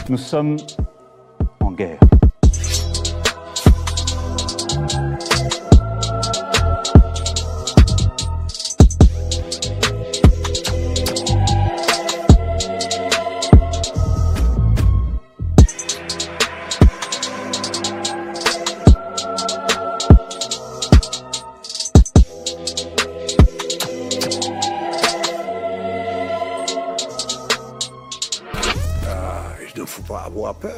Nous sommes en guerre. Il ne faut pas avoir peur.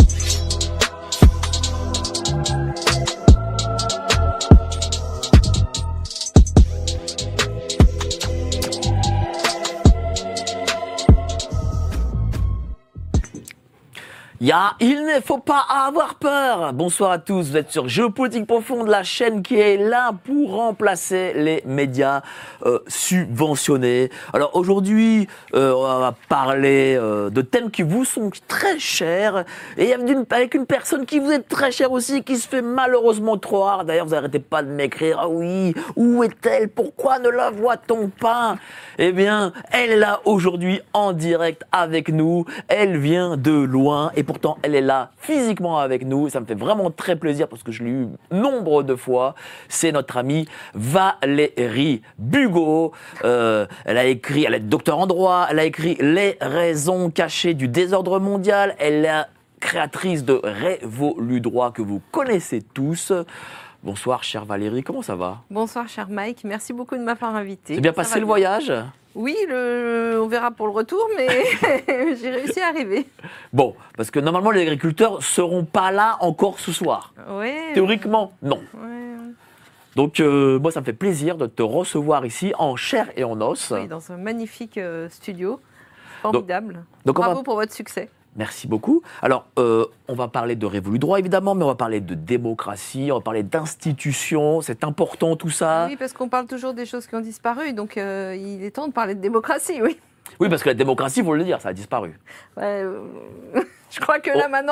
Il ne faut pas avoir peur. Bonsoir à tous, vous êtes sur Géopolitique Profonde, la chaîne qui est là pour remplacer les médias subventionnés. Alors aujourd'hui, on va parler de thèmes qui vous sont très chers et avec une personne qui vous est très chère aussi, qui se fait malheureusement trop rare. D'ailleurs, vous n'arrêtez pas de m'écrire, ah oui, où est-elle? Pourquoi ne la voit-on pas? Eh bien, elle est là aujourd'hui en direct avec nous. Elle vient de loin et pourtant elle est là physiquement avec nous et ça me fait vraiment très plaisir parce que je l'ai eu nombre de fois. C'est notre amie Valérie Bugeaud. Elle est docteur en droit, elle a écrit Les raisons cachées du désordre mondial. Elle est la créatrice de Révolu Droit que vous connaissez tous. Bonsoir chère Valérie, comment ça va? Bonsoir cher Mike, merci beaucoup de m'avoir invité. C'est bien passé le voyage? Oui, on verra pour le retour, mais j'ai réussi à arriver. Bon, parce que normalement les agriculteurs seront pas là encore ce soir. Ouais. Théoriquement, non. Ouais. Donc moi ça me fait plaisir de te recevoir ici en chair et en os. Oui, dans un magnifique studio, formidable. Donc Bravo pour votre succès. Merci beaucoup. Alors, on va parler de Révolu Droit, évidemment, mais on va parler de démocratie, on va parler d'institutions, c'est important tout ça. Oui, parce qu'on parle toujours des choses qui ont disparu, donc il est temps de parler de démocratie, oui. Oui, parce que la démocratie, il faut le dire, ça a disparu. Ouais, je crois que là, maintenant,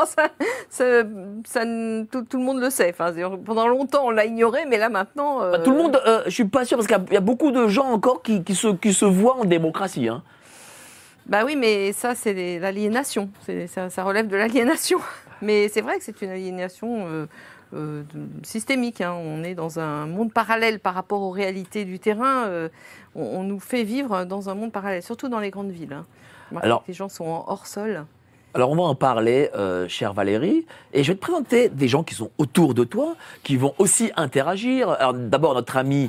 tout le monde le sait. Enfin, pendant longtemps, on l'a ignoré, mais là, maintenant... Tout le monde, je suis pas sûr, parce qu'il y a beaucoup de gens encore qui se voient en démocratie, hein. Bah oui, mais ça, c'est l'aliénation. Ça relève de l'aliénation. Mais c'est vrai que c'est une aliénation systémique. Hein. On est dans un monde parallèle par rapport aux réalités du terrain. On nous fait vivre dans un monde parallèle, surtout dans les grandes villes. Hein. Alors, les gens sont hors sol. Alors, on va en parler, chère Valérie. Et je vais te présenter des gens qui sont autour de toi, qui vont aussi interagir. Alors, d'abord, notre ami...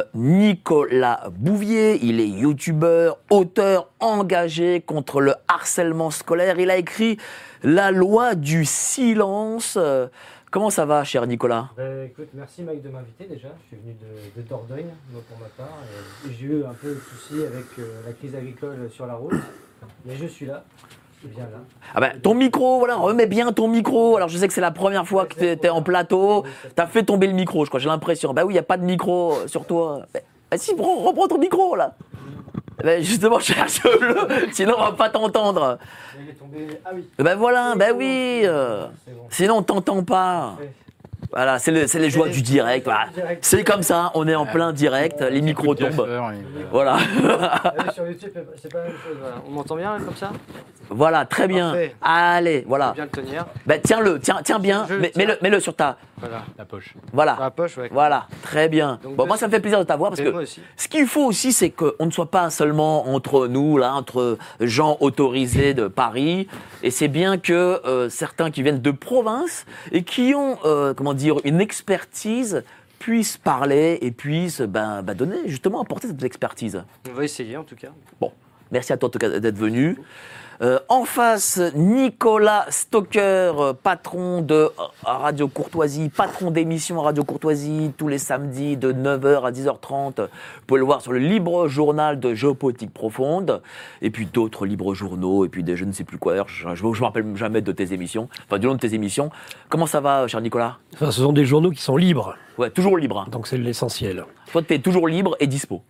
Nicolas Bouvier, il est youtubeur, auteur engagé contre le harcèlement scolaire. Il a écrit La loi du silence. Comment ça va, cher Nicolas? Écoute, merci Mike de m'inviter déjà. Je suis venu de Dordogne, moi pour ma part. J'ai eu un peu de soucis avec la crise agricole sur la route, mais je suis là. Bien là. Ah ben, ton micro, voilà, remets bien ton micro. Alors je sais que c'est la première fois que tu es en plateau. Tu as fait tomber le micro, je crois, j'ai l'impression. Bah oui, il n'y a pas de micro sur toi. Bah si, reprends ton micro là. Ben justement, cherche-le, sinon on va pas t'entendre. Il est tombé. Ah oui. Ben voilà, ben oui. Bon. Sinon on t'entend pas. Voilà, c'est les joies du direct. Voilà. C'est comme ça, on est en plein direct, les micros tombent. Voilà. Sur YouTube, c'est pas la même chose. Voilà. On m'entend bien comme ça? Voilà, très bien. Parfait. Allez, voilà. Bien le tenir. Ben, tiens bien, mets-le sur ta... Voilà, la poche. Voilà. Sur la poche, ouais. Voilà, très bien. Donc, bon, moi, ça me fait plaisir de t'avoir parce que ce qu'il faut aussi, c'est qu'on ne soit pas seulement entre nous, là, entre gens autorisés de Paris. Et c'est bien que certains qui viennent de province et qui ont, une expertise puissent parler et puissent donner, justement, apporter cette expertise. On va essayer, en tout cas. Bon, merci à toi en tout cas d'être venu. En face, Nicolas Stocker, patron de Radio Courtoisie, patron d'émission Radio Courtoisie, tous les samedis de 9h à 10h30. Vous pouvez le voir sur le libre journal de Géopolitique Profonde, et puis d'autres libres journaux, et puis des je ne sais plus quoi. Je ne me rappelle jamais de tes émissions, enfin du nom de tes émissions. Comment ça va, cher Nicolas? Enfin, ce sont des journaux qui sont libres. Ouais, toujours libre. Donc c'est l'essentiel. Toi, tu es toujours libre et dispo.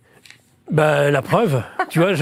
La preuve, tu vois,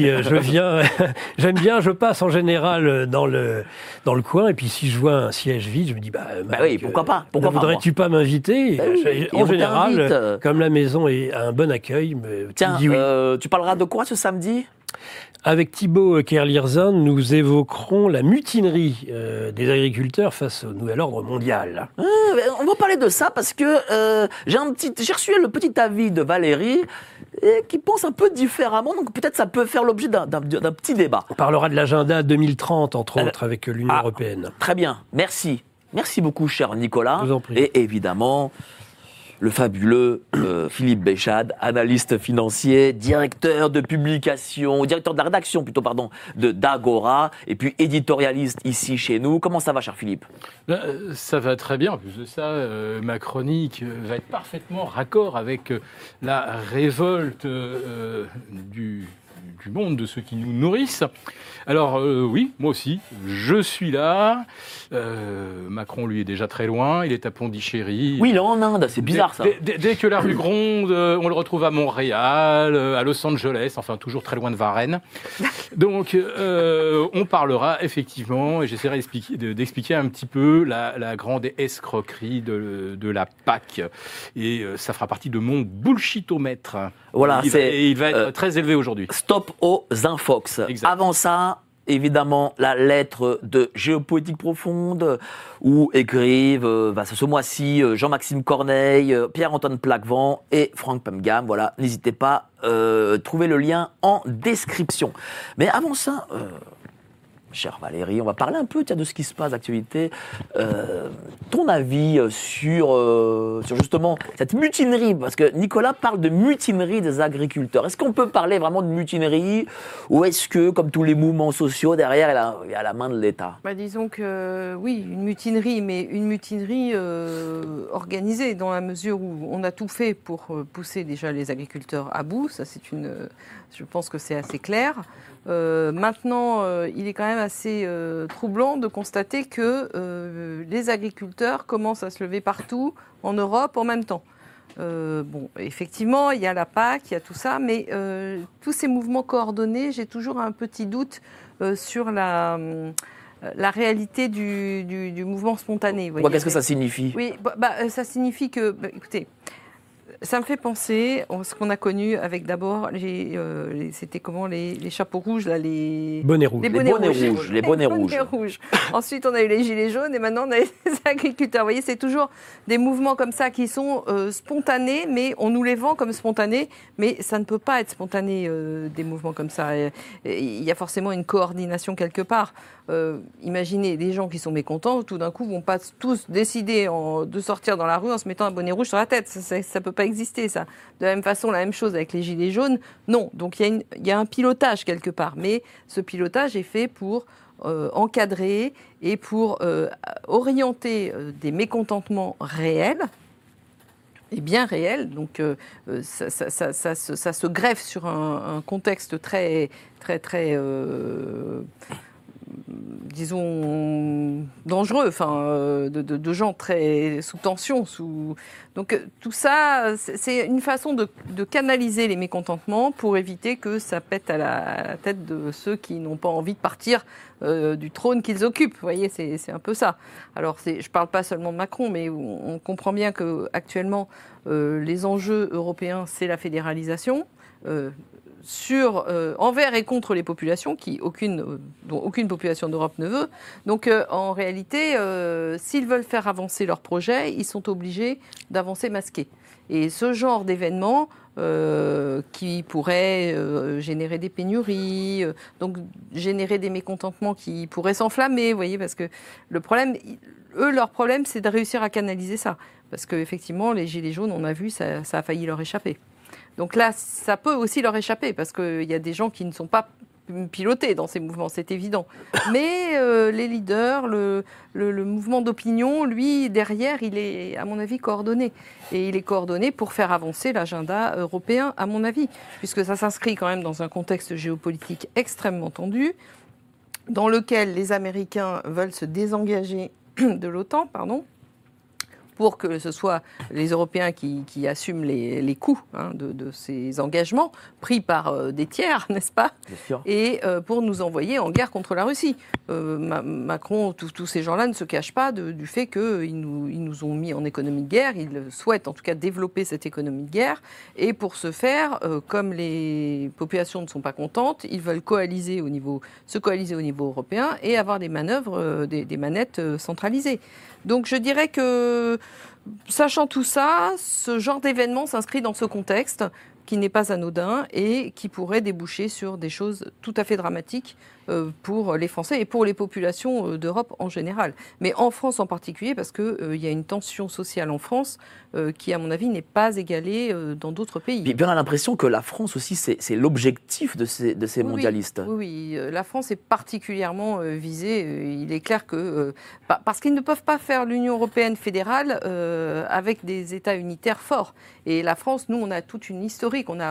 j'aime bien, je passe en général dans le coin, et puis si je vois un siège vide, je me dis, oui, pourquoi pas? Pourquoi ne voudrais-tu pas m'inviter? En général, comme la maison a un bon accueil, tiens, dis oui. Tu parleras de quoi ce samedi? Avec Thibaut Kerlirzan, nous évoquerons la mutinerie des agriculteurs face au nouvel ordre mondial. On va parler de ça parce que j'ai reçu le petit avis de Valérie qui pense un peu différemment, donc peut-être ça peut faire l'objet d'un petit débat. On parlera de l'agenda 2030, entre autres, avec l'Union européenne. Très bien, merci. Merci beaucoup, cher Nicolas. Je vous en prie. Et évidemment, le fabuleux Philippe Béchade, analyste financier, directeur de la rédaction d'Agora, et puis éditorialiste ici chez nous. Comment ça va, cher Philippe ? Ça va très bien. En plus de ça, ma chronique va être parfaitement raccord avec la révolte du monde, de ceux qui nous nourrissent. Alors oui, moi aussi, je suis là. Macron, lui, est déjà très loin. Il est à Pondichéry. Oui, il est en Inde, c'est bizarre ça. Dès que la rue gronde, on le retrouve à Montréal, à Los Angeles, enfin toujours très loin de Varennes. Donc on parlera effectivement, et j'essaierai d'expliquer un petit peu la grande escroquerie de la PAC. Et ça fera partie de mon bullshitomètre. Voilà, il va être très élevé aujourd'hui. Stop aux infox. Exact. Avant ça, évidemment, la lettre de Géopolitique Profonde, où écrivent ce mois-ci Jean-Maxime Corneille, Pierre-Antoine Plaquevent et Franck Pemgam. Voilà, n'hésitez pas, trouvez le lien en description. Mais avant ça, chère Valérie, on va parler un peu de ce qui se passe d'actualité. Ton avis sur justement cette mutinerie, parce que Nicolas parle de mutinerie des agriculteurs. Est-ce qu'on peut parler vraiment de mutinerie, ou est-ce que, comme tous les mouvements sociaux, derrière, il y a la main de l'État ? Disons que oui, une mutinerie, mais une mutinerie organisée, dans la mesure où on a tout fait pour pousser déjà les agriculteurs à bout. Ça, je pense que c'est assez clair. Maintenant, il est quand même assez troublant de constater que les agriculteurs commencent à se lever partout en Europe en même temps. Effectivement, il y a la PAC, il y a tout ça, mais tous ces mouvements coordonnés, j'ai toujours un petit doute sur la réalité du mouvement spontané. Qu'est-ce que ça signifie ? Oui, ça signifie que, écoutez, ça me fait penser à ce qu'on a connu avec d'abord c'était comment les chapeaux rouges là, les bonnets rouges. Les bonnets rouges. Ensuite, on a eu les gilets jaunes et maintenant on a les agriculteurs. Vous voyez, c'est toujours des mouvements comme ça qui sont spontanés, mais on nous les vend comme spontanés, mais ça ne peut pas être spontané des mouvements comme ça. Il y a forcément une coordination quelque part. Imaginez des gens qui sont mécontents, tout d'un coup vont pas tous décider de sortir dans la rue en se mettant un bonnet rouge sur la tête. Ça peut pas exister, ça. De la même façon, la même chose avec les gilets jaunes. Non. Donc il y a un pilotage quelque part, mais ce pilotage est fait pour encadrer et pour orienter des mécontentements réels. Et bien réels. Donc ça se greffe sur un contexte très très très disons dangereux, de gens très sous tension, donc tout ça, c'est une façon de canaliser les mécontentements pour éviter que ça pète à la tête de ceux qui n'ont pas envie de partir du trône qu'ils occupent. Vous voyez, c'est un peu ça. Alors, je parle pas seulement de Macron, mais on comprend bien que actuellement les enjeux européens, c'est la fédéralisation. Envers et contre les populations, dont aucune population d'Europe ne veut. Donc, en réalité, s'ils veulent faire avancer leur projet, ils sont obligés d'avancer masqués. Et ce genre d'événement qui pourrait générer des pénuries, donc générer des mécontentements qui pourraient s'enflammer, vous voyez, parce que leur problème, c'est de réussir à canaliser ça. Parce qu'effectivement, les gilets jaunes, on a vu, ça a failli leur échapper. Donc là, ça peut aussi leur échapper, parce qu'il y a des gens qui ne sont pas pilotés dans ces mouvements, c'est évident. Mais les leaders, le mouvement d'opinion, lui, derrière, il est, à mon avis, coordonné. Et il est coordonné pour faire avancer l'agenda européen, à mon avis, puisque ça s'inscrit quand même dans un contexte géopolitique extrêmement tendu, dans lequel les Américains veulent se désengager de l'OTAN, pour que ce soit les Européens qui assument les coûts de ces engagements pris par des tiers, n'est-ce pas ? Bien sûr. Et pour nous envoyer en guerre contre la Russie. Macron, tous ces gens-là ne se cachent pas du fait qu'ils nous ont mis en économie de guerre. Ils souhaitent en tout cas développer cette économie de guerre. Et pour ce faire, comme les populations ne sont pas contentes, ils veulent se coaliser au niveau européen et avoir des manœuvres, des manettes centralisées. Donc je dirais que, sachant tout ça, ce genre d'événement s'inscrit dans ce contexte qui n'est pas anodin et qui pourrait déboucher sur des choses tout à fait dramatiques pour les Français et pour les populations d'Europe en général. Mais en France en particulier, parce qu'il y a une tension sociale en France qui, à mon avis, n'est pas égalée dans d'autres pays. Puis on a l'impression que la France aussi, c'est l'objectif de ces mondialistes. Oui, la France est particulièrement visée. Il est clair que... parce qu'ils ne peuvent pas faire l'Union européenne fédérale avec des États unitaires forts. Et la France, nous, on a toute une historique. On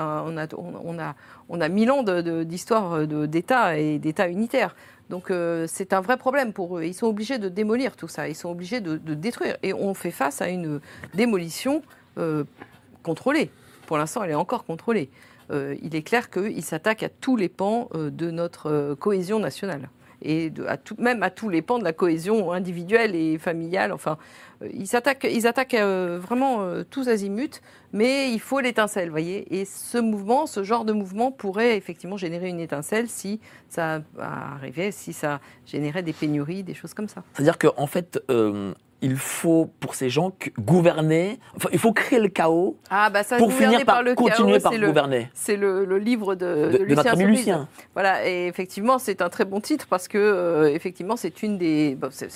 a 1000 ans d'histoire d'État et d'État unitaire. Donc c'est un vrai problème pour eux. Ils sont obligés de démolir tout ça. Ils sont obligés de détruire. Et on fait face à une démolition contrôlée. Pour l'instant, elle est encore contrôlée. Il est clair qu'ils s'attaquent à tous les pans de notre cohésion nationale. Et même à tous les pans de la cohésion individuelle et familiale. Enfin, ils attaquent vraiment tous azimuts, mais il faut l'étincelle, vous voyez. Et ce genre de mouvement pourrait effectivement générer une étincelle si ça arrivait, si ça générait des pénuries, des choses comme ça. C'est-à-dire qu'en fait, il faut, pour ces gens, gouverner, enfin, il faut créer le chaos pour finir par continuer par gouverner. C'est le livre de notre ami Lucien. Voilà, et effectivement, c'est un très bon titre parce que, effectivement, c'est une des...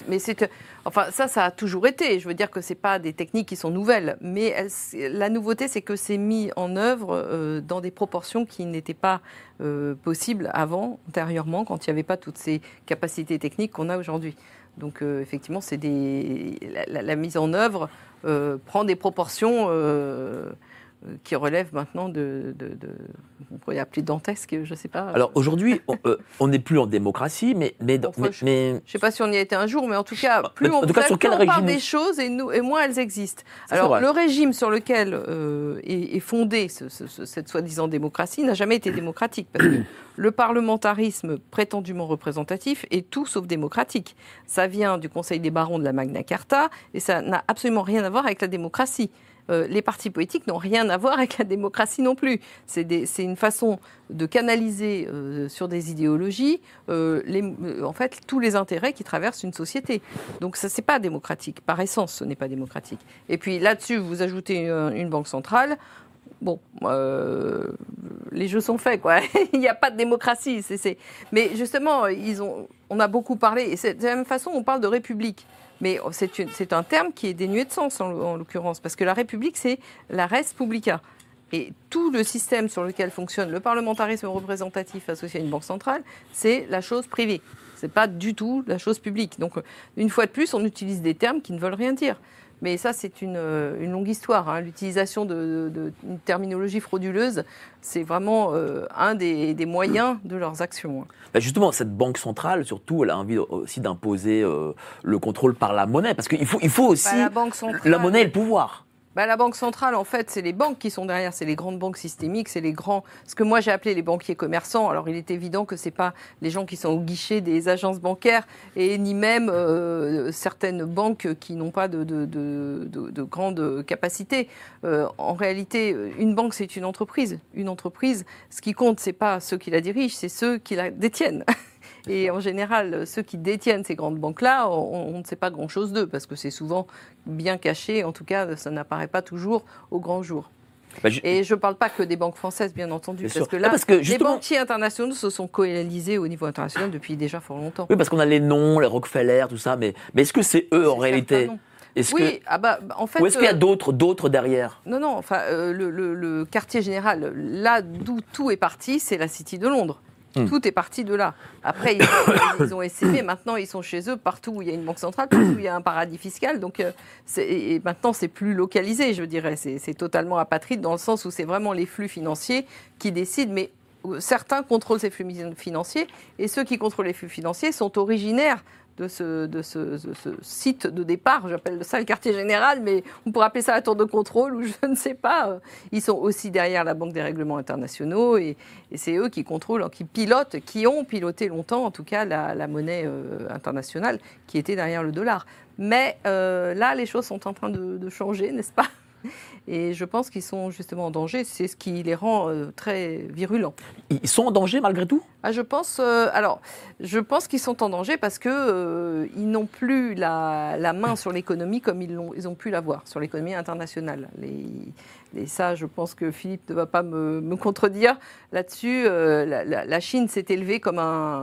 ça a toujours été. Je veux dire que ce n'est pas des techniques qui sont nouvelles, mais la nouveauté, c'est que c'est mis en œuvre dans des proportions qui n'étaient pas possibles antérieurement, quand il n'y avait pas toutes ces capacités techniques qu'on a aujourd'hui. Donc effectivement, la mise en œuvre prend des proportions qui relèvent maintenant on pourrait appeler dantesque, je ne sais pas. Alors aujourd'hui, on n'est plus en démocratie, mais je ne sais pas si on y a été un jour, mais en tout cas, plus on parle des choses et moins elles existent. Alors le régime sur lequel est fondée cette soi-disant démocratie n'a jamais été démocratique, parce que le parlementarisme prétendument représentatif est tout sauf démocratique. Ça vient du Conseil des barons de la Magna Carta et ça n'a absolument rien à voir avec la démocratie. Les partis politiques n'ont rien à voir avec la démocratie non plus. C'est une façon de canaliser sur des idéologies en fait, tous les intérêts qui traversent une société. Donc ça, c'est pas démocratique. Par essence, ce n'est pas démocratique. Et puis là-dessus, vous ajoutez une banque centrale. Bon, les jeux sont faits, quoi. Il n'y a pas de démocratie. Mais justement, on a beaucoup parlé, et de la même façon, on parle de république. Mais c'est un terme qui est dénué de sens, en l'occurrence, parce que la République, c'est la res publica. Et tout le système sur lequel fonctionne le parlementarisme représentatif associé à une banque centrale, c'est la chose privée. Ce n'est pas du tout la chose publique. Donc, une fois de plus, on utilise des termes qui ne veulent rien dire. Mais ça, c'est une longue histoire. L'utilisation d'une terminologie frauduleuse, c'est vraiment un des moyens de leurs actions. Justement, cette banque centrale, surtout, elle a envie aussi d'imposer le contrôle par la monnaie. Parce qu'il faut aussi la monnaie et le pouvoir. La Banque centrale, en fait, c'est les banques qui sont derrière, c'est les grandes banques systémiques, c'est les grands... Ce que moi, j'ai appelé les banquiers commerçants. Alors, il est évident que ce n'est pas les gens qui sont au guichet des agences bancaires et ni même certaines banques qui n'ont pas de grandes capacités. En réalité, une banque, c'est une entreprise. Une entreprise, ce qui compte, ce n'est pas ceux qui la dirigent, c'est ceux qui la détiennent. Et en général, ceux qui détiennent ces grandes banques-là, on ne sait pas grand-chose d'eux, parce que c'est souvent bien caché. En tout cas, ça n'apparaît pas toujours au grand jour. Et je ne parle pas que des banques françaises, bien entendu, parce que là, les banquiers internationaux se sont coalisés au niveau international depuis déjà fort longtemps. Oui, parce qu'on a les noms, les Rockefeller, tout ça, mais est-ce que c'est eux en réalité ? En fait, ou est-ce qu'il y a d'autres derrière ? Non, enfin, le quartier général, là d'où tout est parti, c'est la City de Londres. Tout est parti de là. Après, ils ont essayé. Maintenant, ils sont chez eux partout où il y a une banque centrale, partout où il y a un paradis fiscal. Donc, et maintenant, c'est plus localisé, je dirais. C'est totalement apatride dans le sens où c'est vraiment les flux financiers qui décident. Mais certains contrôlent ces flux financiers et ceux qui contrôlent les flux financiers sont originaires de ce site de départ, j'appelle ça le quartier général, mais on pourrait appeler ça la tour de contrôle, ou je ne sais pas. Ils sont aussi derrière la Banque des règlements internationaux, et c'est eux qui contrôlent, qui pilotent, qui ont piloté longtemps, en tout cas, la monnaie internationale, qui était derrière le dollar. Mais là, les choses sont en train de changer, n'est-ce pas ? Et je pense qu'ils sont justement en danger. C'est ce qui les rend très virulents. Ils sont en danger malgré tout ? Je pense qu'ils sont en danger parce que ils n'ont plus la main sur l'économie comme ils ont pu l'avoir sur l'économie internationale. Et ça, je pense que Philippe ne va pas me contredire là-dessus. La Chine s'est élevée comme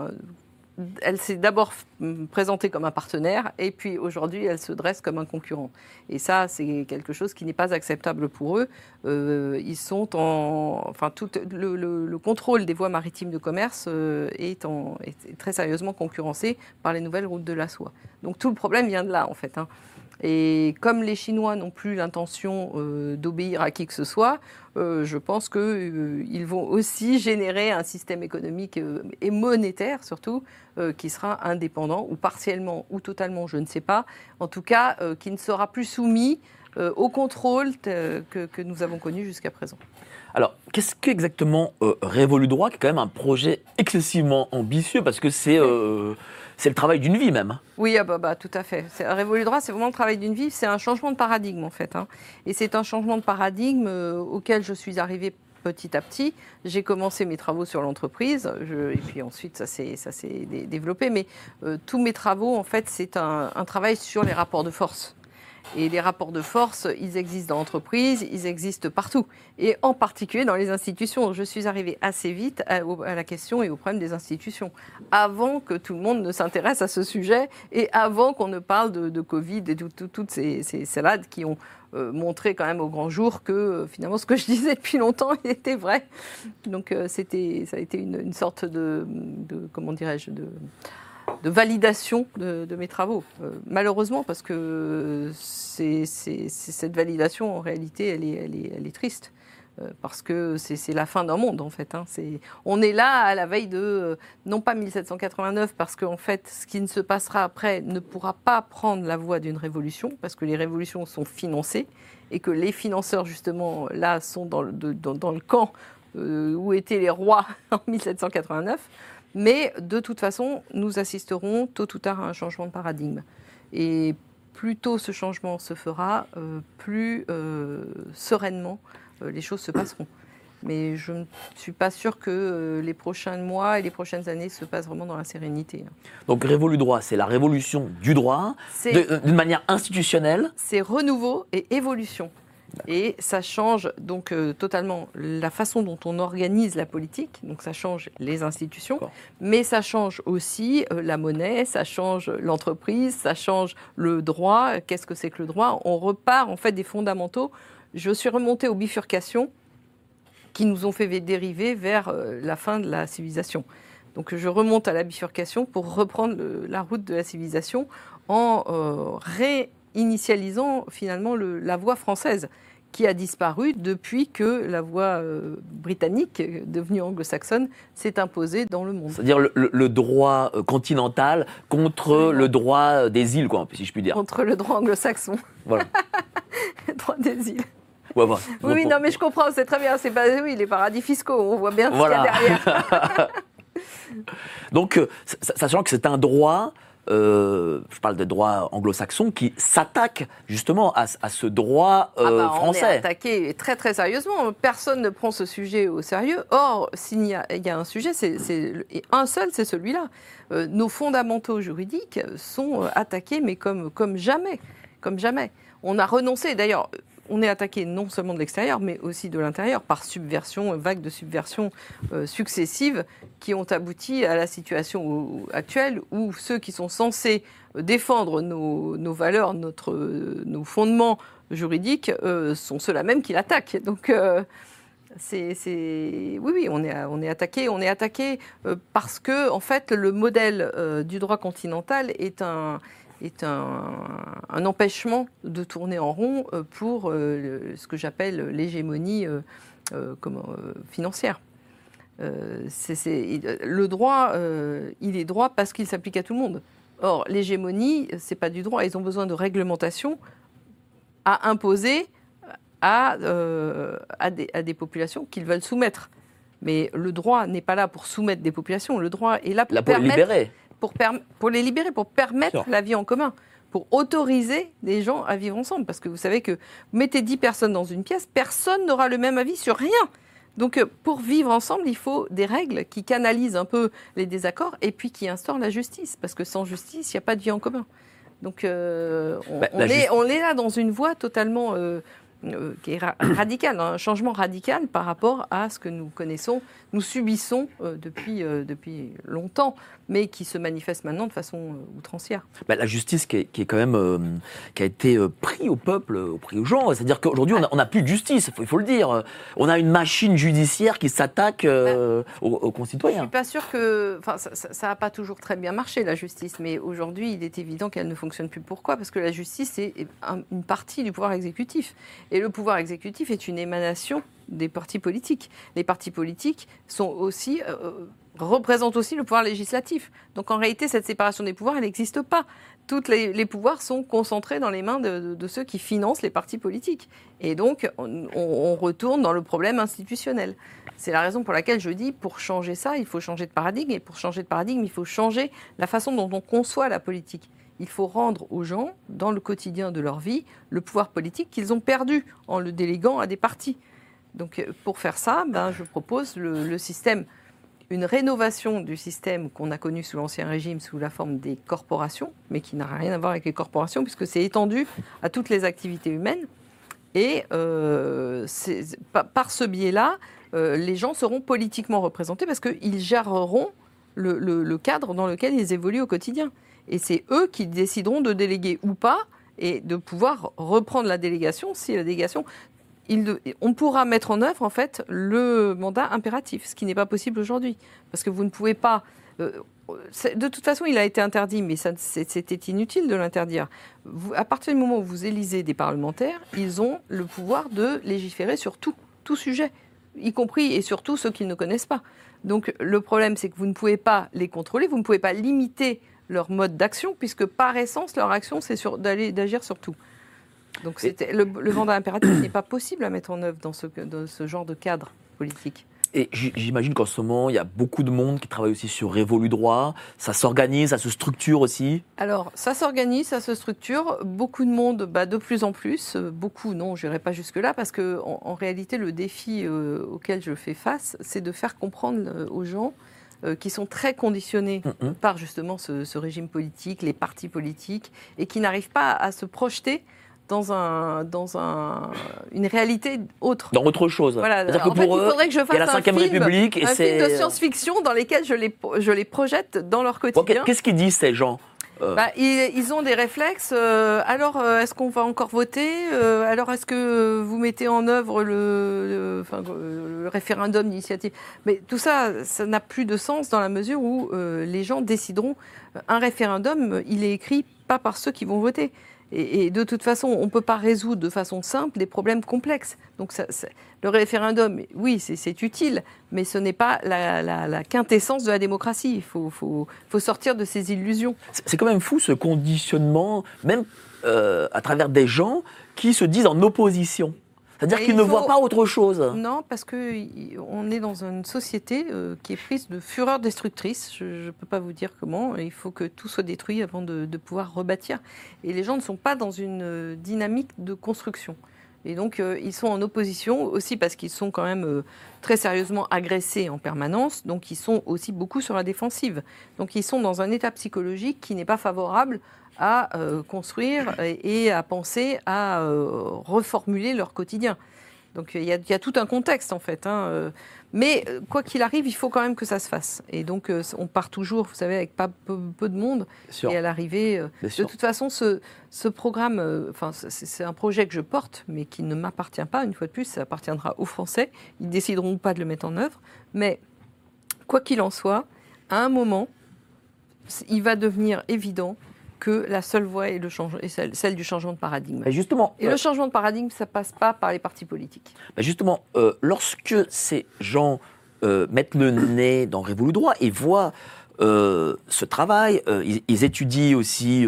elle s'est d'abord présentée comme un partenaire et puis aujourd'hui elle se dresse comme un concurrent. Et ça, c'est quelque chose qui n'est pas acceptable pour eux. Ils sont tout le contrôle des voies maritimes de commerce est très sérieusement concurrencé par les nouvelles routes de la soie. Donc tout le problème vient de là en fait. Et comme les Chinois n'ont plus l'intention d'obéir à qui que ce soit, je pense qu'ils vont aussi générer un système économique et monétaire surtout qui sera indépendant ou partiellement ou totalement, je ne sais pas. En tout cas, qui ne sera plus soumis au contrôle que nous avons connu jusqu'à présent. Alors, qu'est-ce qu'exactement Révolu Droit, qui est quand même un projet excessivement ambitieux, parce que c'est le travail d'une vie même. Oui, tout à fait. Révolu Droit, c'est vraiment le travail d'une vie. C'est un changement de paradigme, en fait. Et c'est un changement de paradigme auquel je suis arrivée petit à petit. J'ai commencé mes travaux sur l'entreprise, et puis ensuite, ça s'est développé. Mais tous mes travaux, en fait, c'est un travail sur les rapports de force. Et les rapports de force, ils existent dans l'entreprise, ils existent partout. Et en particulier dans les institutions. Je suis arrivée assez vite à la question et au problème des institutions. Avant que tout le monde ne s'intéresse à ce sujet et avant qu'on ne parle de Covid et de toutes ces salades qui ont montré quand même au grand jour que finalement ce que je disais depuis longtemps était vrai. Donc ça a été une sorte de comment dirais-je, de validation de mes travaux. Malheureusement, parce que cette validation, en réalité, elle est triste. Parce que c'est la fin d'un monde, en fait. On est là à la veille de, non pas 1789, parce qu'en fait, ce qui ne se passera après ne pourra pas prendre la voie d'une révolution, parce que les révolutions sont financées, et que les financeurs, justement, là, sont dans le camp où étaient les rois en 1789. Mais de toute façon, nous assisterons tôt ou tard à un changement de paradigme. Et plus tôt ce changement se fera, plus sereinement les choses se passeront. Mais je ne suis pas sûre que les prochains mois et les prochaines années se passent vraiment dans la sérénité. Donc Révolu Droit, c'est la révolution du droit, d'une manière institutionnelle. C'est renouveau et évolution. Et ça change donc totalement la façon dont on organise la politique, donc ça change les institutions, mais ça change aussi la monnaie, ça change l'entreprise, ça change le droit. Qu'est-ce que c'est que le droit ? On repart en fait des fondamentaux. Je suis remontée aux bifurcations qui nous ont fait dériver vers la fin de la civilisation. Donc je remonte à la bifurcation pour reprendre la route de la civilisation en réinitialisant finalement la voie française qui a disparu depuis que la voie britannique, devenue anglo-saxonne, s'est imposée dans le monde. C'est-à-dire le droit continental contre le droit des îles, quoi, si je puis dire. Contre le droit anglo-saxon. Voilà. Le droit des îles. Ouais, voilà. Oui, non, mais je comprends, c'est très bien. C'est pas, oui, les paradis fiscaux, on voit bien ce qu'il y a derrière. Donc, sachant que c'est un droit, je parle de droit anglo-saxon, qui s'attaque justement à ce droit français. On est attaqué très très sérieusement. Personne ne prend ce sujet au sérieux. Or, s'il y a un sujet, et un seul, c'est celui-là. Nos fondamentaux juridiques sont attaqués, mais comme jamais. Comme jamais. On a renoncé, d'ailleurs. On est attaqué non seulement de l'extérieur, mais aussi de l'intérieur, par subversion, vagues de subversion successives qui ont abouti à la situation actuelle où ceux qui sont censés défendre nos valeurs, nos fondements juridiques, sont ceux-là même qui l'attaquent. Donc, oui, on est attaqué. On est attaqué parce que, en fait, le modèle du droit continental est un empêchement de tourner en rond pour ce que j'appelle l'hégémonie financière. Le droit, il est droit parce qu'il s'applique à tout le monde. Or, l'hégémonie, c'est pas du droit. Ils ont besoin de réglementation à imposer à des populations qu'ils veulent soumettre. Mais le droit n'est pas là pour soumettre des populations. Le droit est là pour Là, pour les libérer. pour les libérer, pour permettre la vie en commun, pour autoriser des gens à vivre ensemble. Parce que vous savez que vous mettez 10 personnes dans une pièce, personne n'aura le même avis sur rien. Donc, pour vivre ensemble, il faut des règles qui canalisent un peu les désaccords et puis qui instaurent la justice. Parce que sans justice, il n'y a pas de vie en commun. Donc, on est là dans une voie totalement qui est radicale, un changement radical par rapport à ce que nous connaissons, nous subissons depuis longtemps, mais qui se manifeste maintenant de façon outrancière. La justice qui est quand même qui a été pris au peuple, pris aux gens. C'est-à-dire qu'aujourd'hui, on n'a plus de justice, il faut le dire. On a une machine judiciaire qui s'attaque aux concitoyens. Je ne suis pas sûre que... Enfin, ça n'a pas toujours très bien marché, la justice, mais aujourd'hui, il est évident qu'elle ne fonctionne plus. Pourquoi ? Parce que la justice est une partie du pouvoir exécutif. Et le pouvoir exécutif est une émanation des partis politiques. Les partis politiques représentent aussi le pouvoir législatif. Donc en réalité, cette séparation des pouvoirs, elle n'existe pas. Tous les pouvoirs sont concentrés dans les mains de ceux qui financent les partis politiques. Et donc, on retourne dans le problème institutionnel. C'est la raison pour laquelle je dis, pour changer ça, il faut changer de paradigme. Et pour changer de paradigme, il faut changer la façon dont on conçoit la politique. Il faut rendre aux gens, dans le quotidien de leur vie, le pouvoir politique qu'ils ont perdu en le déléguant à des partis. Donc, pour faire ça, je propose le système, une rénovation du système qu'on a connu sous l'Ancien Régime sous la forme des corporations, mais qui n'a rien à voir avec les corporations, puisque c'est étendu à toutes les activités humaines. Et par ce biais-là, les gens seront politiquement représentés parce qu'ils géreront le cadre dans lequel ils évoluent au quotidien. Et c'est eux qui décideront de déléguer ou pas et de pouvoir reprendre la délégation si la délégation... On pourra mettre en œuvre, en fait, le mandat impératif, ce qui n'est pas possible aujourd'hui. Parce que vous ne pouvez pas... de toute façon, il a été interdit, mais c'était inutile de l'interdire. À partir du moment où vous élisez des parlementaires, ils ont le pouvoir de légiférer sur tout sujet, y compris et surtout ceux qu'ils ne connaissent pas. Donc le problème, c'est que vous ne pouvez pas les contrôler, vous ne pouvez pas limiter leur mode d'action, puisque par essence, leur action, c'est d'agir sur tout. Donc le mandat impératif n'est pas possible à mettre en œuvre dans ce genre de cadre politique. Et j'imagine qu'en ce moment, il y a beaucoup de monde qui travaille aussi sur Révolu Droit. Ça s'organise, ça se structure aussi. Alors, ça s'organise, ça se structure. Beaucoup de monde, de plus en plus. Beaucoup, non, je n'irai pas jusque-là, parce qu'en réalité, le défi auquel je fais face, c'est de faire comprendre aux gens qui sont très conditionnés par justement ce régime politique, les partis politiques, et qui n'arrivent pas à se projeter dans une réalité autre. Dans autre chose. Voilà. C'est-à-dire que pour eux, il faudrait que je fasse il y a la 5e République. Et un film de science-fiction dans lesquels je les projette dans leur quotidien. Qu'est-ce qu'ils disent, ces gens ? Ils ont des réflexes. Alors, est-ce qu'on va encore voter ? Alors, est-ce que vous mettez en œuvre le référendum d'initiative ? Mais tout ça, ça n'a plus de sens dans la mesure où les gens décideront. Un référendum, il est écrit pas par ceux qui vont voter. Et de toute façon, on ne peut pas résoudre de façon simple des problèmes complexes. Donc le référendum, oui, c'est utile, mais ce n'est pas la quintessence de la démocratie. Il faut sortir de ces illusions. C'est quand même fou ce conditionnement, même à travers des gens qui se disent en opposition. C'est-à-dire qu'ils ne voient pas autre chose. Non, parce qu'on est dans une société qui est prise de fureur destructrice. Je ne peux pas vous dire comment. Il faut que tout soit détruit avant de pouvoir rebâtir. Et les gens ne sont pas dans une dynamique de construction. Et donc, ils sont en opposition aussi parce qu'ils sont quand même très sérieusement agressés en permanence. Donc, ils sont aussi beaucoup sur la défensive. Donc, ils sont dans un état psychologique qui n'est pas favorable à construire et à penser à reformuler leur quotidien. Donc il y a tout un contexte en fait. Mais quoi qu'il arrive, il faut quand même que ça se fasse. Et donc on part toujours, vous savez, avec peu de monde. Et à l'arrivée, de toute façon, ce programme, c'est un projet que je porte, mais qui ne m'appartient pas. Une fois de plus, ça appartiendra aux Français. Ils décideront pas de le mettre en œuvre. Mais quoi qu'il en soit, à un moment, il va devenir évident que la seule voie est celle du changement de paradigme. Et justement, le changement de paradigme, ça ne passe pas par les partis politiques. Justement, lorsque ces gens mettent le nez dans Révolu Droit et voient ce travail, ils étudient aussi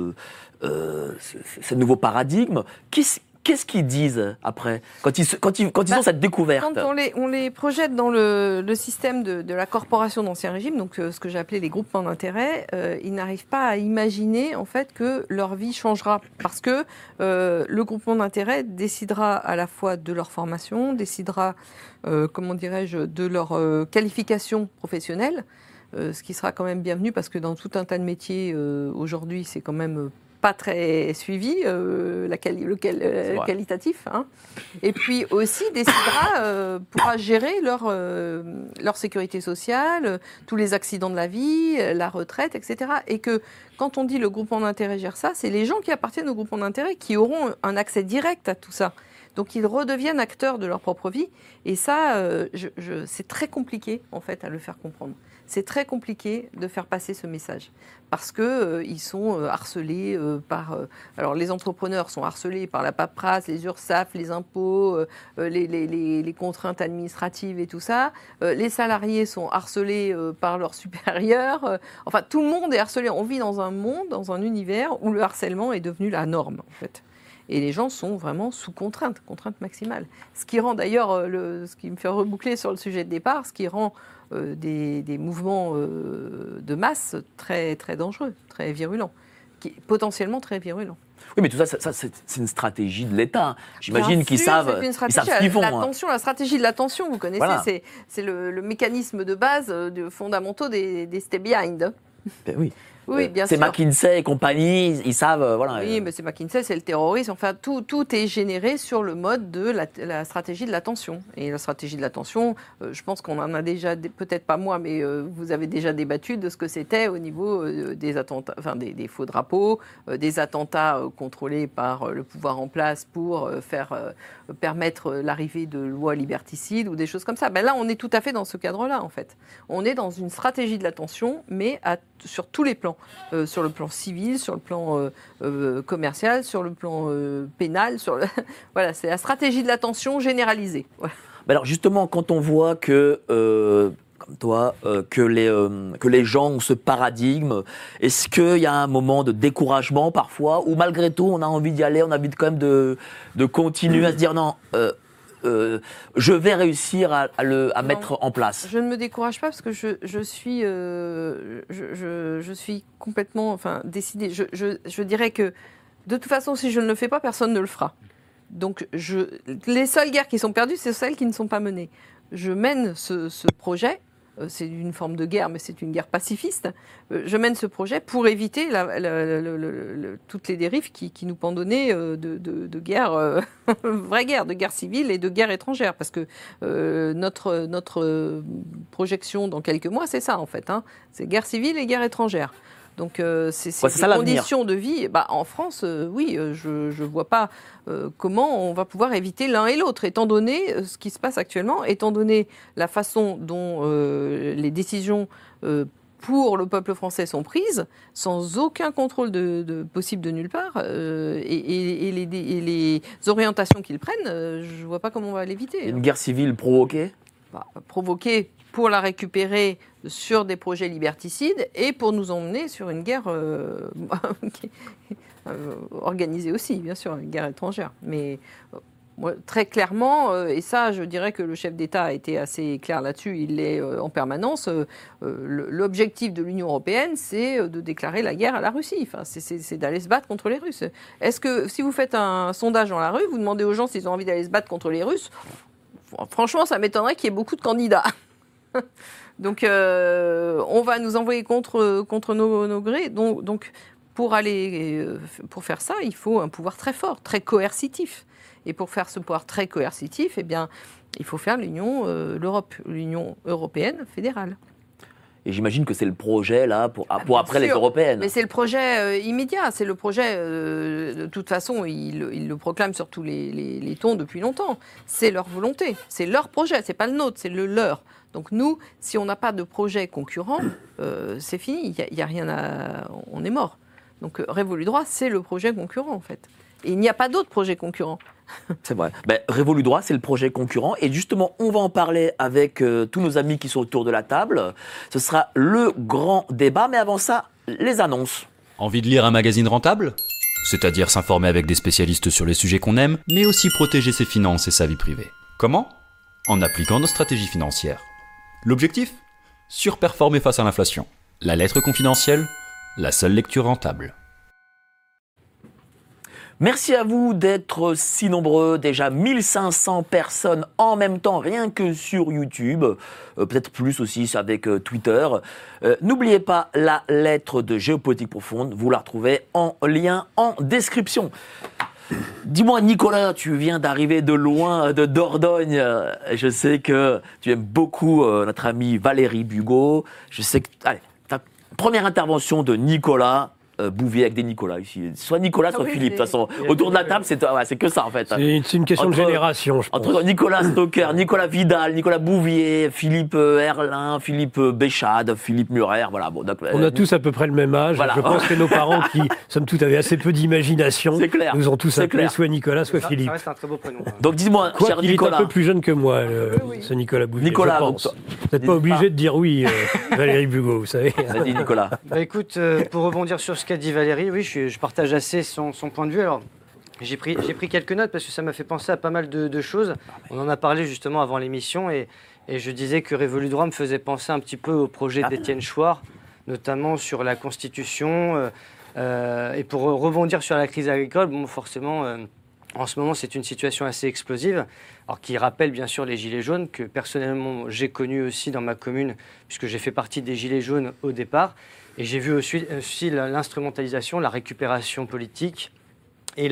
ce nouveau paradigme. Qu'est-ce qu'ils disent après, quand ils ont cette découverte? Quand on les projette dans le système de la corporation d'Ancien Régime, donc ce que j'ai appelé les groupements d'intérêt, ils n'arrivent pas à imaginer en fait que leur vie changera, parce que le groupement d'intérêt décidera à la fois de leur formation, décidera, de leur qualification professionnelle, ce qui sera quand même bienvenu, parce que dans tout un tas de métiers aujourd'hui, c'est quand même pas très suivi, le qualitatif. Hein. Et puis aussi pourra gérer leur sécurité sociale, tous les accidents de la vie, la retraite, etc. Et que quand on dit le groupement d'intérêt gère ça, c'est les gens qui appartiennent au groupement d'intérêt qui auront un accès direct à tout ça. Donc ils redeviennent acteurs de leur propre vie. Et ça, c'est très compliqué en fait à le faire comprendre. C'est très compliqué de faire passer ce message parce que ils sont harcelés par. Alors les entrepreneurs sont harcelés par la paperasse, les URSSAF, les impôts, les contraintes administratives et tout ça. Les salariés sont harcelés par leurs supérieurs. Enfin, tout le monde est harcelé. On vit dans un monde, dans un univers où le harcèlement est devenu la norme en fait. Et les gens sont vraiment sous contrainte maximale. Ce qui rend d'ailleurs, ce qui me fait reboucler sur le sujet de départ, ce qui rend des mouvements de masse très, très dangereux, très virulents, potentiellement très virulents. Oui, mais tout ça, c'est une stratégie de l'État. J'imagine qu'ils savent ce qu'ils font. La stratégie de l'attention, vous connaissez, voilà. C'est le mécanisme de base fondamentaux des stay behind. Ben oui. Oui, bien c'est sûr. McKinsey et compagnie, ils savent, voilà. Oui, mais c'est McKinsey, c'est le terrorisme. Enfin, tout est généré sur le mode de la stratégie de l'attention. Et la stratégie de l'attention, je pense qu'on en a déjà, peut-être pas moi, mais vous avez déjà débattu de ce que c'était au niveau des attentats, enfin des faux drapeaux, des attentats contrôlés par le pouvoir en place pour permettre l'arrivée de lois liberticides ou des choses comme ça. Ben là, on est tout à fait dans ce cadre-là, en fait. On est dans une stratégie de l'attention, mais sur tous les plans. Sur le plan civil, sur le plan commercial, sur le plan pénal. Voilà, c'est la stratégie de l'attention généralisée. Voilà. Alors justement, quand on voit que, comme toi, que les gens ont ce paradigme, est-ce qu'il y a un moment de découragement parfois, ou malgré tout on a envie d'y aller, on a envie quand même de continuer à se dire non, je vais réussir à mettre en place? Je ne me décourage pas parce que je suis complètement décidée. Je dirais que de toute façon, si je ne le fais pas, personne ne le fera. Donc les seules guerres qui sont perdues, c'est celles qui ne sont pas menées. Je mène ce projet. C'est une forme de guerre, mais c'est une guerre pacifiste. Je mène ce projet pour éviter toutes les dérives qui nous pendonnaient de guerre, vraie guerre, de guerre civile et de guerre étrangère. Parce que notre projection dans quelques mois, c'est ça en fait. Hein. C'est guerre civile et guerre étrangère. Donc c'est des conditions de vie. En France, oui, je ne vois pas comment on va pouvoir éviter l'un et l'autre, étant donné ce qui se passe actuellement, étant donné la façon dont les décisions pour le peuple français sont prises, sans aucun contrôle possible de nulle part, et les orientations qu'ils prennent, je ne vois pas comment on va l'éviter. Une guerre civile provoquée ? Provoquée pour la récupérer sur des projets liberticides et pour nous emmener sur une guerre organisée aussi, bien sûr, une guerre étrangère. Mais très clairement, et ça, je dirais que le chef d'État a été assez clair là-dessus, il l'est en permanence, l'objectif de l'Union européenne, c'est de déclarer la guerre à la Russie. Enfin, c'est d'aller se battre contre les Russes. Est-ce que, si vous faites un sondage dans la rue, vous demandez aux gens s'ils ont envie d'aller se battre contre les Russes, franchement, ça m'étonnerait qu'il y ait beaucoup de candidats. Donc, on va nous envoyer contre nos grés. Donc, pour faire ça, il faut un pouvoir très fort, très coercitif. Et pour faire ce pouvoir très coercitif, il faut faire l'Union européenne fédérale. Et j'imagine que c'est le projet là pour après les européennes. Mais c'est le projet immédiat. C'est le projet. De toute façon, ils le proclament sur tous les tons depuis longtemps. C'est leur volonté. C'est leur projet. C'est pas le nôtre. C'est le leur. Donc nous, si on n'a pas de projet concurrent, c'est fini. Il y a rien on est mort. Donc Révolu Droit, c'est le projet concurrent en fait. Et il n'y a pas d'autre projet concurrent. C'est vrai. Révolu droit, c'est le projet concurrent. Et justement, on va en parler avec tous nos amis qui sont autour de la table. Ce sera le grand débat. Mais avant ça, les annonces. Envie de lire un magazine rentable ? C'est-à-dire s'informer avec des spécialistes sur les sujets qu'on aime, mais aussi protéger ses finances et sa vie privée. Comment ? En appliquant nos stratégies financières. L'objectif ? Surperformer face à l'inflation. La lettre confidentielle ? La seule lecture rentable. Merci à vous d'être si nombreux, déjà 1500 personnes en même temps, rien que sur YouTube, peut-être plus aussi avec Twitter. N'oubliez pas la lettre de Géopolitique Profonde, vous la retrouvez en lien en description. Dis-moi Nicolas, tu viens d'arriver de loin, de Dordogne. Je sais que tu aimes beaucoup notre ami Valérie Bugeaud. Je sais que... Allez, ta première intervention de Nicolas... Bouvier avec des Nicolas ici. Soit Nicolas, soit Philippe. De toute façon, autour de la table, c'est que ça en fait. C'est une question de génération, je pense. Entre Nicolas Stocker, Nicolas Vidal, Nicolas Bouvier, Philippe Herlin, Philippe Béchade, Philippe Murer, voilà. Bon, donc, on a tous à peu près le même âge. Voilà. Je pense que nos parents, qui, somme toute, avaient assez peu d'imagination, nous ont tous appelés soit Nicolas, soit Philippe. Ça reste un très beau prénom. Donc dis-moi, cher Nicolas. Il est un peu plus jeune que moi, ce Nicolas Bouvier. Nicolas, je pense. Vous n'êtes pas obligé de dire oui, Valérie Bugeaud, vous savez. Vas-y, Nicolas. Écoute, pour rebondir sur ce qu'a dit Valérie, oui, je partage assez son point de vue. Alors, j'ai pris quelques notes parce que ça m'a fait penser à pas mal de choses. On en a parlé justement avant l'émission et je disais que Révolu droit me faisait penser un petit peu au projet d'Étienne Chouard, notamment sur la Constitution. Et pour rebondir sur la crise agricole, bon, forcément, en ce moment, c'est une situation assez explosive, alors qui rappelle bien sûr les Gilets jaunes, que personnellement j'ai connu aussi dans ma commune, puisque j'ai fait partie des Gilets jaunes au départ. Et j'ai vu aussi l'instrumentalisation, la récupération politique et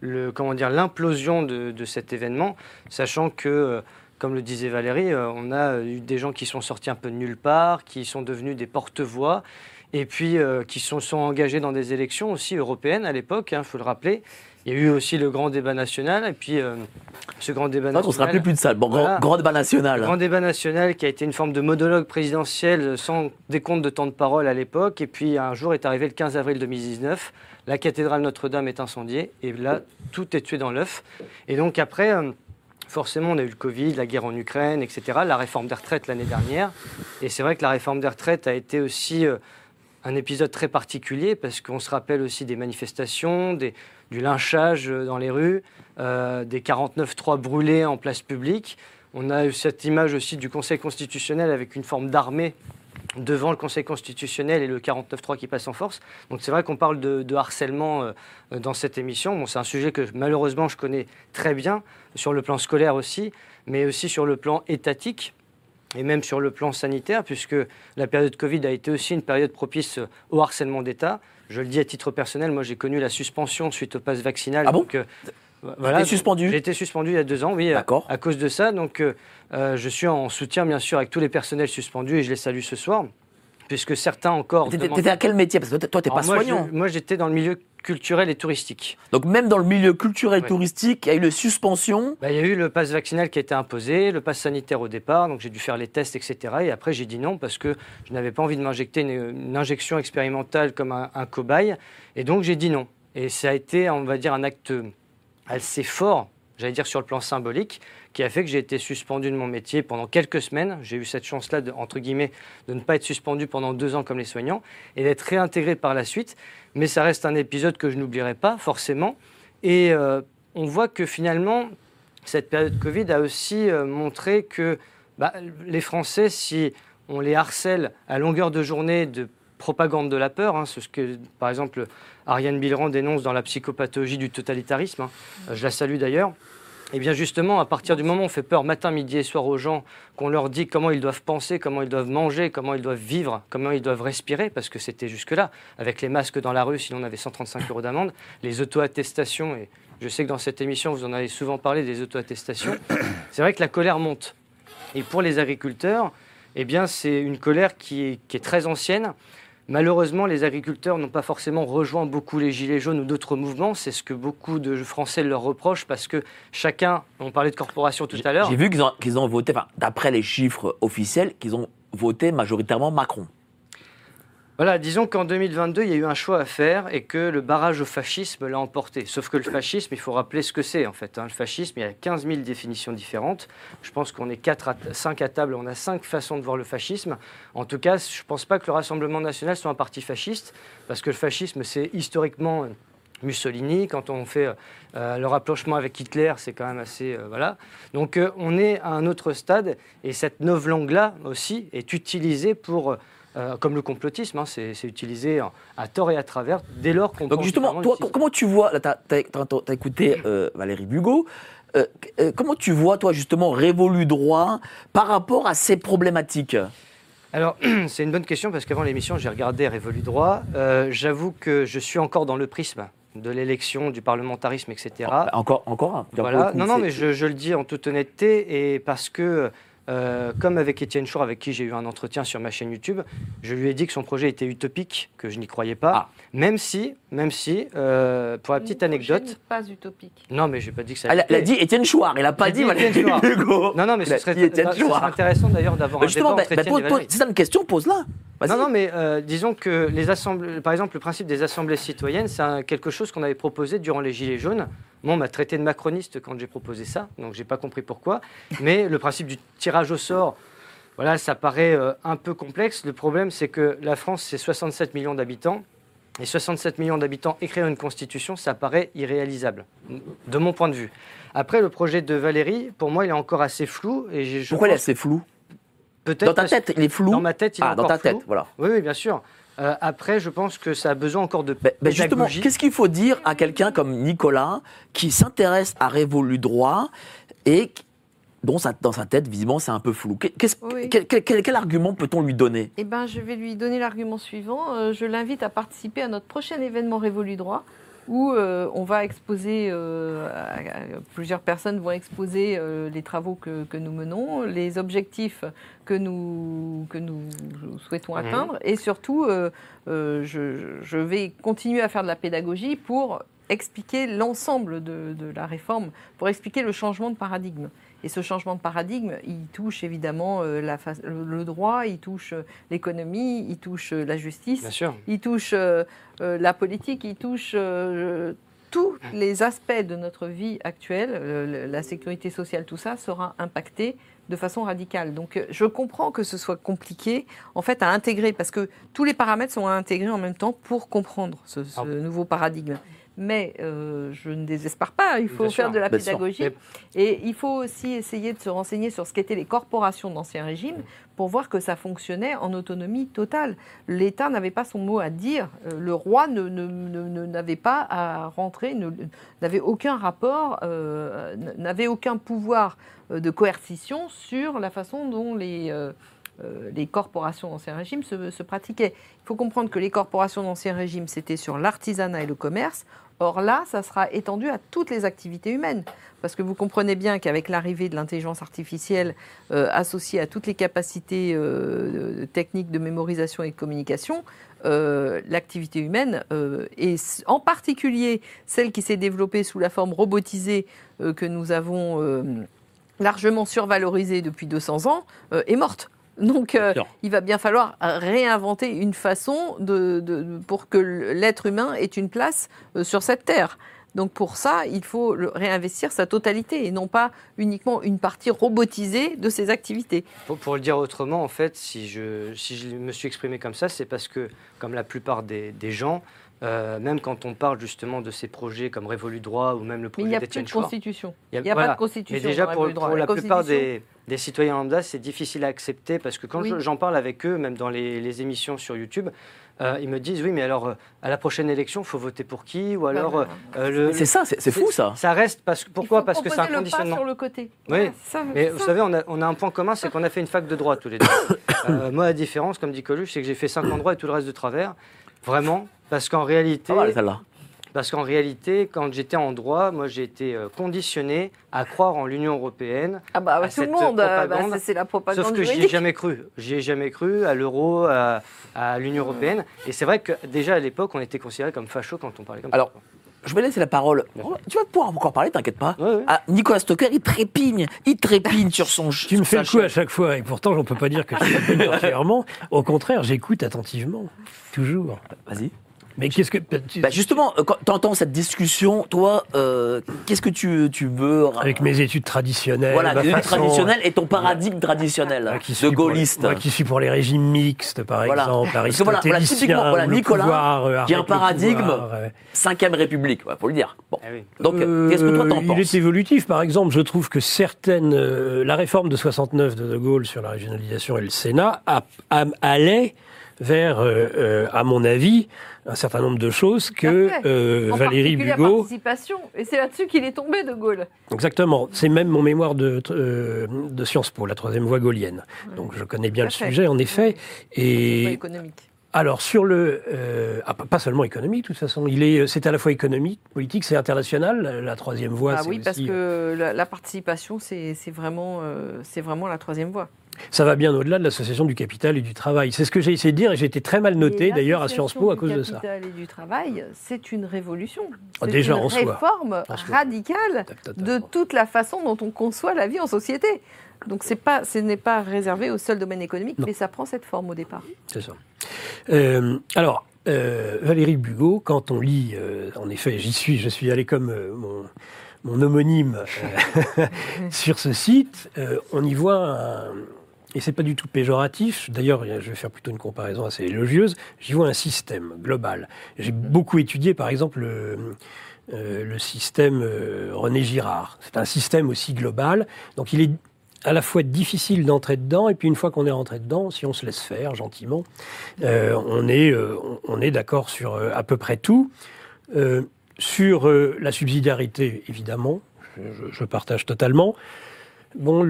l'implosion de cet événement, sachant que, comme le disait Valérie, on a eu des gens qui sont sortis un peu de nulle part, qui sont devenus des porte-voix, et puis qui sont engagés dans des élections aussi européennes à l'époque, il faut le rappeler. Il y a eu aussi le grand débat national, et puis ce grand débat national... On ne se rappelle plus de ça, grand débat national. Grand débat national qui a été une forme de monologue présidentiel sans décompte de temps de parole à l'époque, et puis un jour est arrivé le 15 avril 2019, la cathédrale Notre-Dame est incendiée, et là, tout est tué dans l'œuf. Et donc après, forcément, on a eu le Covid, la guerre en Ukraine, etc., la réforme des retraites l'année dernière, et c'est vrai que la réforme des retraites a été aussi... un épisode très particulier parce qu'on se rappelle aussi des manifestations, du lynchage dans les rues, des 49.3 brûlés en place publique. On a eu cette image aussi du Conseil constitutionnel avec une forme d'armée devant le Conseil constitutionnel et le 49.3 qui passe en force. Donc c'est vrai qu'on parle de harcèlement dans cette émission. Bon, c'est un sujet que malheureusement je connais très bien, sur le plan scolaire aussi, mais aussi sur le plan étatique. Et même sur le plan sanitaire, puisque la période Covid a été aussi une période propice au harcèlement d'État. Je le dis à titre personnel, moi j'ai connu la suspension suite au pass vaccinal. Ah bon ? Donc, voilà, suspendu ? J'ai été suspendu il y a 2 ans, oui, à cause de ça. Donc je suis en soutien bien sûr avec tous les personnels suspendus et je les salue ce soir. Puisque certains encore... T'étais à quel métier ? Parce que toi, t'es pas soignant. Moi, j'étais dans le milieu culturel et touristique. Donc même dans le milieu culturel et touristique, il y a eu une suspension. Il y a eu le pass vaccinal qui a été imposé, le pass sanitaire au départ, donc j'ai dû faire les tests, etc. Et après, j'ai dit non parce que je n'avais pas envie de m'injecter une injection expérimentale comme un cobaye. Et donc, j'ai dit non. Et ça a été, on va dire, un acte assez fort, j'allais dire sur le plan symbolique, qui a fait que j'ai été suspendu de mon métier pendant quelques semaines. J'ai eu cette chance-là, entre guillemets, de ne pas être suspendu pendant 2 ans comme les soignants et d'être réintégré par la suite. Mais ça reste un épisode que je n'oublierai pas, forcément. Et on voit que finalement, cette période Covid a aussi montré que les Français, si on les harcèle à longueur de journée de propagande de la peur, c'est ce que, par exemple, Ariane Bilran dénonce dans La psychopathologie du totalitarisme, je la salue d'ailleurs. Et bien justement, à partir du moment où on fait peur matin, midi et soir aux gens, qu'on leur dit comment ils doivent penser, comment ils doivent manger, comment ils doivent vivre, comment ils doivent respirer, parce que c'était jusque-là, avec les masques dans la rue, sinon on avait 135 € d'amende, les auto-attestations, et je sais que dans cette émission, vous en avez souvent parlé des auto-attestations, c'est vrai que la colère monte. Et pour les agriculteurs, eh bien, c'est une colère qui est très ancienne. Malheureusement, les agriculteurs n'ont pas forcément rejoint beaucoup les Gilets jaunes ou d'autres mouvements. C'est ce que beaucoup de Français leur reprochent parce que chacun, on parlait de corporation tout à l'heure. J'ai vu qu'ils ont voté, d'après les chiffres officiels, qu'ils ont voté majoritairement Macron. Voilà, disons qu'en 2022, il y a eu un choix à faire et que le barrage au fascisme l'a emporté. Sauf que le fascisme, il faut rappeler ce que c'est en fait. Le fascisme, il y a 15 000 définitions différentes. Je pense qu'on est 5 à table, on a 5 façons de voir le fascisme. En tout cas, je ne pense pas que le Rassemblement national soit un parti fasciste, parce que le fascisme, c'est historiquement Mussolini. Quand on fait le rapprochement avec Hitler, c'est quand même assez... voilà. Donc on est à un autre stade, et cette novlangue-là aussi est utilisée pour... comme le complotisme, c'est utilisé à tort et à travers, dès lors qu'on... Donc justement, toi, comment tu vois, tu as écouté Valérie Bugeaud, comment tu vois, toi, justement, Révolu Droit par rapport à ces problématiques ? Alors, c'est une bonne question, parce qu'avant l'émission, j'ai regardé Révolu Droit. J'avoue que je suis encore dans le prisme de l'élection, du parlementarisme, etc. Encore un. Voilà. Non, mais je le dis en toute honnêteté, et parce que... comme avec Étienne Chour, avec qui j'ai eu un entretien sur ma chaîne YouTube, je lui ai dit que son projet était utopique, que je n'y croyais pas, même si, pour la petite anecdote... n'est pas utopique. Non, mais je n'ai pas dit que ça... Elle a dit Étienne Chouard, elle n'a pas dit Valérie Bugeaud. Non, mais ce serait intéressant d'ailleurs d'avoir un débat entre Étienne et Valérie. Si tu as une question, pose-la. Vas-y. Non, mais disons que par exemple, le principe des assemblées citoyennes, c'est quelque chose qu'on avait proposé durant les Gilets jaunes. Moi, on m'a traité de macroniste quand j'ai proposé ça, donc je n'ai pas compris pourquoi. Mais le principe du tirage au sort, voilà, ça paraît un peu complexe. Le problème, c'est que la France, c'est 67 millions d'habitants. Et 67 millions d'habitants, écrire une constitution, ça paraît irréalisable, de mon point de vue. Après, le projet de Valérie, pour moi, il est encore assez flou. Pourquoi il est assez flou ? Peut-être dans ta tête, il est flou. Dans ma tête, il est encore flou. Dans ta flou. tête, voilà. Oui, bien sûr. Après, je pense que ça a besoin encore de pédagogie. Justement, qu'est-ce qu'il faut dire à quelqu'un comme Nicolas qui s'intéresse à Révolu Droit et dont dans sa tête, visiblement, c'est un peu flou. Quel argument peut-on lui donner ? Eh ben, je vais lui donner l'argument suivant. Je l'invite à participer à notre prochain événement Révolu Droit, où on va exposer, plusieurs personnes vont exposer les travaux que nous menons, les objectifs que nous souhaitons atteindre, et surtout, je vais continuer à faire de la pédagogie pour expliquer l'ensemble de la réforme, pour expliquer le changement de paradigme. Et ce changement de paradigme, il touche évidemment le droit, il touche l'économie, il touche la justice, il touche la politique, il touche tous les aspects de notre vie actuelle, la sécurité sociale, tout ça sera impacté de façon radicale. Donc je comprends que ce soit compliqué en fait à intégrer, parce que tous les paramètres sont à intégrer en même temps pour comprendre ce nouveau paradigme. Mais je ne désespère pas, il faut faire de la pédagogie. Et il faut aussi essayer de se renseigner sur ce qu'étaient les corporations d'Ancien Régime pour voir que ça fonctionnait en autonomie totale. L'État n'avait pas son mot à dire. Le roi n'avait pas à rentrer, n'avait aucun rapport, n'avait aucun pouvoir de coercition sur la façon dont les corporations d'Ancien Régime se pratiquaient. Il faut comprendre que les corporations d'Ancien Régime, c'était sur l'artisanat et le commerce. Or là, ça sera étendu à toutes les activités humaines. Parce que vous comprenez bien qu'avec l'arrivée de l'intelligence artificielle associée à toutes les capacités techniques de mémorisation et de communication, l'activité humaine, et en particulier celle qui s'est développée sous la forme robotisée que nous avons largement survalorisée depuis 200 ans, est morte. Donc, il va bien falloir réinventer une façon pour que l'être humain ait une place sur cette terre. Donc, pour ça, il faut réinvestir sa totalité et non pas uniquement une partie robotisée de ses activités. Pour le dire autrement, en fait, si je me suis exprimé comme ça, c'est parce que, comme la plupart des gens, même quand on parle justement de ces projets comme Révolu Droit ou même le projet d'Étienne Chour, il n'y a pas de constitution. Mais déjà, pour la plupart des citoyens lambda, c'est difficile à accepter parce que quand j'en parle avec eux, même dans les émissions sur YouTube, ils me disent oui, mais alors à la prochaine élection, il faut voter pour qui ? Ou alors c'est ça, c'est fou ça. Ça reste pourquoi ? Parce que c'est un conditionnement. Sur le côté. Oui, mais vous savez, on a un point commun, c'est qu'on a fait une fac de droit tous les deux. Moi, la différence, comme dit Coluche, c'est que j'ai fait 5 ans de droit et tout le reste de travers. Vraiment, parce qu'en réalité, quand j'étais en droit, moi j'ai été conditionné à croire en l'Union européenne. Ah bah tout le monde, c'est la propagande. Sauf que j'y ai jamais cru. J'y ai jamais cru à l'euro, à l'Union européenne. Et c'est vrai que déjà à l'époque, on était considérés comme fachos quand on parlait comme ça. je vais laisser la parole. Tu vas pouvoir encore parler, t'inquiète pas. Ouais. Ah, Nicolas Stocker, il trépigne sur son. Tu me fais le coup à chaque fois, et pourtant, on ne peut pas dire que je trépigne entièrement. Au contraire, j'écoute attentivement, toujours. Vas-y. Mais qu'est-ce que... Justement, quand tu entends cette discussion, toi, qu'est-ce que tu veux... Avec mes études traditionnelles, Voilà, ma les études façon- traditionnelles et ton paradigme traditionnel de gaulliste. Moi qui suis pour les régimes mixtes, par Voilà. exemple, Parce que voilà, aristotélicien, typiquement, voilà, où le Nicolas, pouvoir, qui a un arrête le paradigme pouvoir, 5e République, faut le dire. Bon. Ah oui. Donc, qu'est-ce que toi t'en Il penses? est évolutif, par exemple. Je trouve que certaines... la réforme de 69 de Gaulle sur la régionalisation et le Sénat allait vers, à mon avis, un certain nombre de choses que En Valérie particulier la Bugeaud... participation. Et c'est là-dessus qu'il est tombé, De Gaulle. Exactement. C'est même mon mémoire de Sciences Po, la troisième voie gaulienne. Donc je connais bien Tout le à fait. sujet, en effet. C'est pas Et économique. alors sur le... pas seulement économique, de toute façon. C'est à la fois économique, politique, c'est international. La troisième voie, Ah c'est oui, aussi... parce que la participation, c'est vraiment la troisième voie. Ça va bien au-delà de l'association du capital et du travail. C'est ce que j'ai essayé de dire et j'ai été très mal noté Et d'ailleurs à Sciences Po à cause de ça. L'association du capital et du travail, c'est une révolution. Ah, C'est déjà, une en soi. réforme En soi. radicale de Totalement. toute la façon dont on conçoit la vie en société. Donc ce n'est pas réservé au seul domaine économique, Non. mais ça prend cette forme au départ. C'est ça. Alors, Valérie Bugeaud, quand on lit, en effet, je suis allé comme mon homonyme sur ce site, on y voit et c'est pas du tout péjoratif, d'ailleurs je vais faire plutôt une comparaison assez élogieuse, j'y vois un système global. J'ai beaucoup étudié par exemple le système René Girard. C'est un système aussi global, donc il est à la fois difficile d'entrer dedans, et puis une fois qu'on est rentré dedans, si on se laisse faire gentiment, on est d'accord sur à peu près tout. Sur la subsidiarité, évidemment, je partage totalement. Bon,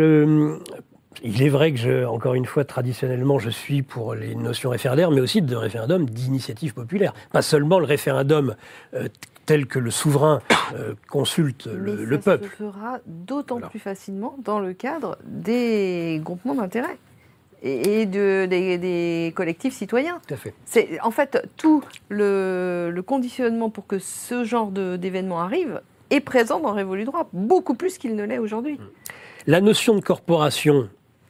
il est vrai que, encore une fois, traditionnellement, je suis pour les notions référendaires, mais aussi de référendum d'initiative populaire. Pas seulement le référendum tel que le souverain consulte le peuple. Ça se fera d'autant Voilà. plus facilement dans le cadre des groupements d'intérêt et des collectifs citoyens. Tout à fait. C'est en fait tout le conditionnement pour que ce genre d'événement arrive est présent dans Révolu Droit, beaucoup plus qu'il ne l'est aujourd'hui. La notion de corporation,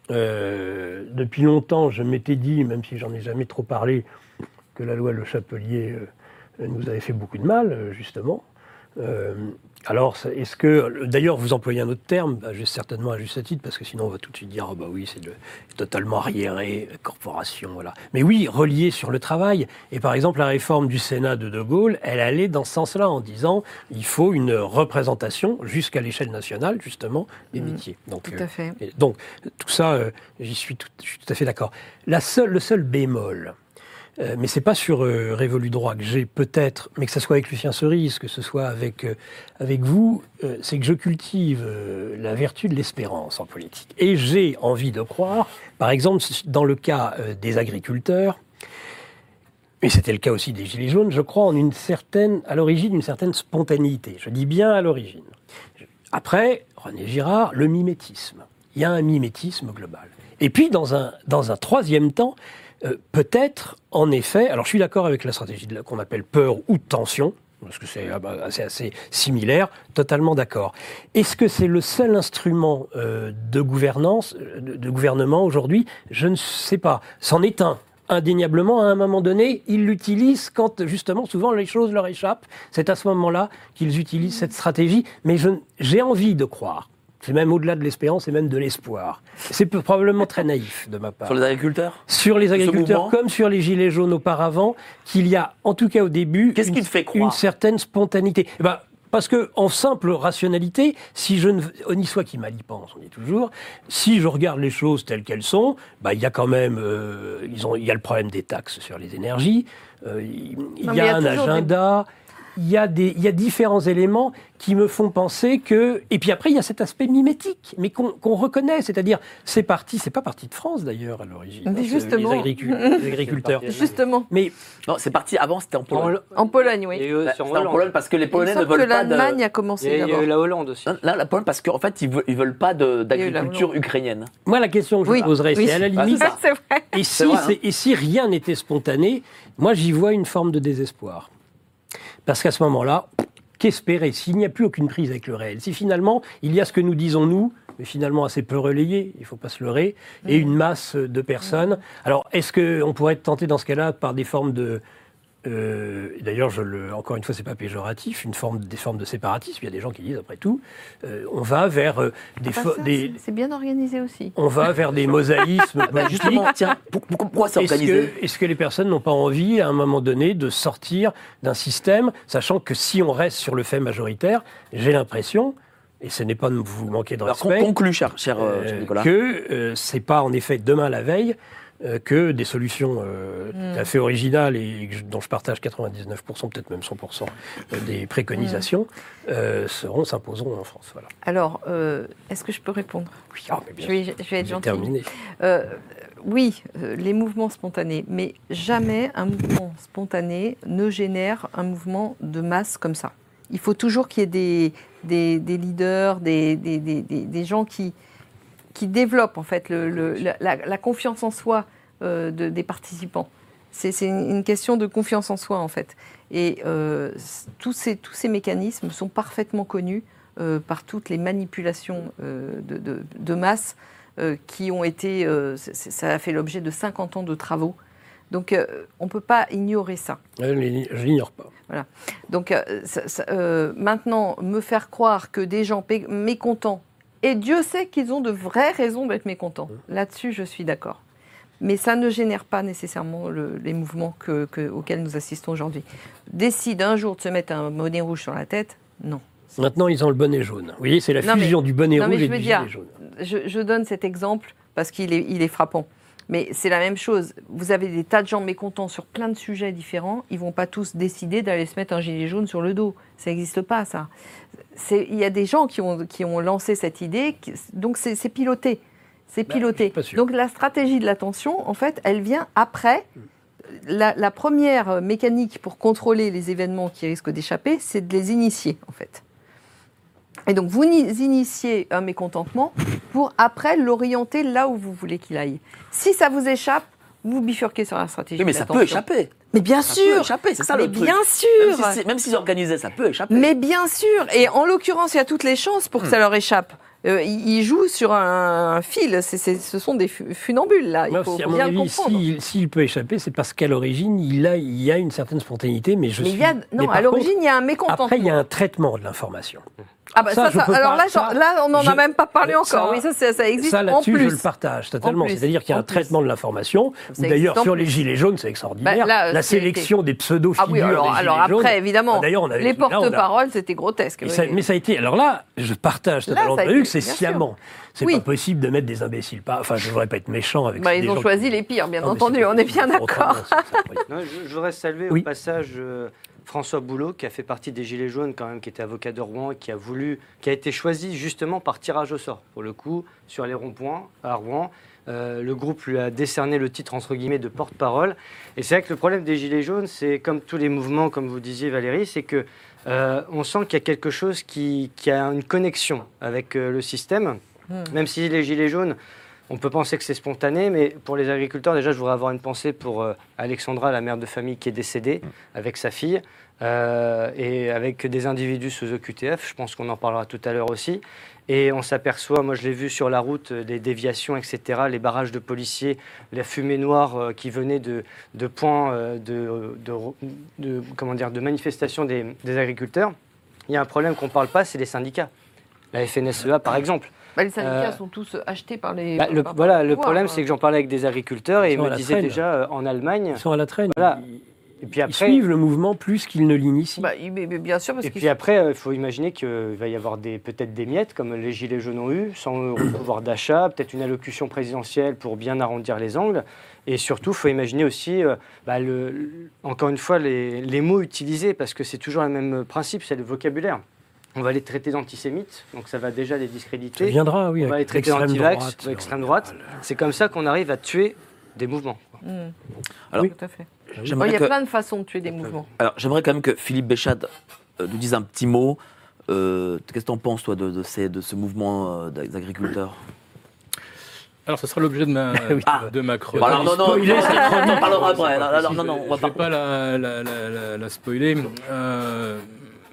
depuis longtemps, je m'étais dit, même si j'en ai jamais trop parlé, que la loi Le Chapelier nous avait fait beaucoup de mal, justement. Alors, est-ce que... D'ailleurs, vous employez un autre terme, certainement à juste titre, parce que sinon on va tout de suite dire « Ah bah oui, c'est totalement arriéré, corporation, voilà ». Mais oui, relié sur le travail. Et par exemple, la réforme du Sénat de Gaulle, elle allait dans ce sens-là, en disant « Il faut une représentation jusqu'à l'échelle nationale, justement, des métiers ». Donc, Tout à fait. donc, tout ça, je suis tout à fait d'accord. Le seul bémol... mais c'est pas sur Révolu Droit que j'ai peut-être, mais que ce soit avec Lucien Cerise, que ce soit avec vous, c'est que je cultive la vertu de l'espérance en politique. Et j'ai envie de croire, par exemple, dans le cas des agriculteurs, et c'était le cas aussi des Gilets jaunes, je crois à l'origine, une certaine spontanéité. Je dis bien à l'origine. Après, René Girard, le mimétisme. Il y a un mimétisme global. Et puis, dans un troisième temps, peut-être, en effet, alors je suis d'accord avec la stratégie qu'on appelle peur ou tension, parce que c'est assez similaire, totalement d'accord. Est-ce que c'est le seul instrument de gouvernance, de gouvernement aujourd'hui? Je ne sais pas. C'en est un. Indéniablement, à un moment donné, ils l'utilisent quand, justement, souvent les choses leur échappent. C'est à ce moment-là qu'ils utilisent cette stratégie. Mais j'ai envie de croire. C'est même au-delà de l'espérance et même de l'espoir. C'est probablement très naïf de ma part. Sur les agriculteurs? Sur les agriculteurs mouvement, comme sur les Gilets jaunes auparavant, qu'il y a, en tout cas au début, Qu'est-ce qui te fait croire une certaine spontanéité. Parce que, en simple rationalité, si je ne... Ni soit qui mal y pense, on dit toujours, si je regarde les choses telles qu'elles sont, il y a quand même... il y a le problème des taxes sur les énergies, il y a un agenda... Il y a différents éléments qui me font penser que... Et puis après, il y a cet aspect mimétique, mais qu'on reconnaît. C'est-à-dire, c'est pas parti de France, d'ailleurs, à l'origine. Mais justement. Les agriculteurs. Justement. Mais Non, c'est parti, avant c'était en Pologne. En Pologne, oui. Et Bah, sur c'était en Hollande. Pologne parce que les Polonais Il ne me semble veulent que pas de... l'Allemagne a Il commencé y a d'abord. eu la Hollande aussi. Là, la Pologne parce qu'en fait, ils veulent pas d'agriculture ukrainienne. moi, la question que je Oui, poserais, oui. c'est à la Ah, limite... c'est ça. C'est vrai. Et C'est vrai, hein. et si rien n'était spontané, moi, j'y vois une forme de désespoir. Parce qu'à ce moment-là, qu'espérer s'il n'y a plus aucune prise avec le réel? Si finalement, il y a ce que nous disons nous, mais finalement assez peu relayé, il ne faut pas se leurrer, et une masse de personnes. Alors, est-ce qu'on pourrait être tenté dans ce cas-là par des formes de... d'ailleurs, encore une fois, c'est pas péjoratif, des formes de séparatisme. Il y a des gens qui disent, après tout, on va vers c'est bien organisé aussi. On va vers des mosaïsmes politiques. Justement, tiens, pourquoi c'est organisé? Est-ce que les personnes n'ont pas envie, à un moment donné, de sortir d'un système, sachant que si on reste sur le fait majoritaire, j'ai l'impression, et ce n'est pas de vous manquer de respect, Alors, conclu, cher Nicolas, que c'est pas en effet demain la veille que des solutions tout à fait originales et dont je partage 99%, peut-être même 100% des préconisations s'imposeront en France. Voilà. Alors, est-ce que je peux répondre? Oui, je vais être gentille. Terminé. Oui, les mouvements spontanés, mais jamais un mouvement spontané ne génère un mouvement de masse comme ça. Il faut toujours qu'il y ait des leaders, des gens qui développent en fait la confiance en soi des participants. C'est une question de confiance en soi en fait. Et tous ces mécanismes sont parfaitement connus par toutes les manipulations de masse qui ont été... ça a fait l'objet de 50 ans de travaux. Donc on ne peut pas ignorer ça. Je l'ignore pas. Voilà. Donc maintenant, me faire croire que des gens mécontents, et Dieu sait qu'ils ont de vraies raisons d'être mécontents. Là-dessus, je suis d'accord. Mais ça ne génère pas nécessairement les mouvements auxquels nous assistons aujourd'hui. Décide un jour de se mettre un bonnet rouge sur la tête, non. Maintenant, ils ont le bonnet jaune. Vous voyez, c'est la fusion du bonnet rouge et du gilet jaune. Je donne cet exemple parce qu'il est frappant. Mais c'est la même chose. Vous avez des tas de gens mécontents sur plein de sujets différents. Ils ne vont pas tous décider d'aller se mettre un gilet jaune sur le dos. Ça n'existe pas, ça. Il y a des gens qui ont lancé cette idée. Donc, c'est piloté. C'est piloté. Donc, la stratégie de l'attention, en fait, elle vient après. La première mécanique pour contrôler les événements qui risquent d'échapper, c'est de les initier, en fait. Et donc, vous initiez un mécontentement pour après l'orienter là où vous voulez qu'il aille. Si ça vous échappe, vous bifurquez sur la stratégie. Oui, mais ça peut échapper. Mais bien sûr. Ça peut échapper, c'est ça le truc. Bien sûr. Même s'ils organisaient, ça peut échapper. Mais bien sûr. Et en l'occurrence, il y a toutes les chances pour que ça leur échappe. Ils jouent sur un fil. Ce sont des funambules, là. Il faut bien le comprendre. S'il peut échapper, c'est parce qu'à l'origine, il y a une certaine spontanéité. Mais à l'origine, il y a un mécontentement. Après, il y a un traitement de l'information. Ah bah alors là, on n'en a même pas parlé encore. Oui, ça existe en plus. Là-dessus, je le partage totalement. C'est-à-dire qu'il y a un traitement de l'information. D'ailleurs, sur les gilets jaunes, c'est extraordinaire. La sélection des pseudo-figures des gilets jaunes. Alors après, évidemment, les porte-paroles, c'était grotesque. Mais ça a été... Alors là, je partage totalement que c'est sciemment. C'est pas possible de mettre des imbéciles. Enfin, je ne voudrais pas être méchant avec ça. Ils ont choisi les pires, bien entendu. On est bien d'accord. Je voudrais saluer au passage... François Boulot, qui a fait partie des Gilets jaunes, quand même, qui était avocat de Rouen, qui a été choisi justement par tirage au sort, pour le coup, sur les ronds-points à Rouen. Le groupe lui a décerné le titre, entre guillemets, de porte-parole. Et c'est vrai que le problème des Gilets jaunes, c'est comme tous les mouvements, comme vous disiez, Valérie, c'est que on sent qu'il y a quelque chose qui a une connexion avec le système, même si les Gilets jaunes... On peut penser que c'est spontané, mais pour les agriculteurs, déjà, je voudrais avoir une pensée pour Alexandra, la mère de famille qui est décédée, avec sa fille, et avec des individus sous OQTF. Je pense qu'on en parlera tout à l'heure aussi. Et on s'aperçoit, moi je l'ai vu sur la route, les déviations, etc., les barrages de policiers, la fumée noire qui venait de points de manifestations des agriculteurs. Il y a un problème qu'on ne parle pas, c'est les syndicats. La FNSEA, par exemple. Les syndicats sont tous achetés par les... le problème, c'est que j'en parlais avec des agriculteurs et ils me disaient déjà en Allemagne... Ils sont à la traîne. Voilà. Et puis après, ils suivent le mouvement plus qu'ils ne l'initient. Bien sûr. Puis après, il faut imaginer qu'il va y avoir peut-être des miettes, comme les Gilets jaunes ont eu, sans pouvoir d'achat, peut-être une allocution présidentielle pour bien arrondir les angles. Et surtout, il faut imaginer aussi, encore une fois, les mots utilisés, parce que c'est toujours le même principe, c'est le vocabulaire. On va les traiter d'antisémites, donc ça va déjà les discréditer. Ça viendra, oui. On va les traiter d'antivax, d'extrême droite. C'est comme ça qu'on arrive à tuer des mouvements. Alors, tout à fait. Il y a plein de façons de tuer des mouvements. Alors, j'aimerais quand même que Philippe Béchade nous dise un petit mot. Qu'est-ce que tu en penses, toi, de ce mouvement des agriculteurs ? Alors, ce sera l'objet de ma chronique. Alors, non, on en parlera après. Non, on va pas la spoiler.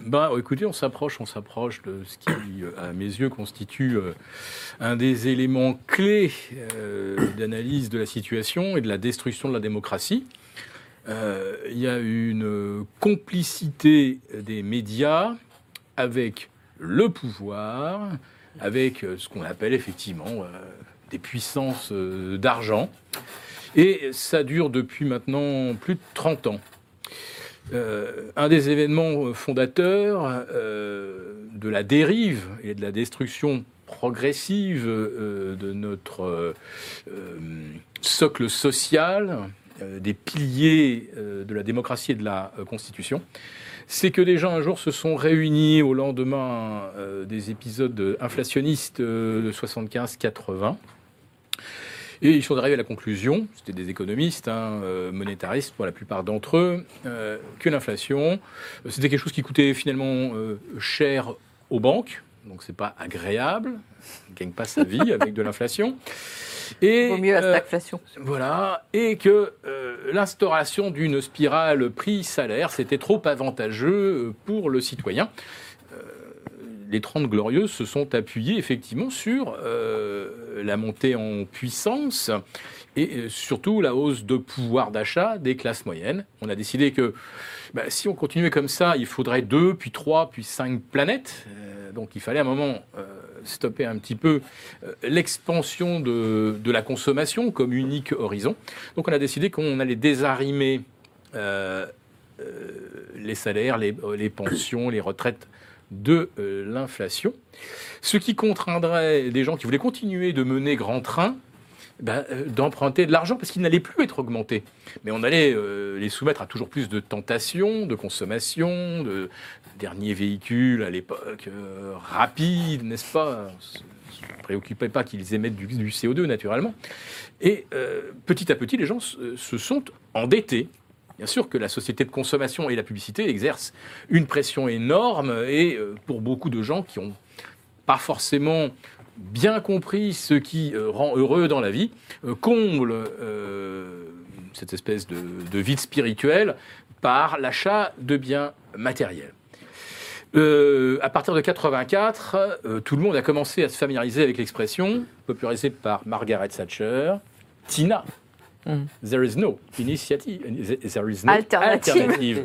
Écoutez, on s'approche de ce qui, à mes yeux, constitue un des éléments clés d'analyse de la situation et de la destruction de la démocratie. Il y a une complicité des médias avec le pouvoir, avec ce qu'on appelle effectivement des puissances d'argent. Et ça dure depuis maintenant plus de 30 ans. Un des événements fondateurs de la dérive et de la destruction progressive de notre socle social, des piliers de la démocratie et de la Constitution, c'est que des gens un jour se sont réunis au lendemain des épisodes inflationnistes de 75-80. Et ils sont arrivés à la conclusion, c'était des économistes, monétaristes pour la plupart d'entre eux, que l'inflation, c'était quelque chose qui coûtait finalement cher aux banques, donc c'est pas agréable, on ne gagne pas sa vie avec de l'inflation. Il vaut mieux la stagflation. Voilà, et que l'instauration d'une spirale prix-salaire, c'était trop avantageux pour le citoyen. Les 30 Glorieuses se sont appuyées effectivement sur la montée en puissance et surtout la hausse de pouvoir d'achat des classes moyennes. On a décidé que si on continuait comme ça, il faudrait 2, puis 3, puis 5 planètes. Donc il fallait à un moment stopper un petit peu l'expansion de la consommation comme unique horizon. Donc on a décidé qu'on allait désarimer les salaires, les pensions, les retraites de l'inflation, ce qui contraindrait des gens qui voulaient continuer de mener grand train d'emprunter de l'argent parce qu'il n'allait plus être augmenté. Mais on allait les soumettre à toujours plus de tentations, de consommation, de derniers véhicules à l'époque rapides, n'est-ce pas ? Ne préoccupez pas qu'ils émettent du CO2 naturellement. Et petit à petit, les gens se sont endettés. Bien sûr que la société de consommation et la publicité exercent une pression énorme et pour beaucoup de gens qui n'ont pas forcément bien compris ce qui rend heureux dans la vie, comble cette espèce de vide spirituel par l'achat de biens matériels. À partir de 84, tout le monde a commencé à se familiariser avec l'expression, popularisée par Margaret Thatcher, TINA. There is no initiative. There is no alternative.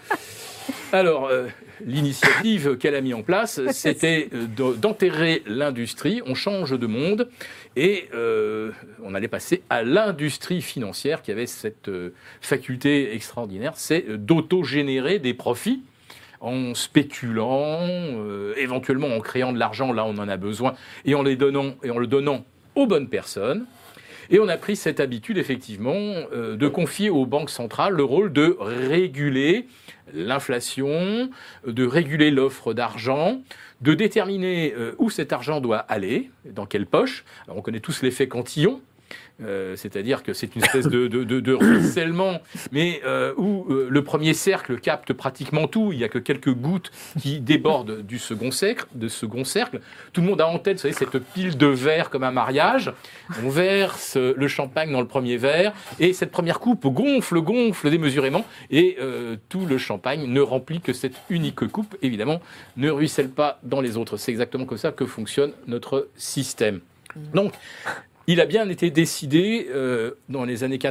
Alors, l'initiative qu'elle a mise en place, c'était d'enterrer l'industrie. On change de monde et on allait passer à l'industrie financière qui avait cette faculté extraordinaire, c'est d'auto-générer des profits en spéculant, éventuellement en créant de l'argent là où on en a besoin et en le donnant aux bonnes personnes. Et on a pris cette habitude, effectivement, de confier aux banques centrales le rôle de réguler l'inflation, de réguler l'offre d'argent, de déterminer où cet argent doit aller, dans quelle poche. Alors, on connaît tous l'effet Cantillon. C'est-à-dire que c'est une espèce de ruissellement, mais où le premier cercle capte pratiquement tout. Il n'y a que quelques gouttes qui débordent du second cercle. Tout le monde a en tête, vous savez, cette pile de verres comme un mariage. On verse le champagne dans le premier verre et cette première coupe gonfle démesurément et tout le champagne ne remplit que cette unique coupe. Évidemment, ne ruisselle pas dans les autres. C'est exactement comme ça que fonctionne notre système. Donc, il a bien été décidé dans les années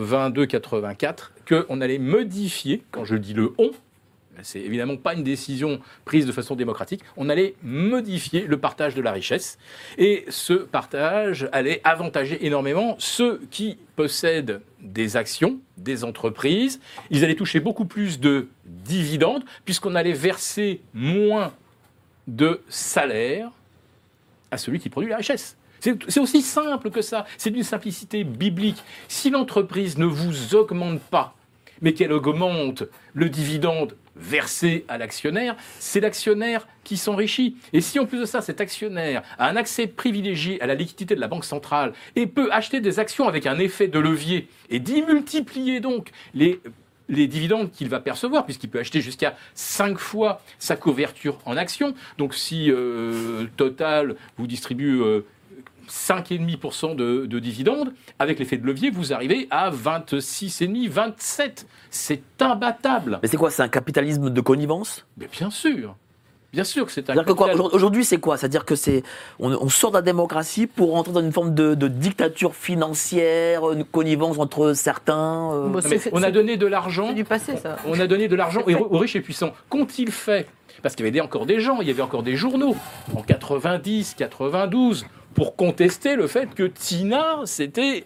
82-84 qu'on allait modifier, quand je dis le « on », c'est évidemment pas une décision prise de façon démocratique, on allait modifier le partage de la richesse. Et ce partage allait avantager énormément ceux qui possèdent des actions, des entreprises. Ils allaient toucher beaucoup plus de dividendes puisqu'on allait verser moins de salaire à celui qui produit la richesse. C'est aussi simple que ça. C'est d'une simplicité biblique. Si l'entreprise ne vous augmente pas, mais qu'elle augmente le dividende versé à l'actionnaire, c'est l'actionnaire qui s'enrichit. Et si en plus de ça, cet actionnaire a un accès privilégié à la liquidité de la Banque centrale et peut acheter des actions avec un effet de levier et d'y multiplier donc les dividendes qu'il va percevoir, puisqu'il peut acheter jusqu'à 5 fois sa couverture en actions. Donc si Total vous distribue 5,5% de dividendes. Avec l'effet de levier, vous arrivez à 26,5%, 27%. C'est imbattable. Mais c'est quoi? C'est un capitalisme de connivence? Mais bien sûr. Bien sûr que c'est un C'est-à-dire que capital. aujourd'hui, c'est quoi? C'est-à-dire que on sort de la démocratie pour rentrer dans une forme de dictature financière, une connivence entre certains. Bon, Mais on a donné de l'argent. C'est du passé, ça. On a donné de l'argent aux riches et puissants. Qu'ont-ils fait? Parce qu'il y avait encore des gens, il y avait encore des journaux en 90, 92 pour contester le fait que Tina, c'était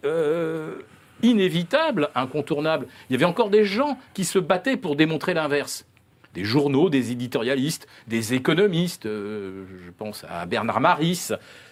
inévitable, incontournable. Il y avait encore des gens qui se battaient pour démontrer l'inverse. Des journaux, des éditorialistes, des économistes, je pense à Bernard Maris.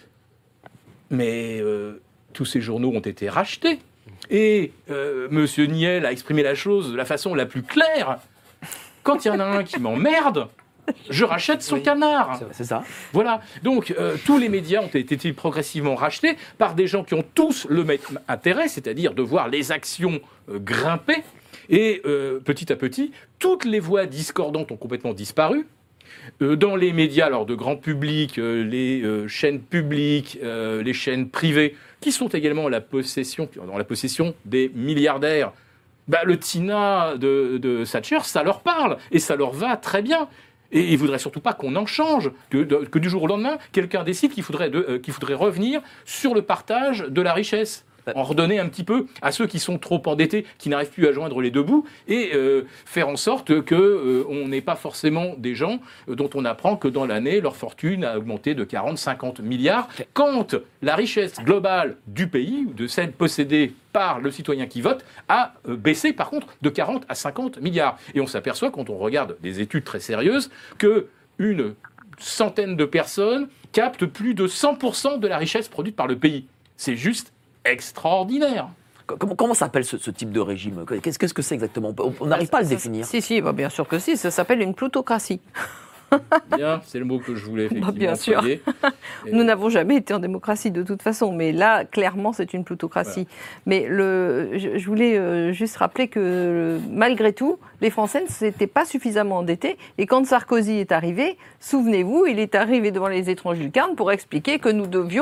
Mais tous ces journaux ont été rachetés. Et M. Niel a exprimé la chose de la façon la plus claire. Quand il y en a un qui m'emmerde, je rachète son canard. C'est ça. Voilà. Donc, tous les médias ont été progressivement rachetés par des gens qui ont tous le même intérêt, c'est-à-dire de voir les actions grimper. Et petit à petit, toutes les voix discordantes ont complètement disparu. Dans les médias, alors de grand public, les chaînes publiques, les chaînes privées, qui sont également dans la possession des milliardaires, le Tina de Thatcher, ça leur parle et ça leur va très bien. Et ils ne voudraient surtout pas qu'on en change, que du jour au lendemain, quelqu'un décide qu'il faudrait revenir sur le partage de la richesse. En redonner un petit peu à ceux qui sont trop endettés, qui n'arrivent plus à joindre les deux bouts, et faire en sorte qu'on n'ait pas forcément des gens dont on apprend que dans l'année, leur fortune a augmenté de 40-50 milliards, quand la richesse globale du pays, de celle possédée par le citoyen qui vote, a baissé par contre de 40 à 50 milliards. Et on s'aperçoit, quand on regarde des études très sérieuses, qu'une centaine de personnes captent plus de 100% de la richesse produite par le pays. C'est juste extraordinaire. Comment s'appelle ce type de régime? Qu'est-ce que c'est exactement? On n'arrive pas à le définir. Si, bien sûr que si. Ça s'appelle une plutocratie. Bien, c'est le mot que je voulais effectivement bien sûr. employer. Nous n'avons jamais été en démocratie de toute façon, mais là, clairement, c'est une plutocratie. Voilà. Mais je voulais juste rappeler que malgré tout, les Français ne s'étaient pas suffisamment endettés. Et quand Sarkozy est arrivé, souvenez-vous, il est arrivé devant les étranges lucarnes pour expliquer que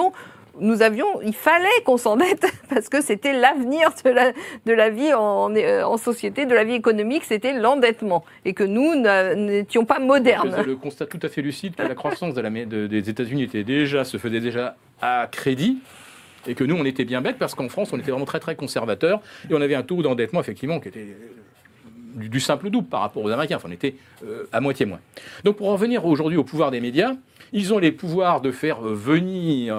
il fallait qu'on s'endette parce que c'était l'avenir de la vie en société, de la vie économique, c'était l'endettement et que nous n'étions pas modernes. Le constat tout à fait lucide que la croissance des États-Unis se faisait déjà à crédit et que nous on était bien bêtes parce qu'en France on était vraiment très très conservateurs et on avait un taux d'endettement effectivement qui était du simple double par rapport aux Américains. Enfin, on était à moitié moins. Donc pour en revenir aujourd'hui au pouvoir des médias, ils ont les pouvoirs de faire venir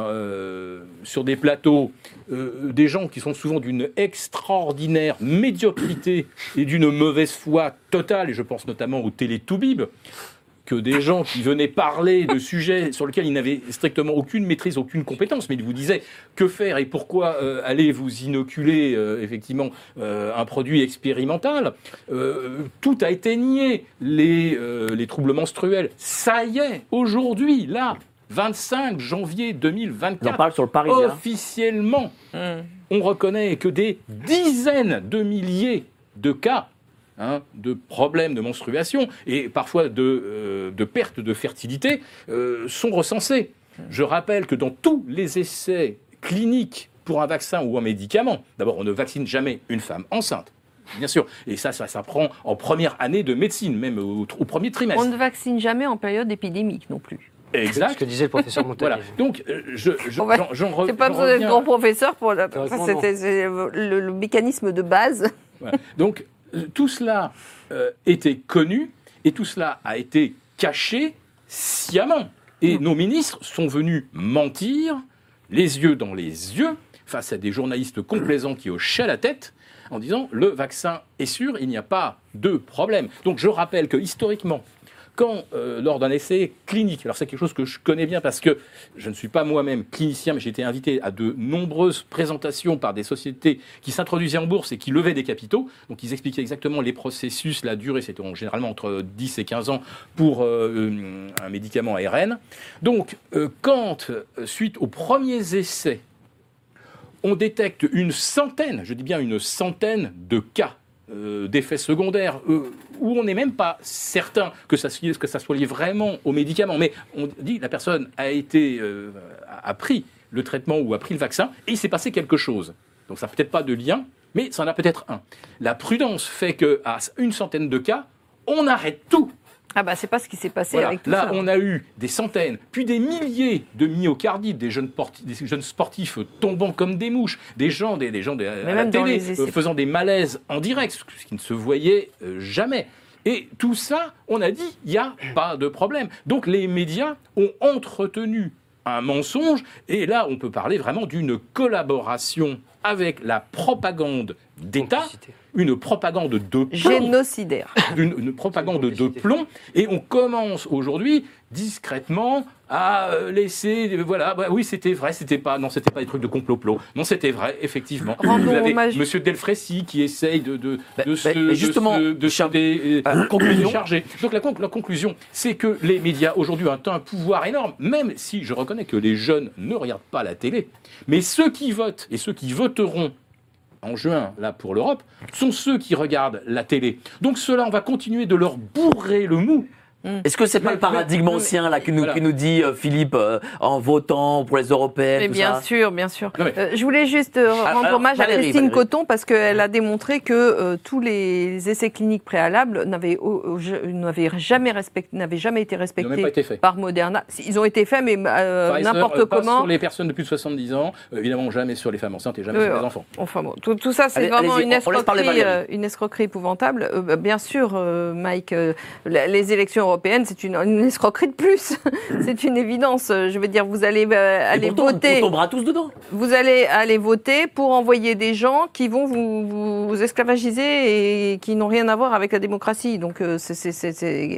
sur des plateaux des gens qui sont souvent d'une extraordinaire médiocrité et d'une mauvaise foi totale, et je pense notamment au Télétoubib, que des gens qui venaient parler de sujets sur lesquels ils n'avaient strictement aucune maîtrise, aucune compétence, mais ils vous disaient que faire et pourquoi aller vous inoculer effectivement un produit expérimental. Tout a été nié, les troubles menstruels. Ça y est, aujourd'hui, là, 25 janvier 2024, on parle sur le Parisien. Officiellement, on reconnaît que des dizaines de milliers de cas de problèmes de menstruation et parfois de perte de fertilité sont recensés. Je rappelle que dans tous les essais cliniques pour un vaccin ou un médicament, d'abord on ne vaccine jamais une femme enceinte, bien sûr, et ça prend en première année de médecine, même au premier trimestre. On ne vaccine jamais en période épidémique non plus. Exact. C'est ce que disait le professeur Montagnier. Voilà. Donc, c'est pas besoin d'être grand professeur pour c'est le mécanisme de base. Voilà. Donc, tout cela était connu et tout cela a été caché sciemment. Et nos ministres sont venus mentir, les yeux dans les yeux, face à des journalistes complaisants qui hochaient la tête, en disant « le vaccin est sûr, il n'y a pas de problème ». Donc je rappelle que historiquement, quand, lors d'un essai clinique, alors c'est quelque chose que je connais bien parce que je ne suis pas moi-même clinicien, mais j'ai été invité à de nombreuses présentations par des sociétés qui s'introduisaient en bourse et qui levaient des capitaux. Donc ils expliquaient exactement les processus, la durée, c'était généralement entre 10 et 15 ans pour un médicament ARN. Donc quand, suite aux premiers essais, on détecte une centaine, je dis bien une centaine de cas d'effets secondaires où on n'est même pas certain que ça soit lié vraiment aux médicaments, mais on dit la personne a pris le traitement ou a pris le vaccin, et il s'est passé quelque chose. Donc ça n'a peut-être pas de lien, mais ça en a peut-être un. La prudence fait qu'à une centaine de cas, on arrête tout. Ah bah c'est pas ce qui s'est passé Voilà. avec tout Là, ça. on a eu des centaines, puis des milliers de myocardites, des jeunes sportifs tombant comme des mouches, des gens à la même dans télé les essais. faisant des malaises en direct, ce qui ne se voyait jamais. Et tout ça, on a dit, il n'y a pas de problème. Donc les médias ont entretenu un mensonge, et là, on peut parler vraiment d'une collaboration avec la propagande d'État, une propagande de plomb. Génocidaire. Une propagande de plomb, et on commence aujourd'hui discrètement à laisser, voilà, bah, oui c'était vrai, c'était pas des trucs de complot, non c'était vrai, effectivement. Rendons Vous avez hommage. Monsieur Delfrécy qui essaye de conclusion. charger. Donc la conclusion, c'est que les médias aujourd'hui ont un pouvoir énorme, même si je reconnais que les jeunes ne regardent pas la télé, mais ceux qui votent et ceux qui voteront en juin, là, pour l'Europe, sont ceux qui regardent la télé. Donc ceux-là, on va continuer de leur bourrer le mou. Est-ce que c'est pas le paradigme ancien là qui nous dit Philippe en votant pour les européennes? Mais tout bien ça sûr, bien sûr. Non, mais- Je voulais juste rendre alors, hommage à Valérie, Christine Valérie. Coton parce qu'elle a démontré que tous les essais cliniques préalables n'avaient jamais été respectés même pas été faits. par Moderna. Ils ont été faits, mais Pfizer, n'importe pas comment. sur les personnes de plus de 70 ans, évidemment jamais sur les femmes enceintes et jamais Oui, sur les oui. enfants. Enfin bon, tout ça, c'est Allez, vraiment allez-y, on laisse parler Valérie. une escroquerie épouvantable. Bien sûr, Mike, les élections européennes, c'est une escroquerie de plus. C'est une évidence. Je veux dire, vous allez aller Et pourtant, voter. on tombera tous dedans. Vous allez aller voter pour envoyer des gens qui vont vous esclavagiser et qui n'ont rien à voir avec la démocratie. Donc c'est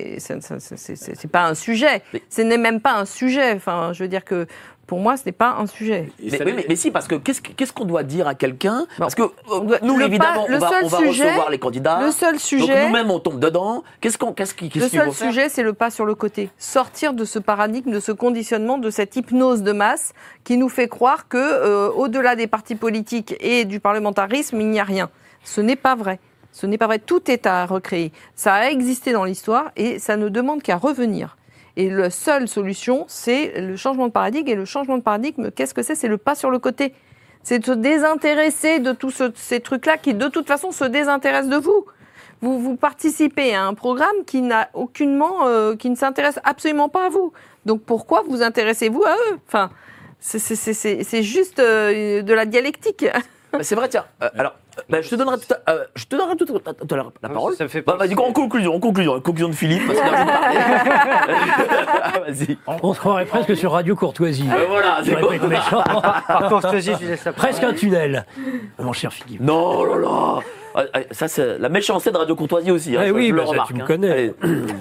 pas un sujet. Ce n'est même pas un sujet. Enfin, je veux dire que pour moi, ce n'est pas un sujet. Et Mais, ça- oui, mais si, parce que qu'est-ce qu'on doit dire à quelqu'un? Parce que nous, le évidemment, le on va seul sujet- recevoir les candidats. Le seul Donc sujet. nous-mêmes, on tombe dedans. Qu'est-ce Le qu'il seul faut faire? sujet, c'est le pas sur le côté. Sortir de ce paradigme, de ce conditionnement, de cette hypnose de masse qui nous fait croire que, au-delà des partis politiques et du parlementarisme, il n'y a rien. Ce n'est pas vrai. Ce n'est pas vrai. Tout est à recréer. Ça a existé dans l'histoire et ça ne demande qu'à revenir. Et la seule solution, c'est le changement de paradigme. Et le changement de paradigme, qu'est-ce que c'est? C'est le pas sur le côté. C'est de se désintéresser de tous ces trucs-là qui, de toute façon, se désintéressent de vous. Vous participez à un programme qui n'a aucunement, qui ne s'intéresse absolument pas à vous. Donc pourquoi vous intéressez-vous à eux? Enfin, c'est juste de la dialectique. C'est vrai, tiens. Alors, je te donnerai tout à l'heure la parole. Ça me fait Vas-y, en conclusion de Philippe. Parce qu'il a envie de parler. Vas-y. On se croirait presque sur Radio Courtoisie. Voilà, c'est J'aurais bon. pas été méchant. Par courtoisie, je laisse la parole. Presque un tunnel. Mon cher Philippe. Non, oh là là. Ça, c'est la méchanceté de Radio Courtoisie aussi. Eh oui, je le bah ça, remarque. tu me connais. Allez.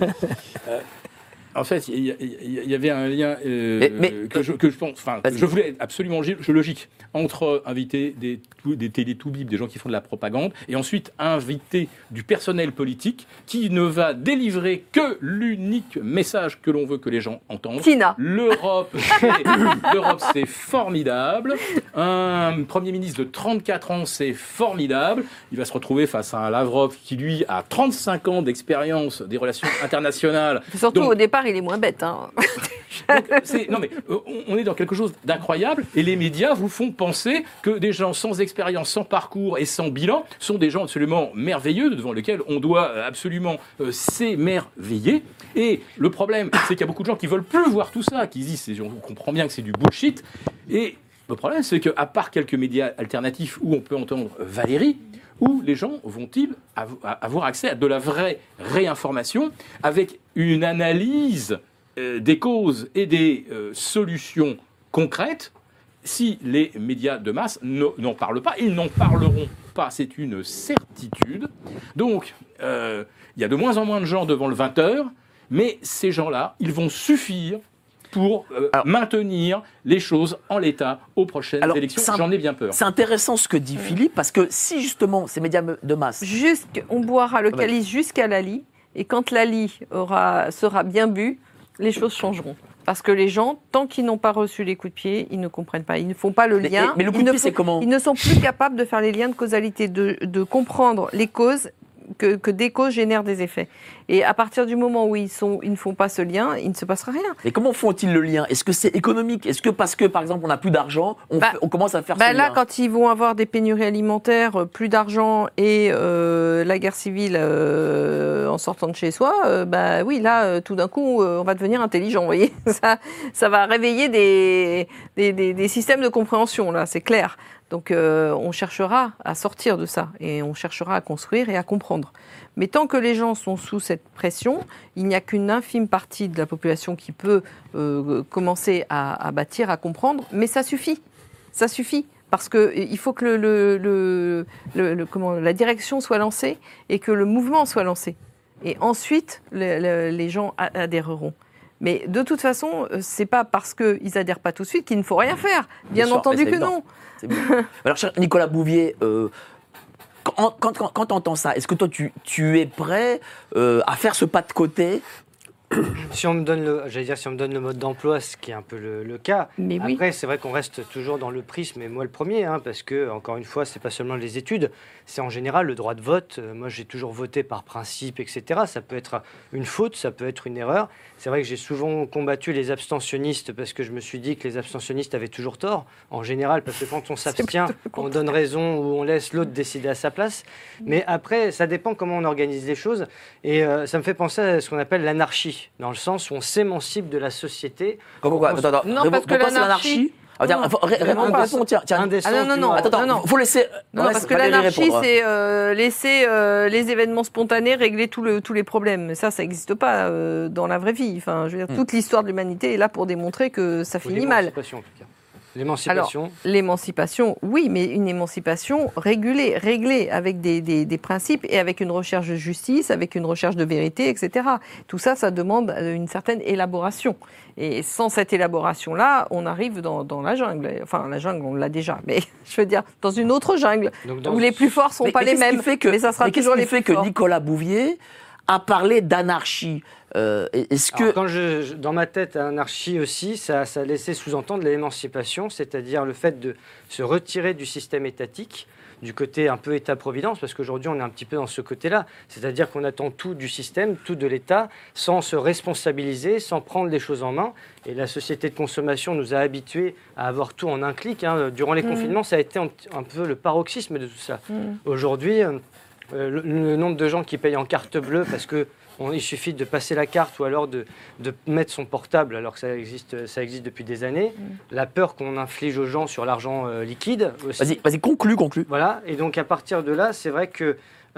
En fait, il y avait un lien mais- que je pense, enfin, Vas-y. je voulais absolument logique entre inviter des télé-toubibs, des gens qui font de la propagande, et ensuite inviter du personnel politique qui ne va délivrer que l'unique message que l'on veut que les gens entendent. Tina. L'Europe, c'est formidable. Un Premier ministre de 34 ans, c'est formidable. Il va se retrouver face à un Lavrov qui, lui, a 35 ans d'expérience des relations internationales. Surtout Donc, au départ, il est moins bête. Hein. non mais on est dans quelque chose d'incroyable et les médias vous font penser que des gens sans expérience, sans parcours et sans bilan sont des gens absolument merveilleux devant lesquels on doit absolument s'émerveiller. Et le problème, c'est qu'il y a beaucoup de gens qui veulent plus voir tout ça, qui disent, on comprend bien que c'est du bullshit. Et le problème, c'est qu'à part quelques médias alternatifs où on peut entendre Valérie, où les gens vont-ils avoir accès à de la vraie réinformation avec une analyse des causes et des solutions concrètes? Si les médias de masse n'en parlent pas, ils n'en parleront pas, c'est une certitude. Donc, il y a de moins en moins de gens devant le 20h, mais ces gens-là, ils vont suffire pour maintenir les choses en l'état aux prochaines élections. J'en ai bien peur. C'est intéressant ce que dit Philippe, parce que si justement ces médias de masse... On boira le calice jusqu'à la lie, et quand la lie sera bien bu, les choses changeront. Parce que les gens, tant qu'ils n'ont pas reçu les coups de pied, ils ne comprennent pas. Ils ne font pas le lien. Mais le coup de pied, c'est comment? Ils ne sont plus capables de faire les liens de causalité, de comprendre les causes que des causes génèrent des effets. Et à partir du moment où ils ne font pas ce lien, il ne se passera rien. Et comment font-ils le lien? Est-ce que c'est économique? Est-ce que parce que, par exemple, on n'a plus d'argent, on commence à faire ce là, lien? quand ils vont avoir des pénuries alimentaires, plus d'argent et la guerre civile en sortant de chez soi, oui, là, tout d'un coup, on va devenir intelligent, vous voyez. Ça va réveiller des systèmes de compréhension, là, c'est clair. Donc, on cherchera à sortir de ça et on cherchera à construire et à comprendre. Mais tant que les gens sont sous cette pression, il n'y a qu'une infime partie de la population qui peut commencer à bâtir, à comprendre. Mais ça suffit. Ça suffit. Parce qu'il faut que la direction soit lancée et que le mouvement soit lancé. Et ensuite, les gens adhéreront. Mais de toute façon, c'est pas parce qu'ils adhèrent pas tout de suite qu'il ne faut rien faire. Bien entendu que non. Alors, cher Nicolas Bouvier, quand tu entends ça, est-ce que toi, tu es prêt à faire ce pas de côté? Si on me donne le mode d'emploi, ce qui est un peu le cas. Mais oui. Après, c'est vrai qu'on reste toujours dans le prisme, et moi le premier, parce que, encore une fois, c'est pas seulement les études, c'est en général le droit de vote. Moi, j'ai toujours voté par principe, etc. Ça peut être une faute, ça peut être une erreur. C'est vrai que j'ai souvent combattu les abstentionnistes parce que je me suis dit que les abstentionnistes avaient toujours tort, en général, parce que quand on s'abstient, on donne raison ou on laisse l'autre décider à sa place. Mais après, ça dépend comment on organise les choses. Et ça me fait penser à ce qu'on appelle l'anarchie, dans le sens où on s'émancipe de la société. Attends, non, parce que l'anarchie... Attends, faut laisser... Non, parce que l'anarchie, c'est laisser les événements spontanés régler tous les problèmes. Mais ça n'existe pas dans la vraie vie. Enfin, je veux dire, toute l'histoire de l'humanité est là pour démontrer que ça finit mal. L'émancipation, en tout cas. L'émancipation. Alors, l'émancipation, oui, mais une émancipation réglée avec des principes et avec une recherche de justice, avec une recherche de vérité, etc. Tout ça, ça demande une certaine élaboration. Et sans cette élaboration-là, on arrive dans la jungle. Enfin, la jungle, on l'a déjà, mais je veux dire, dans une autre jungle, où les plus forts ne sont pas les mêmes. Mais ça sera toujours les plus forts. Qu'est-ce qui fait que Nicolas Bouvier a parlé d'anarchie? Est-ce que... Alors, dans ma tête, anarchie aussi, ça laissait sous-entendre l'émancipation, c'est-à-dire le fait de se retirer du système étatique, du côté un peu État-providence, parce qu'aujourd'hui, on est un petit peu dans ce côté-là. C'est-à-dire qu'on attend tout du système, tout de l'État, sans se responsabiliser, sans prendre les choses en main. Et la société de consommation nous a habitués à avoir tout en un clic. Durant les confinements, ça a été un peu le paroxysme de tout ça. Aujourd'hui, le nombre de gens qui payent en carte bleue parce que il suffit de passer la carte ou alors de mettre son portable, alors que ça existe depuis des années. La peur qu'on inflige aux gens sur l'argent liquide aussi. Vas-y, conclue. Voilà, et donc à partir de là, c'est vrai que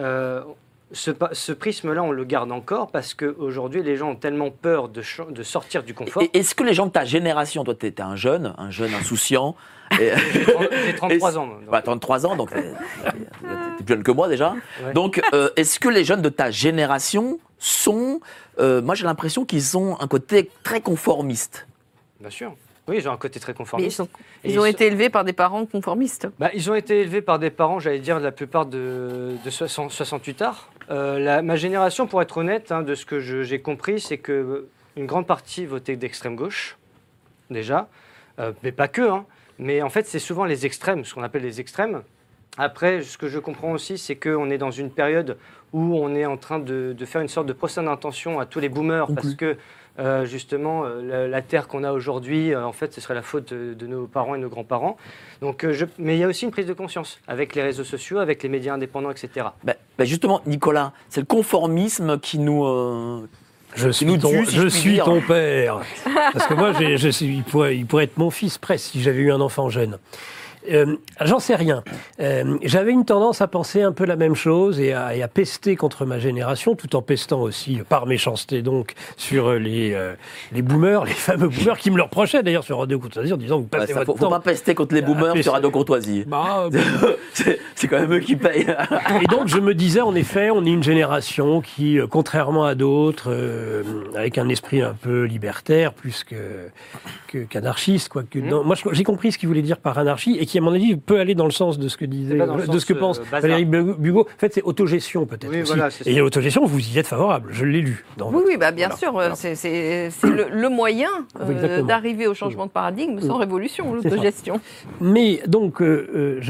ce prisme-là, on le garde encore parce qu'aujourd'hui, les gens ont tellement peur de sortir du confort. Et est-ce que les gens de ta génération, toi, tu étais un jeune insouciant, j'ai 33 ans. 33 ans, donc t'es plus jeune que moi déjà. Ouais. Donc, est-ce que les jeunes de ta génération sont... moi, j'ai l'impression qu'ils ont un côté très conformiste. Bien sûr. Oui, ils ont un côté très conformiste. Mais ils ont été élevés par des parents conformistes. Ils ont été élevés par des parents, j'allais dire, la plupart de 68 arts. Ma génération, pour être honnête, de ce que j'ai compris, c'est qu'une grande partie votait d'extrême gauche, déjà, mais pas que. Mais en fait, c'est souvent les extrêmes, ce qu'on appelle les extrêmes. Après, ce que je comprends aussi, c'est qu'on est dans une période où on est en train de faire une sorte de procès d'intention à tous les boomers, parce que justement, la terre qu'on a aujourd'hui, en fait, ce serait la faute de nos parents et nos grands-parents. Donc, mais il y a aussi une prise de conscience avec les réseaux sociaux, avec les médias indépendants, etc. Justement, Nicolas, c'est le conformisme qui nous... Je suis ton père. Parce que moi, il pourrait être mon fils presque si j'avais eu un enfant jeune. J'en sais rien. J'avais une tendance à penser un peu la même chose et à pester contre ma génération, tout en pestant aussi, par méchanceté donc, sur les boomers, les fameux boomers qui me le reprochaient d'ailleurs sur Radio Courtoisie en disant vous passez votre temps... Faut pas pester contre les boomers sur Radio Courtoisie. C'est quand même eux qui payent. Et donc je me disais en effet, on est une génération qui, contrairement à d'autres, avec un esprit un peu libertaire plus qu'anarchiste, quoi. Moi j'ai compris ce qu'il voulait dire par anarchie et qui, à mon avis, peut aller dans le sens de ce que disait, de ce que pense Valérie Bugeaud. En fait, c'est autogestion, peut-être. Oui, aussi. Voilà, et l'autogestion, vous y êtes favorable. Je l'ai lu. Bien sûr. Voilà. C'est le moyen d'arriver au changement de paradigme sans révolution, l'autogestion. Mais donc,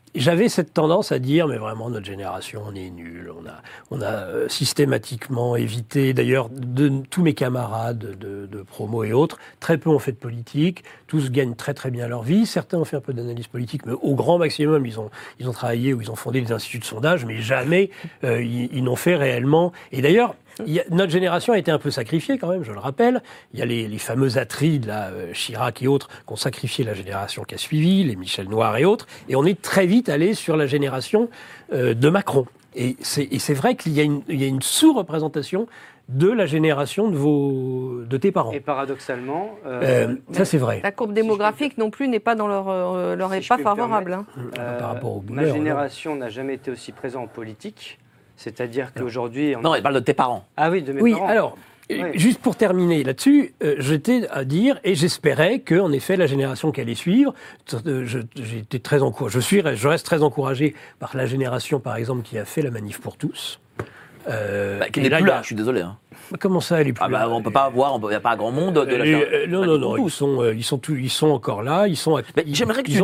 j'avais cette tendance à dire, mais vraiment, notre génération, on est nuls. On a systématiquement évité, d'ailleurs, de tous mes camarades de promo et autres, très peu ont fait de politique, tous gagnent très très bien leur vie. Certains ont fait un peu d'analyse politique, mais au grand maximum, ils ont travaillé ou ils ont fondé des instituts de sondage, mais jamais ils n'ont fait réellement. Et d'ailleurs, notre génération a été un peu sacrifiée quand même, je le rappelle. Il y a les fameux atrides, là, Chirac et autres, qui ont sacrifié la génération qui a suivi, les Michel Noir et autres, et on est très vite allé sur la génération de Macron. Et c'est vrai qu'il y a une sous-représentation de la génération de tes parents. Et paradoxalement... ça, c'est vrai. La courbe démographique non plus n'est pas dans leur Si état je peux me favorable. Hein. Par rapport au ma boomer, génération n'a jamais été aussi présente en politique. C'est-à-dire qu'aujourd'hui... Non, il parle de tes parents. Ah oui, de mes oui, parents. alors, Oui. juste pour terminer là-dessus, j'étais à dire, et j'espérais qu'en effet, la génération qui allait suivre, j'étais très encouragé, je reste très encouragé par la génération, par exemple, qui a fait la manif pour tous. Qui n'est plus là, je suis désolé. Hein. Comment ça, elle est plus là? On peut pas avoir, il n'y a pas grand monde de la Non, ils sont encore là, ils sont actifs. J'aimerais que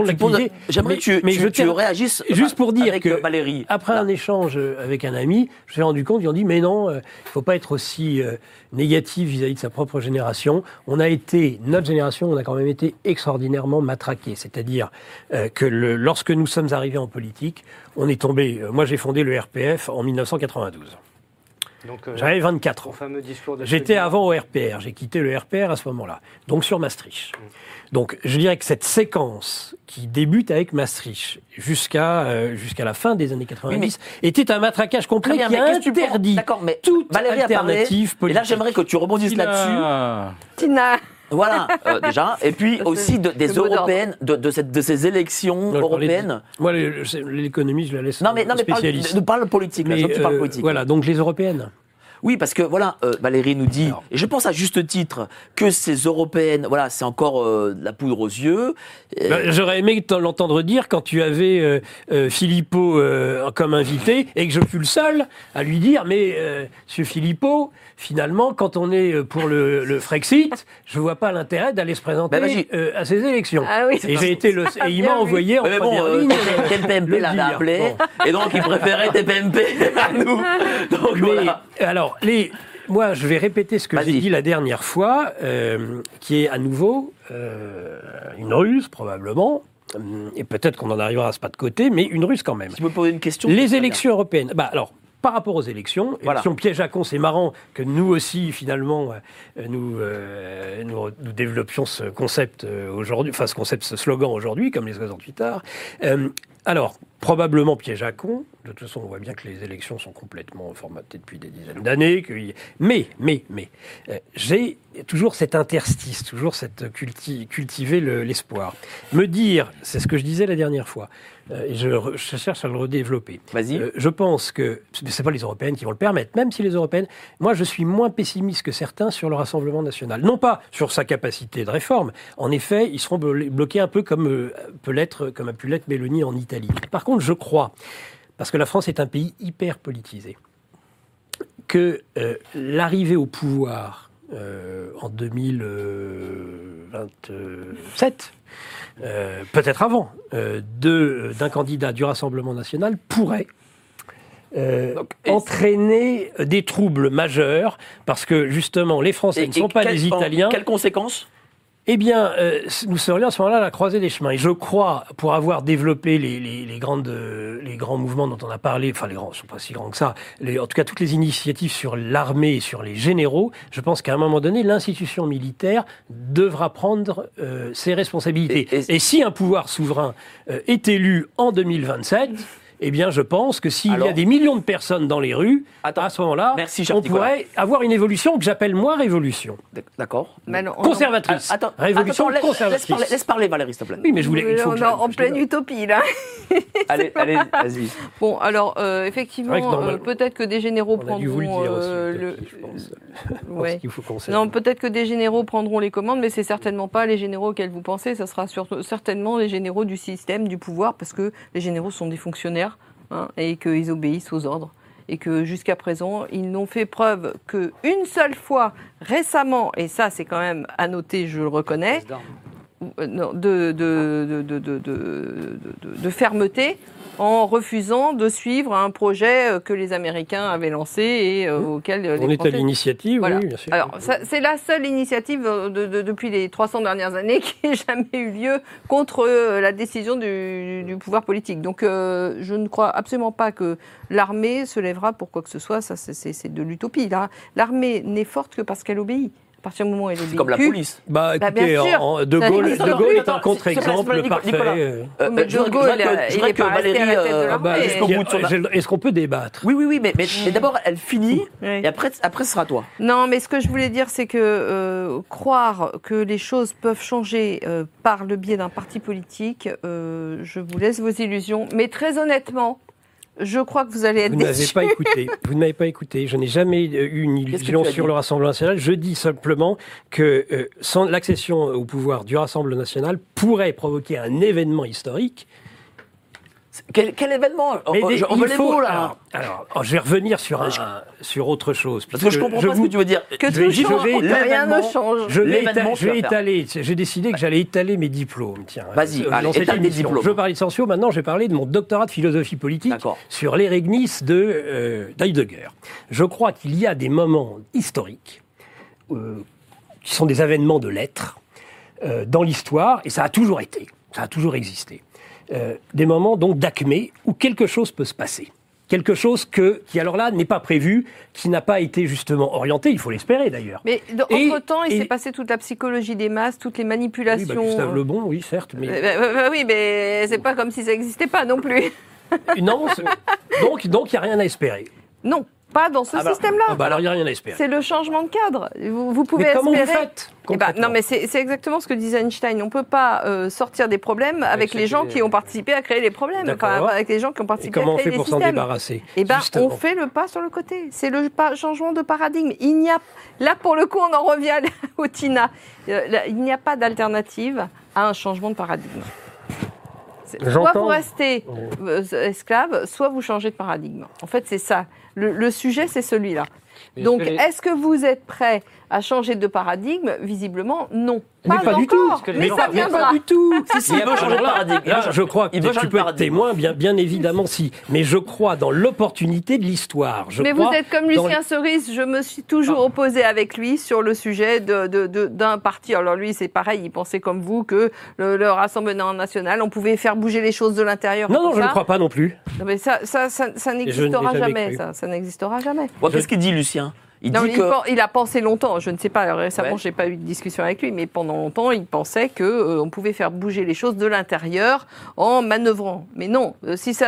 tu réagisses juste pour dire avec que Valérie. Après un échange avec un ami, je me suis rendu compte, ils ont dit mais non, il faut pas être aussi négatif vis-à-vis de sa propre génération. Notre génération, on a quand même été extraordinairement matraqués. C'est-à-dire que lorsque nous sommes arrivés en politique, on est tombé. Moi, j'ai fondé le RPF en 1992. Donc, j'avais 24 ans. Fameux discours de J'étais avant au RPR. J'ai quitté le RPR à ce moment-là. Donc sur Maastricht. Donc je dirais que cette séquence qui débute avec Maastricht jusqu'à la fin des années 90 était un matraquage complet qui a interdit toute alternative politique. Et là, j'aimerais que tu rebondisses là-dessus. Tina. Voilà, déjà. Et puis aussi des européennes, de ces élections européennes. Moi, l'économie, je la laisse aux spécialistes. Nous parle politique, là, tu parles politique. Voilà, donc les européennes. Oui, parce que voilà, Valérie nous dit, et je pense à juste titre, que ces européennes, voilà, c'est encore de la poudre aux yeux. J'aurais aimé l'entendre dire quand tu avais Philippot comme invité et que je fus le seul à lui dire, mais Monsieur Philippot, finalement, quand on est pour le Frexit, je vois pas l'intérêt d'aller se présenter à ces élections. Ah oui, et j'ai été et il m'a envoyé en première ligne. TPMP l'avait appelé, et donc il préférait TPMP à nous. Donc voilà. Alors, moi, je vais répéter ce que j'ai dit la dernière fois, qui est à nouveau une ruse, probablement, et peut-être qu'on en arrivera à ce pas de côté, mais une ruse quand même. Si vous me posez une question. Les élections européennes. Alors, par rapport aux élections, élections piège à con, c'est marrant que nous aussi, finalement, nous développions ce concept aujourd'hui, enfin ce slogan aujourd'hui, comme les oiseaux de Twitter. Alors, probablement piège à con. De toute façon, on voit bien que les élections sont complètement formatées depuis des dizaines d'années. Mais, j'ai toujours cet interstice, toujours cette cultiver l'espoir. Me dire, c'est ce que je disais la dernière fois, et je cherche à le redévelopper. Vas-y. Je pense que c'est pas les Européennes qui vont le permettre, même si les Européennes. Moi, je suis moins pessimiste que certains sur le Rassemblement national. Non pas sur sa capacité de réforme. En effet, ils seront bloqués un peu comme a pu l'être Meloni en Italie. Par contre, je crois, parce que la France est un pays hyper politisé, que l'arrivée au pouvoir en 2027, peut-être avant, d'un candidat du Rassemblement national pourrait entraîner des troubles majeurs, parce que justement, les Français ne sont pas des Italiens. Quelles conséquences ? Eh bien, nous serions à ce moment-là à la croisée des chemins. Et je crois, pour avoir développé les grands mouvements dont on a parlé, enfin les grands, ils ne sont pas si grands que ça, en tout cas toutes les initiatives sur l'armée et sur les généraux, je pense qu'à un moment donné, l'institution militaire devra prendre ses responsabilités. Et si un pouvoir souverain est élu en 2027... Eh bien, je pense que s'il y a des millions de personnes dans les rues, à ce moment-là, on pourrait avoir une évolution que j'appelle moi révolution. D'accord. Conservatrice. Révolution conservatrice. Laisse parler Valérie, s'il te plaît. Oui, mais je voulais. On est en pleine utopie, là. Allez, vas-y. Bon, alors, effectivement, peut-être que des généraux prendront Non, peut-être que des généraux prendront les commandes, mais c'est certainement pas les généraux auxquels vous pensez. Ça sera certainement les généraux du système, du pouvoir, parce que les généraux sont des fonctionnaires. Et qu'ils obéissent aux ordres. Et que jusqu'à présent, ils n'ont fait preuve qu'une seule fois récemment, et ça c'est quand même à noter, je le reconnais, de fermeté en refusant de suivre un projet que les Américains avaient lancé et auquel les On est à Français... l'initiative, Voilà. oui, bien sûr. Alors, c'est la seule initiative depuis les 300 dernières années qui n'ait jamais eu lieu contre la décision du pouvoir politique. Donc, je ne crois absolument pas que l'armée se lèvera pour quoi que ce soit. Ça, c'est de l'utopie. L'armée n'est forte que parce qu'elle obéit. À partir du moment où elle obéit. C'est comme la police. Bah, Bah, écoutez, bien sûr. De Ça Gaulle, existe de Gaulle plus. est un contre-exemple parfait. Mais De Gaulle, il n'est pas resté à la tête de l'armée. jusqu'au bout de son... Est-ce qu'on peut débattre? Oui, mais d'abord, elle finit, Oui. et après, ce sera toi. Non, mais ce que je voulais dire, c'est que croire que les choses peuvent changer par le biais d'un parti politique, je vous laisse vos illusions. Mais très honnêtement, je crois que vous allez être Vous n'avez déçus. pas écouté. Vous ne m'avez pas écouté. Je n'ai jamais eu une illusion tu as sur dit le Rassemblement national. Je dis simplement que sans l'accession au pouvoir du Rassemblement national pourrait provoquer un événement historique. Quel événement Mais on veut les mots, là. Alors, je vais revenir sur autre chose. Parce que je comprends pas ce que tu veux dire. Que Je vais- tout je change, vais- que rien ne change. Je vais, L'événement, tu je vais vas faire. étaler. J'ai décidé que j'allais étaler mes diplômes. Tiens, Vas-y, dans allez, cette étale tes émission. diplômes. Je parlais de Sciences, maintenant je vais parler de mon doctorat de philosophie politique D'accord. sur l'Erignis d'Heidegger. Je crois qu'il y a des moments historiques qui sont des avènements de l'être dans l'histoire, et ça a toujours été, ça a toujours existé. Des moments donc d'acmé où quelque chose peut se passer. Quelque chose qui alors là n'est pas prévu, qui n'a pas été justement orienté, il faut l'espérer d'ailleurs. Mais entre-temps, il s'est passé toute la psychologie des masses, toutes les Oui, manipulations. Gustave Le Bon, oui, certes, mais Oui, mais c'est pas comme si ça n'existait pas non plus. non, donc il n'y a rien à espérer. Non, pas dans ce système-là. Alors il n'y a rien à espérer. C'est le changement de cadre. Vous pouvez Mais comment espérer... vous faites Eh ben, concrètement non, mais c'est exactement ce que disait Einstein. On ne peut pas sortir des problèmes avec les gens qui ont participé à créer les problèmes, D'accord. avec les gens qui ont Et participé comment à on créer fait les pour s'en systèmes. débarrasser? Eh ben, Justement. on fait le pas sur le côté. C'est le changement de paradigme. Là, pour le coup, on en revient au TINA. Il n'y a pas d'alternative à un changement de paradigme. Soit J'entends. vous restez esclave, soit vous changez de paradigme. En fait, c'est ça. Le sujet, c'est celui-là. Mais Donc, est-ce que est-ce que vous êtes prêt à changer de paradigme? Visiblement, non. Mais pas du tout. encore, mais ça Mais viendra. pas du tout. Si, il veut changer de paradigme. Là, je crois que Il veut tu changer de peux être paradigme. témoin, bien évidemment, si. Mais je crois dans l'opportunité de l'histoire. Mais vous êtes comme Lucien Cerise, je me suis toujours opposée avec lui sur le sujet d'un parti. Alors lui, c'est pareil, il pensait comme vous que le Rassemblement national, on pouvait faire bouger les choses de l'intérieur. Non, comme je ça. ne crois pas non plus. Non, mais ça n'existera jamais jamais. cru. Ça n'existera jamais. Ouais, qu'est-ce qu'il dit, Lucien? Il Non, dit mais que... il a pensé longtemps, je ne sais pas, récemment, Ouais. je n'ai pas eu de discussion avec lui, mais pendant longtemps, il pensait qu'on pouvait faire bouger les choses de l'intérieur en manœuvrant. Mais non, si ça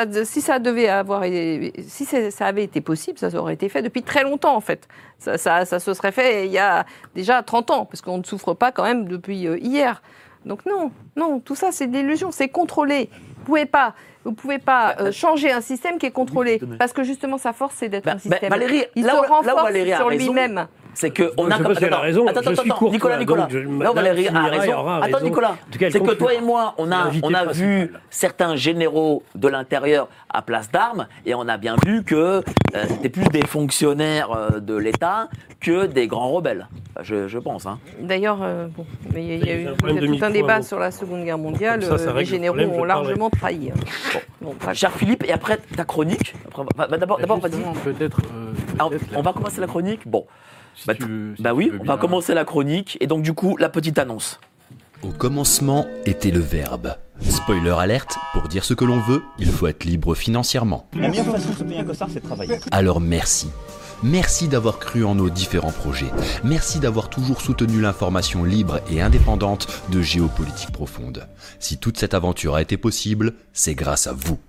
avait été possible, ça aurait été fait depuis très longtemps, en fait. Ça se serait fait il y a déjà 30 ans, parce qu'on ne souffre pas quand même depuis hier. Donc non, tout ça, c'est de l'illusion, c'est contrôlé. Vous pouvez pas changer un système qui est contrôlé, parce que justement, sa force, c'est d'être un système. Valérie, il là se où renforce Valérie a sur raison, lui-même. c'est que on Je a sais pas si elle a raison, je suis courtois, Nicolas. donc Là où Valérie a finira, il y raison. aura Attends, raison. Nicolas. En tout cas, elle C'est que conclura. toi et moi, on a L'invité vu principal. certains généraux de l'intérieur à place d'armes, et on a bien vu que c'était plus des fonctionnaires de l'État que des grands rebelles. Enfin, je pense. Hein. D'ailleurs, mais il y a eu un problème de tout un micro, débat avant. sur la Seconde Guerre mondiale. Comme ça Les règle le généraux problème, je ont parlerai. largement trahi. Bon, pas- Cher Philippe, et après ta chronique. D'abord, vas-y. Justement, peut-être. Alors, peut-être on va commencer la chronique. Bon. si Bah, tu veux- si Bah tu oui, veux on va bien. commencer la chronique. Et donc, du coup, la petite annonce. Au commencement était le verbe. Spoiler alerte, pour dire ce que l'on veut, il faut être libre financièrement. La meilleure façon de se payer un costard, c'est de travailler. Alors merci. Merci d'avoir cru en nos différents projets. Merci d'avoir toujours soutenu l'information libre et indépendante de Géopolitique Profonde. Si toute cette aventure a été possible, c'est grâce à vous.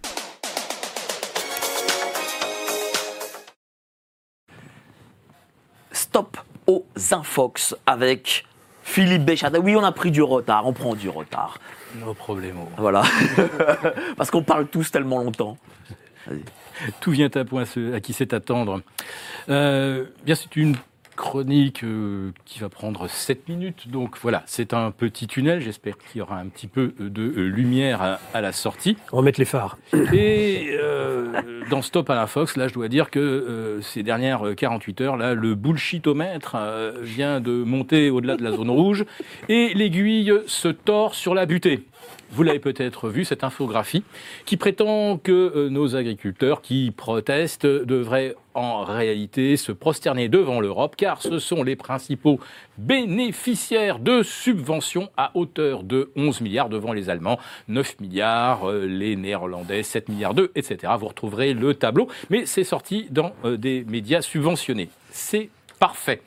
Stop aux Infox avec Philippe Béchard. Oui, on a pris du retard, on prend du retard. No problemo. Voilà. Parce qu'on parle tous tellement longtemps. Tout vient à point à qui sait attendre. Bien, c'est une chronique qui va prendre 7 minutes. Donc voilà, c'est un petit tunnel. J'espère qu'il y aura un petit peu de lumière à la sortie. On va mettre les phares. Et dans Stop à la Fox, là, je dois dire que ces dernières 48 heures, là, le bullshitomètre vient de monter au-delà de la zone rouge et l'aiguille se tord sur la butée. Vous l'avez peut-être vu, cette infographie qui prétend que nos agriculteurs qui protestent devraient en réalité se prosterner devant l'Europe, car ce sont les principaux bénéficiaires de subventions à hauteur de 11 milliards devant les Allemands, 9 milliards, les Néerlandais, 7 milliards d'eux, etc. Vous retrouverez le tableau, mais c'est sorti dans des médias subventionnés. C'est parfait.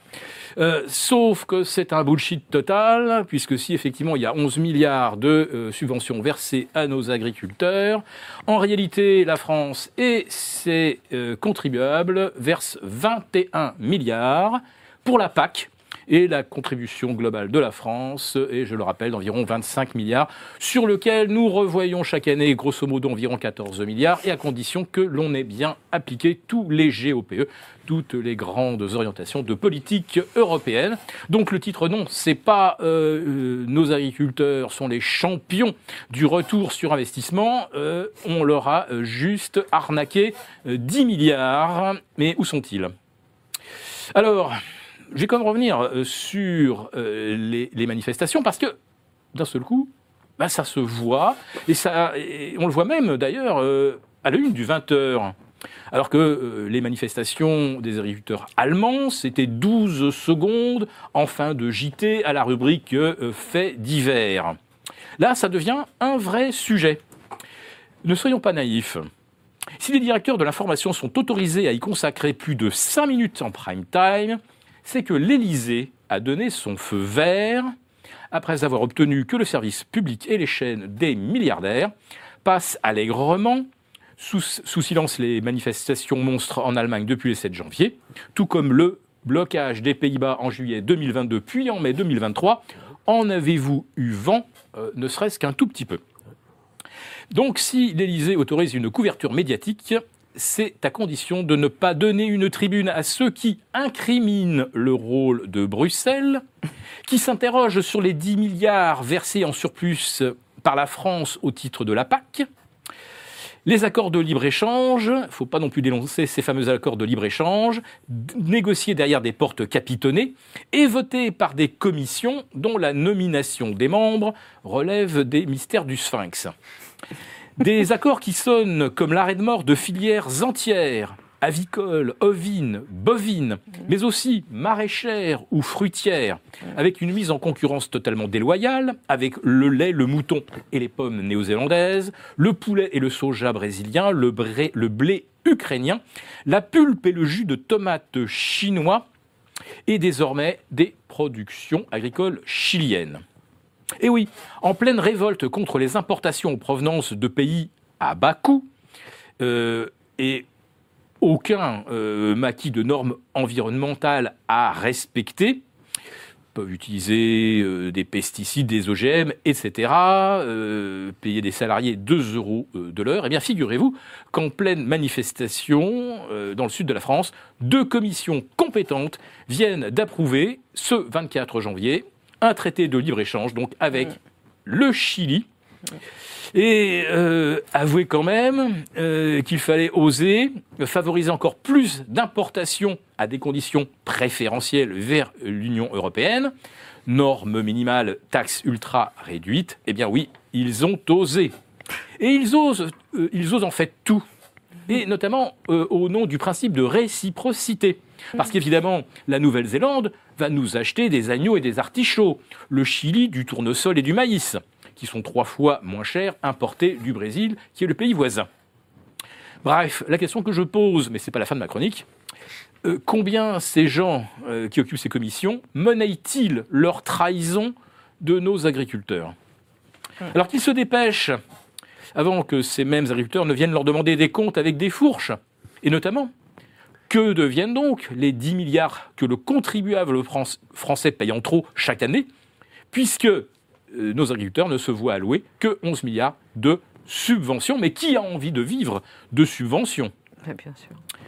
Sauf que c'est un bullshit total, puisque si effectivement il y a 11 milliards de subventions versées à nos agriculteurs, en réalité la France et ses contribuables versent 21 milliards pour la PAC, et la contribution globale de la France est, je le rappelle, d'environ 25 milliards, sur lequel nous revoyons chaque année, grosso modo, environ 14 milliards, et à condition que l'on ait bien appliqué tous les GOPE, toutes les grandes orientations de politique européenne. Donc le titre, non, c'est pas nos agriculteurs sont les champions du retour sur investissement, on leur a juste arnaqué 10 milliards, mais où sont-ils ? Alors, je vais quand même revenir sur les manifestations, parce que, d'un seul coup, ça se voit, et on le voit même, d'ailleurs, à la une du 20h. Alors que les manifestations des agriculteurs allemands, c'était 12 secondes en fin de JT à la rubrique faits divers. Là, ça devient un vrai sujet. Ne soyons pas naïfs. Si les directeurs de l'information sont autorisés à y consacrer plus de 5 minutes en prime time, c'est que l'Élysée a donné son feu vert après avoir obtenu que le service public et les chaînes des milliardaires passent allègrement sous silence les manifestations monstres en Allemagne depuis le 7 janvier, tout comme le blocage des Pays-Bas en juillet 2022 puis en mai 2023. En avez-vous eu vent, ne serait-ce qu'un tout petit peu ? Donc si l'Élysée autorise une couverture médiatique, c'est à condition de ne pas donner une tribune à ceux qui incriminent le rôle de Bruxelles, qui s'interrogent sur les 10 milliards versés en surplus par la France au titre de la PAC, les accords de libre-échange, il ne faut pas non plus dénoncer ces fameux accords de libre-échange, négociés derrière des portes capitonnées et votés par des commissions dont la nomination des membres relève des mystères du Sphinx. Des accords qui sonnent comme l'arrêt de mort de filières entières, avicoles, ovines, bovines, mais aussi maraîchères ou fruitières, avec une mise en concurrence totalement déloyale, avec le lait, le mouton et les pommes néo-zélandaises, le poulet et le soja brésilien, le blé ukrainien, la pulpe et le jus de tomates chinois, et désormais des productions agricoles chiliennes. Et oui, en pleine révolte contre les importations en provenance de pays à bas coût, et aucun maquis de normes environnementales à respecter, peuvent utiliser des pesticides, des OGM, etc., payer des salariés 2 € de l'heure, eh bien figurez-vous qu'en pleine manifestation dans le sud de la France, 2 commissions compétentes viennent d'approuver ce 24 janvier un traité de libre-échange, donc avec le Chili. Et avouez quand même qu'il fallait oser favoriser encore plus d'importations à des conditions préférentielles vers l'Union européenne. Normes minimales, taxes ultra réduites. Eh bien oui, ils ont osé. Et ils osent en fait tout. Et notamment au nom du principe de réciprocité. Parce qu'évidemment, la Nouvelle-Zélande va nous acheter des agneaux et des artichauts. Le Chili, du tournesol et du maïs, qui sont 3 fois moins chers importés du Brésil, qui est le pays voisin. Bref, la question que je pose, mais ce n'est pas la fin de ma chronique, combien ces gens qui occupent ces commissions monnaient-ils leur trahison de nos agriculteurs ? Alors qu'ils se dépêchent avant que ces mêmes agriculteurs ne viennent leur demander des comptes avec des fourches, et notamment, que deviennent donc les 10 milliards que le contribuable français paye en trop chaque année, puisque nos agriculteurs ne se voient allouer que 11 milliards de subventions. Mais qui a envie de vivre de subventions ? Bien sûr.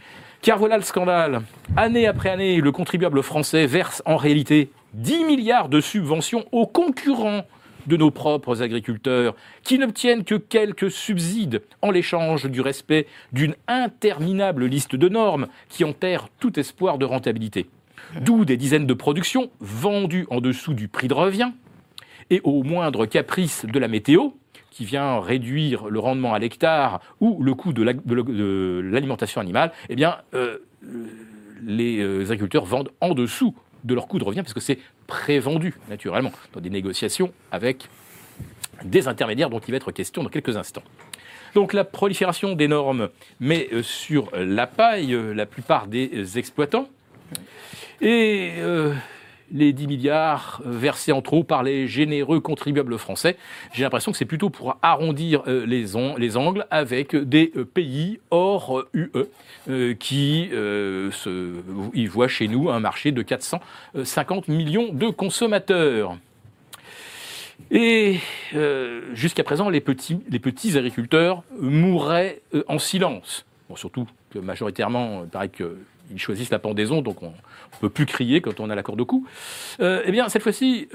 Car voilà le scandale. Année après année, le contribuable français verse en réalité 10 milliards de subventions aux concurrents de nos propres agriculteurs, qui n'obtiennent que quelques subsides en l'échange du respect d'une interminable liste de normes qui enterrent tout espoir de rentabilité. D'où des dizaines de productions vendues en dessous du prix de revient, et au moindre caprice de la météo, qui vient réduire le rendement à l'hectare ou le coût de l'alimentation animale, eh bien, les agriculteurs vendent en dessous de leur coût de revient, parce que c'est prévendu, naturellement, dans des négociations avec des intermédiaires dont il va être question dans quelques instants. Donc la prolifération des normes met sur la paille la plupart des exploitants, et les 10 milliards versés en trop par les généreux contribuables français, j'ai l'impression que c'est plutôt pour arrondir les angles avec des pays hors UE qui y voient chez nous un marché de 450 millions de consommateurs. Et jusqu'à présent, les petits agriculteurs mourraient en silence. Bon, surtout que majoritairement, il paraît qu'ils choisissent la pendaison, donc on ne peut plus crier quand on a la corde au cou. Eh bien, cette fois-ci,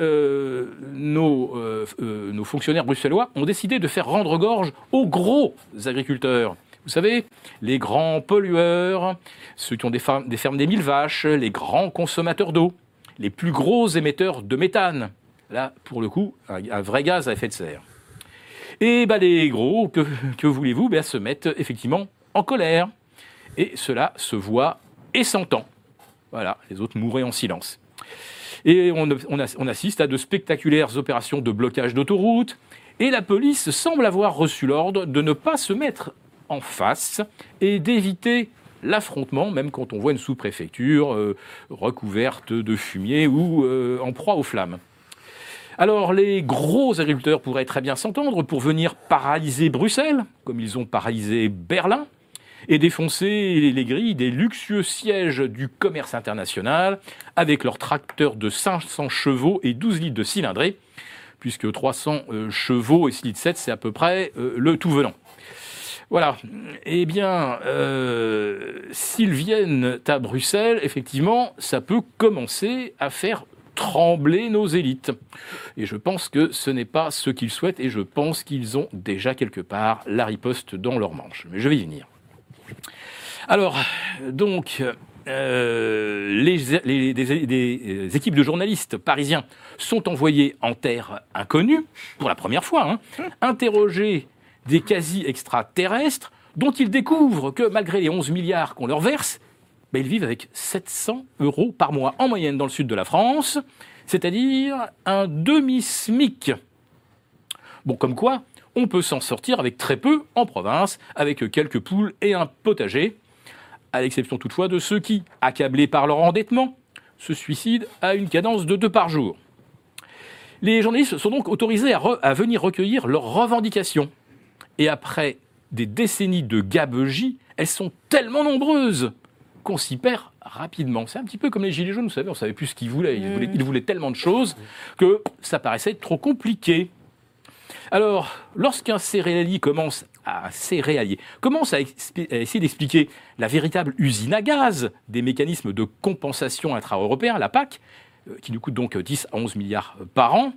nos fonctionnaires bruxellois ont décidé de faire rendre gorge aux gros agriculteurs. Vous savez, les grands pollueurs, ceux qui ont des fermes des 1000 vaches, les grands consommateurs d'eau, les plus gros émetteurs de méthane. Là, pour le coup, un vrai gaz à effet de serre. Et les gros, que voulez-vous, se mettent effectivement en colère. Et cela se voit et s'entend. Voilà, les autres mouraient en silence. Et on assiste à de spectaculaires opérations de blocage d'autoroutes. Et la police semble avoir reçu l'ordre de ne pas se mettre en face et d'éviter l'affrontement, même quand on voit une sous-préfecture recouverte de fumier ou en proie aux flammes. Alors, les gros agriculteurs pourraient très bien s'entendre pour venir paralyser Bruxelles, comme ils ont paralysé Berlin, et défoncer les grilles des luxueux sièges du commerce international avec leurs tracteurs de 500 chevaux et 12 litres de cylindrée, puisque 300 chevaux et 6 litres 7, c'est à peu près le tout venant. Voilà. Eh bien, s'ils viennent à Bruxelles, effectivement, ça peut commencer à faire trembler nos élites. Et je pense que ce n'est pas ce qu'ils souhaitent, et je pense qu'ils ont déjà quelque part la riposte dans leurs manches. Mais je vais y venir. Alors, donc, des équipes de journalistes parisiens sont envoyées en terre inconnue, pour la première fois, interroger des quasi-extraterrestres dont ils découvrent que malgré les 11 milliards qu'on leur verse, ils vivent avec 700 € par mois en moyenne dans le sud de la France, c'est-à-dire un demi-SMIC. Bon, comme quoi, on peut s'en sortir avec très peu en province, avec quelques poules et un potager, à l'exception toutefois de ceux qui, accablés par leur endettement, se suicident à une cadence de 2 par jour. Les journalistes sont donc autorisés à venir recueillir leurs revendications. Et après des décennies de gabegie, elles sont tellement nombreuses qu'on s'y perd rapidement. C'est un petit peu comme les Gilets jaunes, vous savez, on ne savait plus ce qu'ils voulaient. Ils voulaient tellement de choses que ça paraissait trop compliqué. Alors, lorsqu'un céréalier commence à essayer d'expliquer la véritable usine à gaz des mécanismes de compensation intra-européens, la PAC, qui nous coûte donc 10 à 11 milliards par an,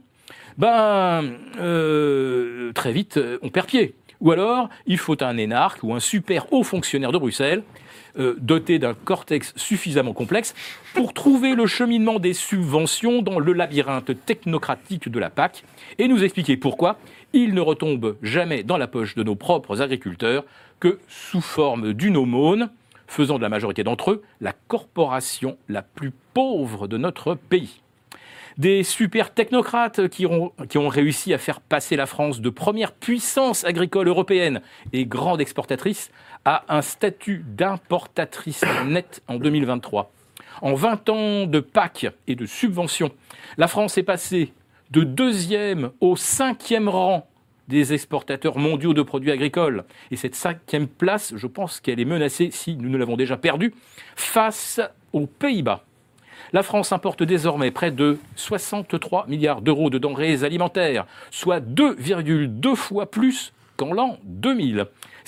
très vite, on perd pied. Ou alors, il faut un énarque ou un super haut fonctionnaire de Bruxelles, doté d'un cortex suffisamment complexe, pour trouver le cheminement des subventions dans le labyrinthe technocratique de la PAC, et nous expliquer pourquoi il ne retombe jamais dans la poche de nos propres agriculteurs que sous forme d'une aumône, faisant de la majorité d'entre eux la corporation la plus pauvre de notre pays. Des super technocrates qui ont réussi à faire passer la France de première puissance agricole européenne et grande exportatrice à un statut d'importatrice nette en 2023. En 20 ans de PAC et de subventions, la France est passée de 2e au 5e rang des exportateurs mondiaux de produits agricoles. Et cette 5e place, je pense qu'elle est menacée, si nous ne l'avons déjà perdue, face aux Pays-Bas. La France importe désormais près de 63 milliards d'euros de denrées alimentaires, soit 2,2 fois plus qu'en l'an 2000.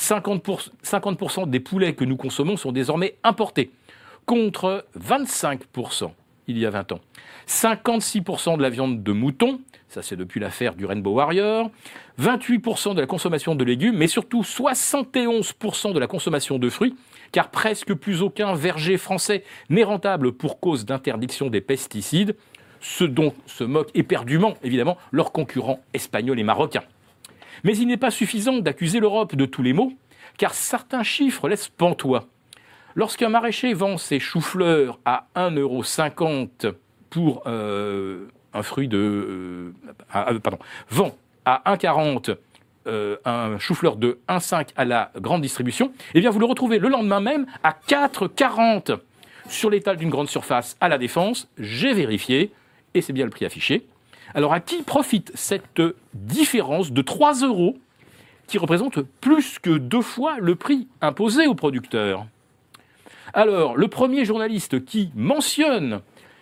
50% des poulets que nous consommons sont désormais importés, contre 25% il y a 20 ans. 56% de la viande de mouton, ça c'est depuis l'affaire du Rainbow Warrior, 28% de la consommation de légumes, mais surtout 71% de la consommation de fruits, car presque plus aucun verger français n'est rentable pour cause d'interdiction des pesticides, ce dont se moquent éperdument, évidemment, leurs concurrents espagnols et marocains. Mais il n'est pas suffisant d'accuser l'Europe de tous les maux, car certains chiffres laissent pantois. Lorsqu'un maraîcher vend ses choux-fleurs à 1,50 € pour un fruit de... vend à 1,40 € un chou-fleur de 1,5 € à la grande distribution, eh bien vous le retrouvez le lendemain même à 4,40 € sur l'étal d'une grande surface à La Défense. J'ai vérifié, et c'est bien le prix affiché. Alors à qui profite cette différence de 3 € qui représente plus que 2 fois le prix imposé aux producteurs? Alors, le premier journaliste qui mentionne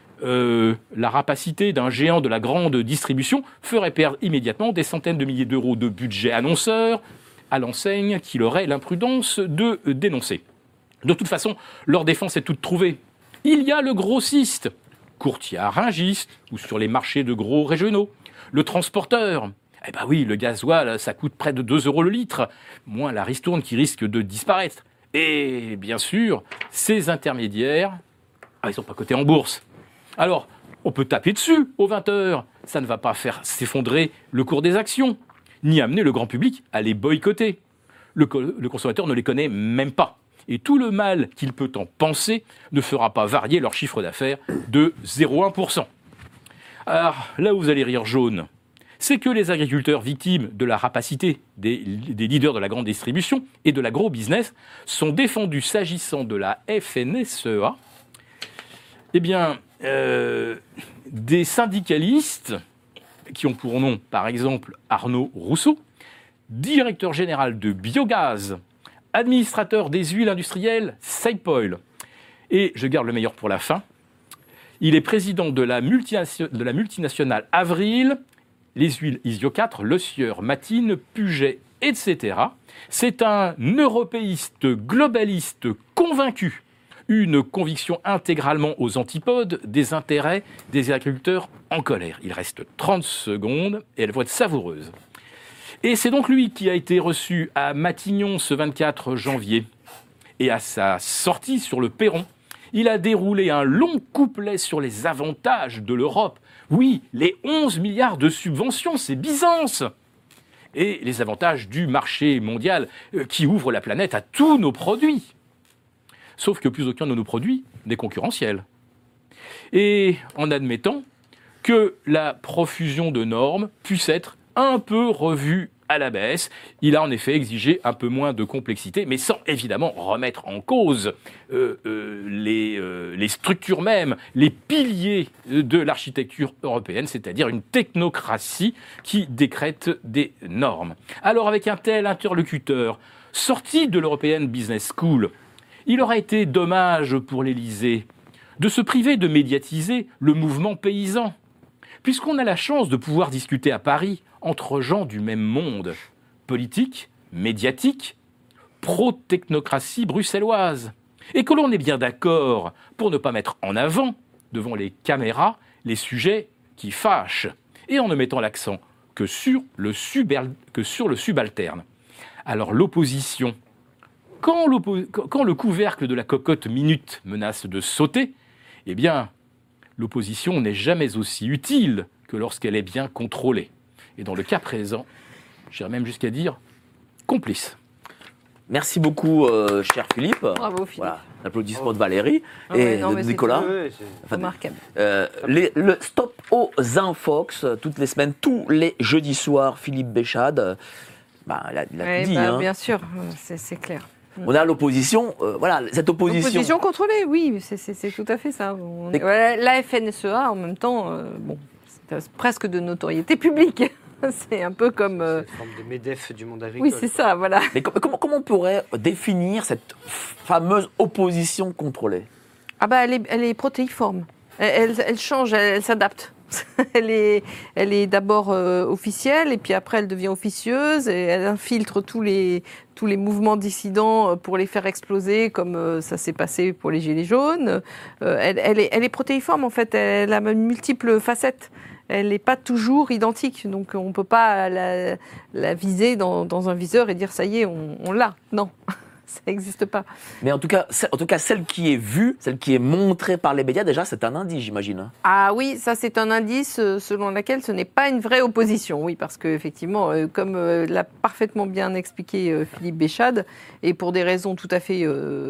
la rapacité d'un géant de la grande distribution ferait perdre immédiatement des centaines de milliers d'euros de budget annonceur à l'enseigne qu'il aurait l'imprudence de dénoncer. De toute façon, leur défense est toute trouvée. Il y a le grossiste, courtier haringiste ou sur les marchés de gros régionaux, le transporteur. Eh ben oui, le gasoil, ça coûte près de 2 € le litre, moins la ristourne qui risque de disparaître. Et bien sûr, ces intermédiaires, ils ne sont pas cotés en bourse. Alors, on peut taper dessus aux 20 heures. Ça ne va pas faire s'effondrer le cours des actions, ni amener le grand public à les boycotter. Le consommateur ne les connaît même pas. Et tout le mal qu'il peut en penser ne fera pas varier leur chiffre d'affaires de 0,1%. Alors, là où vous allez rire jaune, c'est que les agriculteurs victimes de la rapacité des leaders de la grande distribution et de l'agro-business sont défendus s'agissant de la FNSEA. Eh bien, des syndicalistes qui ont pour nom, par exemple, Arnaud Rousseau, directeur général de Biogaz, administrateur des huiles industrielles Saipol, et je garde le meilleur pour la fin, il est président de la multinationale Avril, les huiles Isio4, Le Sieur, Matine, Puget, etc. C'est un européiste globaliste convaincu, une conviction intégralement aux antipodes des intérêts des agriculteurs en colère. Il reste 30 secondes et elles vont être savoureuses. Et c'est donc lui qui a été reçu à Matignon ce 24 janvier. Et à sa sortie sur le perron, il a déroulé un long couplet sur les avantages de l'Europe. Oui, les 11 milliards de subventions, c'est Byzance. Et les avantages du marché mondial qui ouvre la planète à tous nos produits. Sauf que plus aucun de nos produits n'est concurrentiel. Et en admettant que la profusion de normes puisse être un peu revue à la baisse, il a en effet exigé un peu moins de complexité, mais sans évidemment remettre en cause les structures mêmes, les piliers de l'architecture européenne, c'est-à-dire une technocratie qui décrète des normes. Alors avec un tel interlocuteur, sorti de l'European Business School, il aurait été dommage pour l'Élysée de se priver de médiatiser le mouvement paysan, puisqu'on a la chance de pouvoir discuter à Paris entre gens du même monde, politique, médiatique, pro-technocratie bruxelloise, et que l'on est bien d'accord pour ne pas mettre en avant, devant les caméras, les sujets qui fâchent, et en ne mettant l'accent que sur le subalterne. Alors l'opposition, quand le couvercle de la cocotte minute menace de sauter, eh bien, l'opposition n'est jamais aussi utile que lorsqu'elle est bien contrôlée. Et dans le cas présent, j'irais même jusqu'à dire complice. Merci beaucoup, cher Philippe. Bravo, Philippe. Voilà, l'applaudissement de Valérie et de Nicolas. Remarquable. Le Stop aux Infox, toutes les semaines, tous les jeudis soirs, Philippe Béchade, il a tout dit. Bien sûr, c'est clair. On a l'opposition, cette opposition. L'opposition contrôlée, oui, c'est tout à fait ça. La FNSEA, en même temps, c'est presque de notoriété publique. C'est un peu comme... C'est une forme de MEDEF du monde agricole. Oui, c'est ça, voilà. Mais comment on pourrait définir cette fameuse opposition contrôlée ? Elle est protéiforme. Elle change, elle s'adapte. Elle est d'abord officielle, et puis après elle devient officieuse, et elle infiltre tous les mouvements dissidents pour les faire exploser, comme ça s'est passé pour les Gilets jaunes. Elle est protéiforme, en fait, elle a multiples facettes. Elle n'est pas toujours identique, donc on ne peut pas la viser dans un viseur et dire ça y est, on l'a. Non. Ça n'existe pas. Mais en tout cas, celle qui est vue, celle qui est montrée par les médias, déjà, c'est un indice, j'imagine. Ah oui, ça c'est un indice selon lequel ce n'est pas une vraie opposition. Oui, parce qu'effectivement, comme l'a parfaitement bien expliqué Philippe Béchade, et pour des raisons tout à fait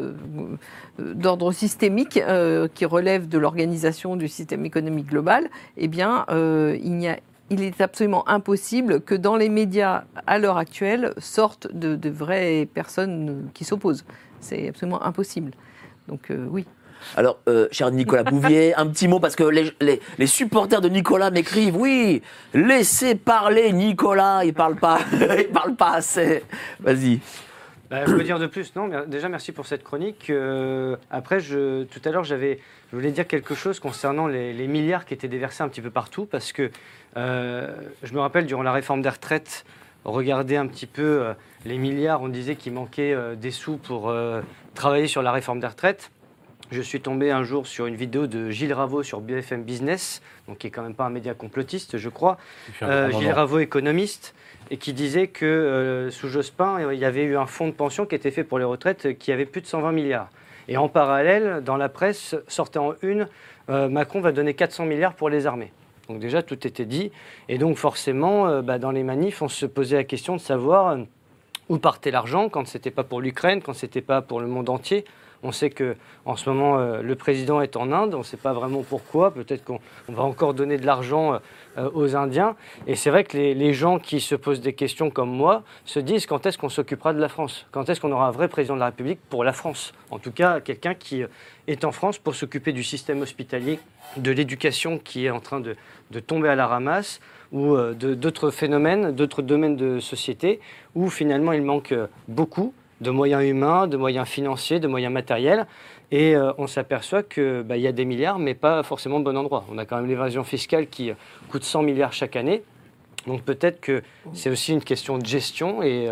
d'ordre systémique, qui relèvent de l'organisation du système économique global, eh bien, il est absolument impossible que dans les médias, à l'heure actuelle, sortent de vraies personnes qui s'opposent. C'est absolument impossible. Donc oui. Alors, cher Nicolas Bouvier, un petit mot, parce que les supporters de Nicolas m'écrivent, oui, laissez parler Nicolas, il parle pas assez. Vas-y. Je peux dire de plus. Non, mais déjà, merci pour cette chronique. Après, tout à l'heure, je voulais dire quelque chose concernant les milliards qui étaient déversés un petit peu partout, parce que je me rappelle, durant la réforme des retraites, regarder un petit peu les milliards, on disait qu'il manquait des sous pour travailler sur la réforme des retraites. Je suis tombé un jour sur une vidéo de Gilles Ravaud sur BFM Business, donc qui n'est quand même pas un média complotiste, je crois. Gilles Ravaud, économiste, et qui disait que sous Jospin, il y avait eu un fonds de pension qui était fait pour les retraites qui avait plus de 120 milliards. Et en parallèle, dans la presse, sortait en une, Macron va donner 400 milliards pour les armées. Donc déjà, tout était dit. Et donc forcément, dans les manifs, on se posait la question de savoir où partait l'argent quand ce n'était pas pour l'Ukraine, quand ce n'était pas pour le monde entier. On sait qu'en ce moment, le président est en Inde. On ne sait pas vraiment pourquoi. Peut-être qu'on va encore donner de l'argent aux Indiens. Et c'est vrai que les gens qui se posent des questions comme moi se disent quand est-ce qu'on s'occupera de la France ? Quand est-ce qu'on aura un vrai président de la République pour la France ? En tout cas, quelqu'un qui est en France pour s'occuper du système hospitalier, de l'éducation qui est en train de tomber à la ramasse, ou d'autres phénomènes, d'autres domaines de société, où finalement il manque beaucoup de moyens humains, de moyens financiers, de moyens matériels. Et on s'aperçoit qu'il y a des milliards, mais pas forcément au bon endroit. On a quand même l'évasion fiscale qui coûte 100 milliards chaque année. Donc peut-être que c'est aussi une question de gestion. Et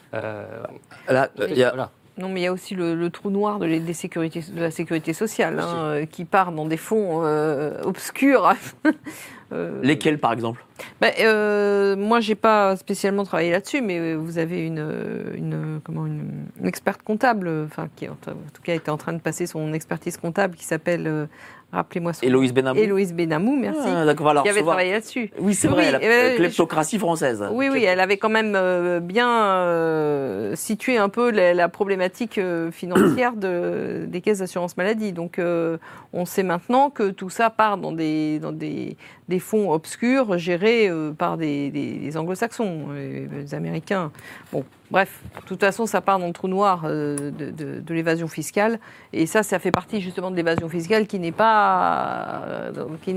voilà. Non, mais il y a aussi le trou noir de la sécurité sociale, qui part dans des fonds obscurs. Lesquels, par exemple ? Moi, j'ai pas spécialement travaillé là-dessus, mais vous avez une experte comptable, qui en tout cas était en train de passer son expertise comptable, qui s'appelle, rappelez-moi son nom. Héloïse Benamou. Héloïse Benamou, merci. D'accord, alors, qui avait travaillé là-dessus. Oui, c'est vrai, la kleptocratie française. Oui, elle avait quand même bien situé un peu la problématique financière des caisses d'assurance maladie. Donc, on sait maintenant que tout ça part dans des fonds obscurs gérés par des anglo-saxons, les Américains. Bon, bref, de toute façon, ça part dans le trou noir de l'évasion fiscale. Et ça fait partie justement de l'évasion fiscale qui n'est pas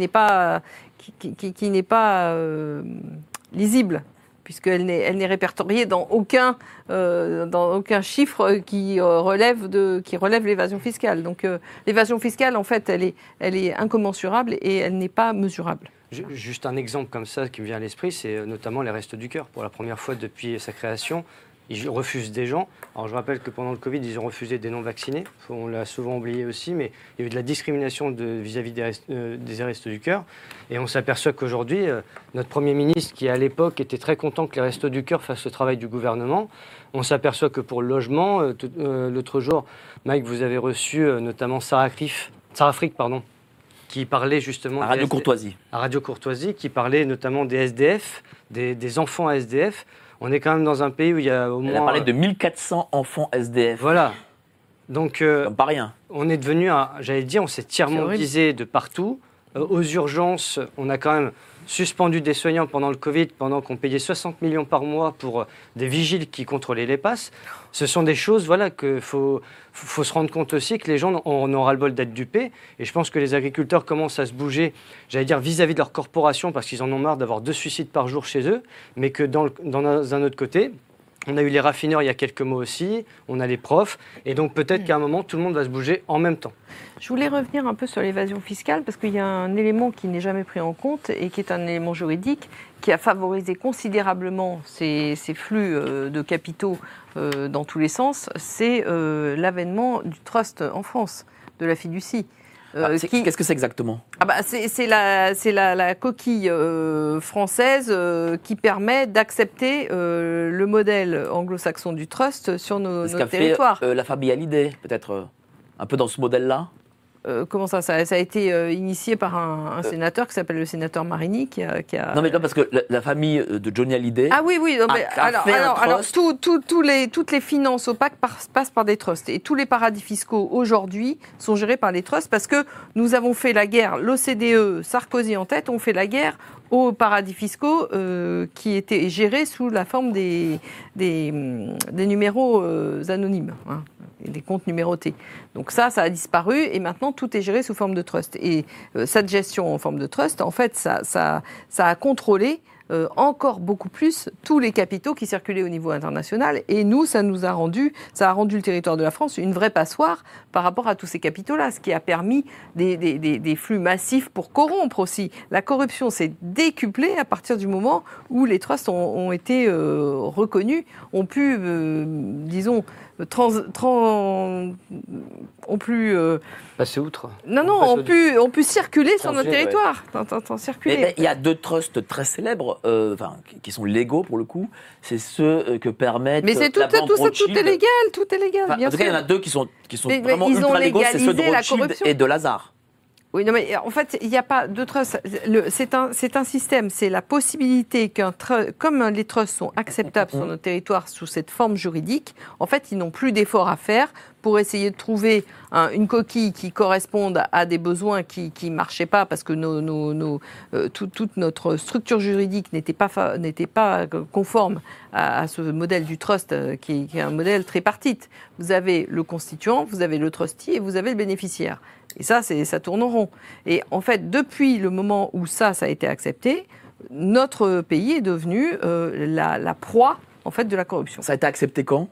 lisible, puisqu'elle n'est répertoriée dans aucun chiffre qui relève l'évasion fiscale. Donc l'évasion fiscale, en fait, elle est incommensurable et elle n'est pas mesurable. Juste un exemple comme ça qui me vient à l'esprit, c'est notamment les Restos du Cœur. Pour la première fois depuis sa création, ils refusent des gens. Alors je rappelle que pendant le Covid, ils ont refusé des non-vaccinés. On l'a souvent oublié aussi, mais il y a eu de la discrimination vis-à-vis des Restos du Cœur. Et on s'aperçoit qu'aujourd'hui, notre Premier ministre, qui à l'époque était très content que les Restos du Cœur fassent le travail du gouvernement, on s'aperçoit que pour le logement, l'autre jour, Mike, vous avez reçu notamment Sarah Frick, qui parlait justement... À Radio Courtoisie. À Radio Courtoisie, qui parlait notamment des SDF, des enfants SDF. On est quand même dans un pays où il y a au moins... Elle a parlé de 1400 enfants SDF. Voilà. Donc, comme pas rien. On est devenu, on s'est tiers-mondisé de partout. Aux urgences, on a quand même suspendu des soignants pendant le Covid, pendant qu'on payait 60 millions par mois pour des vigiles qui contrôlaient les passes. Ce sont des choses qu'il faut se rendre compte aussi que les gens en ont ras-le-bol d'être dupés. Et je pense que les agriculteurs commencent à se bouger, vis-à-vis de leur corporation, parce qu'ils en ont marre d'avoir 2 suicides par jour chez eux, mais que dans un autre côté, On a eu les raffineurs il y a quelques mois aussi, on a les profs, et donc peut-être qu'à un moment, tout le monde va se bouger en même temps. Je voulais revenir un peu sur l'évasion fiscale parce qu'il y a un élément qui n'est jamais pris en compte et qui est un élément juridique qui a favorisé considérablement ces flux de capitaux dans tous les sens. C'est l'avènement du trust en France, de la fiducie. Qu'est-ce que c'est exactement ? C'est la coquille française qui permet d'accepter le modèle anglo-saxon du trust sur nos territoires. La famille Hallyday, peut-être un peu dans ce modèle-là ? Comment ça a été initié par un sénateur qui s'appelle le sénateur Marini qui a... Non mais non, parce que la famille de Johnny Hallyday... Ah oui, non, mais alors toutes les finances opaques passent par des trusts. Et tous les paradis fiscaux aujourd'hui sont gérés par les trusts parce que nous avons fait la guerre, l'OCDE, Sarkozy en tête, ont fait la guerre aux paradis fiscaux qui étaient gérés sous la forme des numéros anonymes. Hein. Et des comptes numérotés. Donc ça a disparu et maintenant tout est géré sous forme de trust. Et cette gestion en forme de trust, en fait, ça a contrôlé encore beaucoup plus tous les capitaux qui circulaient au niveau international. Et nous, ça a rendu le territoire de la France une vraie passoire par rapport à tous ces capitaux-là, ce qui a permis des flux massifs pour corrompre aussi. La corruption s'est décuplée à partir du moment où les trusts ont été reconnus, ont pu, disons, ont pu passer outre. ont pu circuler sur notre territoire. Il y a deux trusts très célèbres, qui sont légaux pour le coup. C'est ceux que permettent. Mais c'est tout est légal, bien en tout sûr. cas, il y en a deux qui sont vraiment ultra légaux, c'est ceux de Rothschild et de Lazare. Oui, non, mais en fait, il n'y a pas de trust. C'est un système, c'est la possibilité comme les trusts sont acceptables sur notre territoire sous cette forme juridique, en fait, ils n'ont plus d'efforts à faire pour essayer de trouver une coquille qui corresponde à des besoins qui ne marchaient pas parce que toute notre structure juridique n'était pas conforme à ce modèle du trust qui est un modèle tripartite. Vous avez le constituant, vous avez le trustee et vous avez le bénéficiaire. Et ça tourne en rond. Et en fait, depuis le moment où ça a été accepté, notre pays est devenu la proie en fait de la corruption. Ça a été accepté quand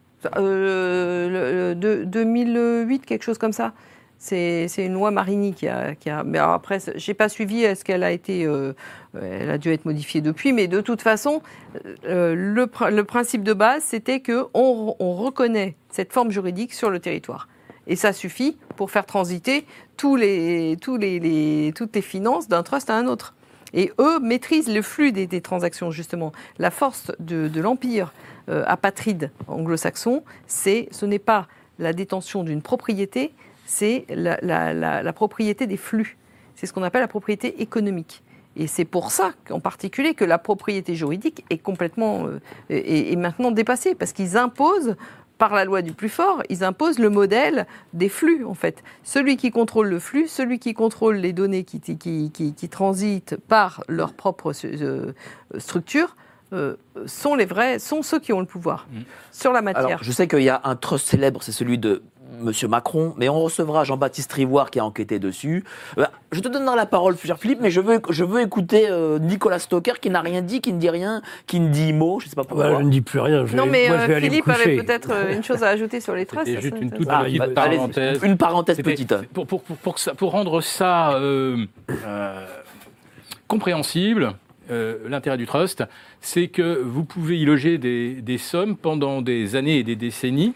2008, quelque chose comme ça. C'est une loi Marini qui a. Mais alors après, j'ai pas suivi. Est-ce qu'elle a été elle a dû être modifiée depuis. Mais de toute façon, le principe de base, c'était que on reconnaît cette forme juridique sur le territoire. Et ça suffit pour faire transiter toutes les finances d'un trust à un autre. Et eux maîtrisent le flux des transactions, justement. La force de l'empire apatride anglo-saxon, ce n'est pas la détention d'une propriété, c'est la propriété des flux. C'est ce qu'on appelle la propriété économique. Et c'est pour ça, en particulier, que la propriété juridique est complètement est maintenant dépassée, parce qu'ils imposent par la loi du plus fort, ils imposent le modèle des flux, en fait. Celui qui contrôle le flux, celui qui contrôle les données qui transitent par leur propre structure, sont ceux qui ont le pouvoir sur la matière. Alors, je sais qu'il y a un trust célèbre, c'est celui de M. Macron, mais on recevra Jean-Baptiste Rivoire qui a enquêté dessus. Je te donnerai la parole, cher Philippe, mais je veux écouter Nicolas Stocker qui n'a rien dit, qui ne dit rien, qui ne dit mot, je ne sais pas pourquoi. Je ne dis plus rien. Non, mais Philippe avait peut-être une chose à ajouter sur les trusts. C'était juste une toute petite parenthèse. Une parenthèse petite. Pour rendre ça compréhensible, l'intérêt du trust, c'est que vous pouvez y loger des sommes pendant des années et des décennies.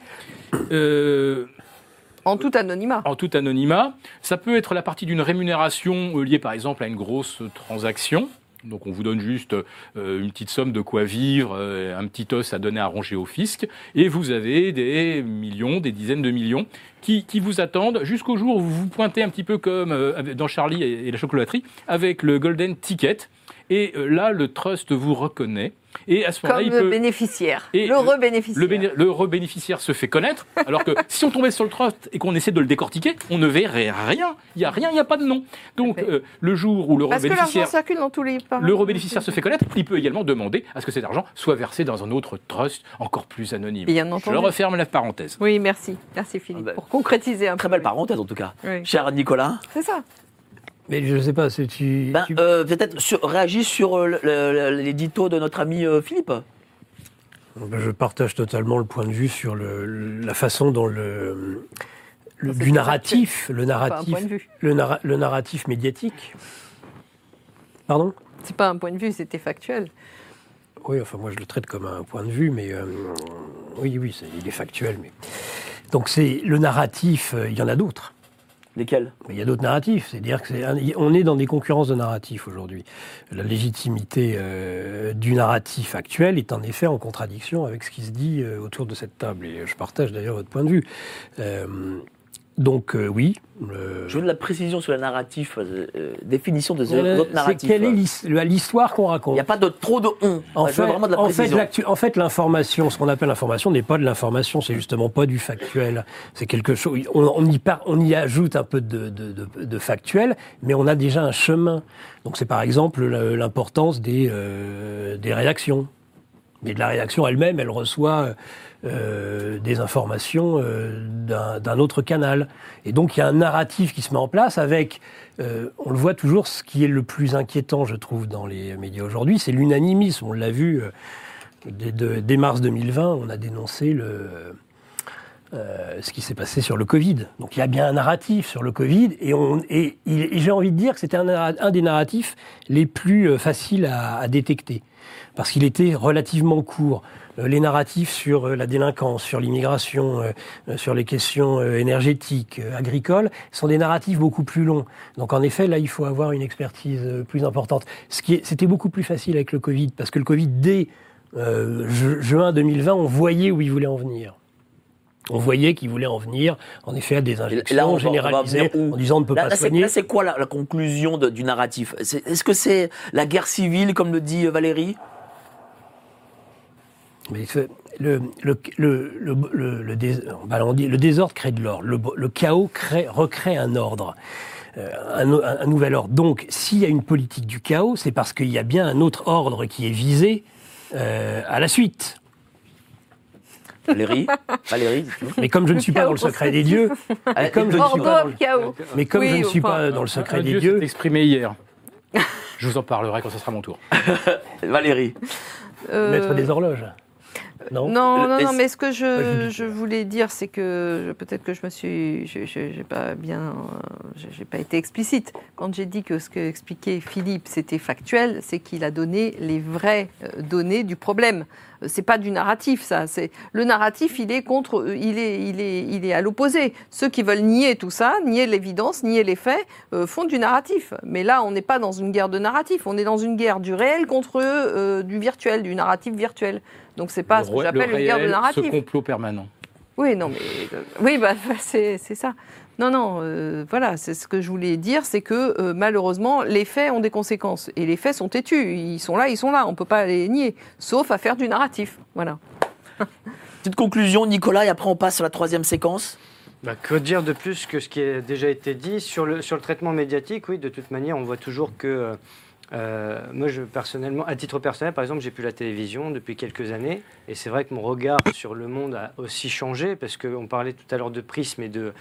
En tout anonymat. En tout anonymat. Ça peut être la partie d'une rémunération liée par exemple à une grosse transaction. Donc on vous donne juste une petite somme de quoi vivre, un petit os à donner à ronger au fisc, et vous avez des millions, des dizaines de millions qui vous attendent jusqu'au jour où vous vous pointez un petit peu comme dans Charlie et la chocolaterie avec le golden ticket. Et là, le trust vous reconnaît. Et à ce moment-là, comme bénéficiaire. Et le rebénéficiaire. Le rebénéficiaire se fait connaître. Alors que si on tombait sur le trust et qu'on essaie de le décortiquer, on ne verrait rien. Il n'y a rien, il n'y a pas de nom. Donc, le jour où le rebénéficiaire. Parce que l'argent circule dans tous les paradis. Le rebénéficiaire se fait connaître, il peut également demander à ce que cet argent soit versé dans un autre trust encore plus anonyme. Je referme la parenthèse. Oui, merci. Merci Philippe. Pour concrétiser un peu. Très belle parenthèse en tout cas. Oui. Cher Nicolas. C'est ça. Mais je ne sais pas, si tu... Peut-être réagis sur l'édito de notre ami Philippe. Je partage totalement le point de vue sur la façon dont du narratif, le narratif médiatique. Pardon ? C'est pas un point de vue, c'était factuel. Oui, enfin moi je le traite comme un point de vue, mais oui, il est factuel. Mais... Donc c'est le narratif, il y en a d'autres. Lesquels ? Il y a d'autres narratifs, c'est-à-dire qu'on est dans des concurrences de narratifs aujourd'hui. La légitimité du narratif actuel est en effet en contradiction avec ce qui se dit autour de cette table, et je partage d'ailleurs votre point de vue. Donc oui. Je veux de la précision sur le narratif, définition de votre narratif. Quelle est l'histoire qu'on raconte ? Il n'y a pas trop de on. Je veux vraiment de la précision. En fait, l'information, ce qu'on appelle l'information, n'est pas de l'information, c'est justement pas du factuel. C'est quelque chose. On y ajoute un peu de factuel, mais on a déjà un chemin. Donc c'est par exemple l'importance des réactions. Mais de la réaction elle-même, elle reçoit des informations d'un autre canal. Et donc il y a un narratif qui se met en place avec, on le voit toujours, ce qui est le plus inquiétant, je trouve, dans les médias aujourd'hui, c'est l'unanimisme. On l'a vu dès mars 2020, on a dénoncé ce qui s'est passé sur le Covid. Donc il y a bien un narratif sur le Covid, et j'ai envie de dire que c'était un des narratifs les plus faciles à détecter, parce qu'il était relativement court. Les narratifs sur la délinquance, sur l'immigration, sur les questions énergétiques, agricoles, sont des narratifs beaucoup plus longs. Donc en effet, là, il faut avoir une expertise plus importante. C'était beaucoup plus facile avec le Covid, parce que le Covid, dès juin 2020, on voyait où il voulait en venir. On voyait qu'il voulait en venir, en effet, à des injections généralisées, en disant on ne peut pas soigner. Là, c'est quoi la conclusion du narratif ? Est-ce que c'est la guerre civile, comme le dit Valérie ? Mais le désordre crée de l'ordre. Le chaos recrée un ordre, un nouvel ordre. Donc, s'il y a une politique du chaos, c'est parce qu'il y a bien un autre ordre qui est visé à la suite. Valérie, mais comme je ne suis pas dans le secret des dieux, je ne suis pas dans le secret des dieux, s'est exprimé hier. Je vous en parlerai quand ce sera mon tour. Valérie, mettre des horloges. Non, mais ce que je voulais dire, c'est que peut-être que j'ai pas été explicite. Quand j'ai dit que ce qu'expliquait Philippe, c'était factuel, c'est qu'il a donné les vraies données du problème. C'est pas du narratif, ça. Le narratif, il est à l'opposé. Ceux qui veulent nier tout ça, nier l'évidence, nier les faits, font du narratif. Mais là, on n'est pas dans une guerre de narratif. On est dans une guerre du réel contre du virtuel, du narratif virtuel. Donc c'est pas ce que j'appelle une guerre de narratif. Ce complot permanent. Oui, non, mais c'est ça. Non, voilà, c'est ce que je voulais dire, c'est que malheureusement, les faits ont des conséquences. Et les faits sont têtus, ils sont là, on ne peut pas les nier, sauf à faire du narratif. Voilà. Petite conclusion, Nicolas, et après on passe à la troisième séquence. Que dire de plus que ce qui a déjà été dit sur le traitement médiatique? Oui, de toute manière, on voit toujours que... moi, personnellement, à titre personnel, par exemple, j'ai plus la télévision depuis quelques années, et c'est vrai que mon regard sur le monde a aussi changé, parce qu'on parlait tout à l'heure de prisme et de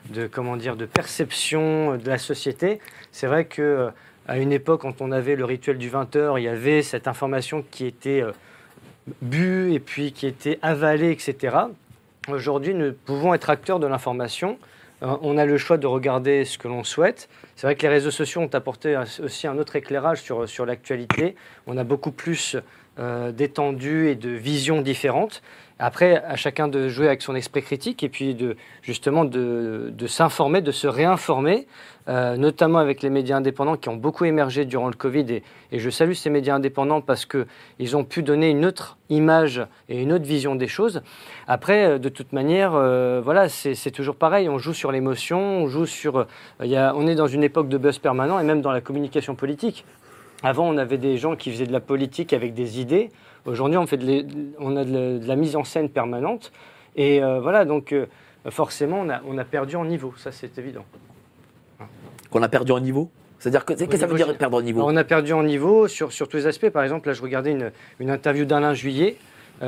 perception de la société. C'est vrai que à une époque, quand on avait le rituel du 20h, il y avait cette information qui était bue et puis qui était avalée, etc. Aujourd'hui, nous pouvons être acteurs de l'information. On a le choix de regarder ce que l'on souhaite. C'est vrai que les réseaux sociaux ont apporté aussi un autre éclérage sur l'actualité. On a beaucoup plus d'étendue et de visions différentes. Après, à chacun de jouer avec son esprit critique et puis de s'informer, de se réinformer, notamment avec les médias indépendants qui ont beaucoup émergé durant le Covid. Et je salue ces médias indépendants parce qu'ils ont pu donner une autre image et une autre vision des choses. Après, de toute manière, voilà, c'est toujours pareil. On joue sur l'émotion, on est dans une époque de buzz permanent et même dans la communication politique. Avant, on avait des gens qui faisaient de la politique avec des idées. Aujourd'hui, on a de la mise en scène permanente. Et voilà, donc forcément, on a perdu en niveau. Ça, c'est évident. Qu'on a perdu en niveau ? C'est-à-dire qu'est-ce que ça veut dire perdre en niveau ? On a perdu en niveau sur tous les aspects. Par exemple, là, je regardais une interview d'Alain Juillet,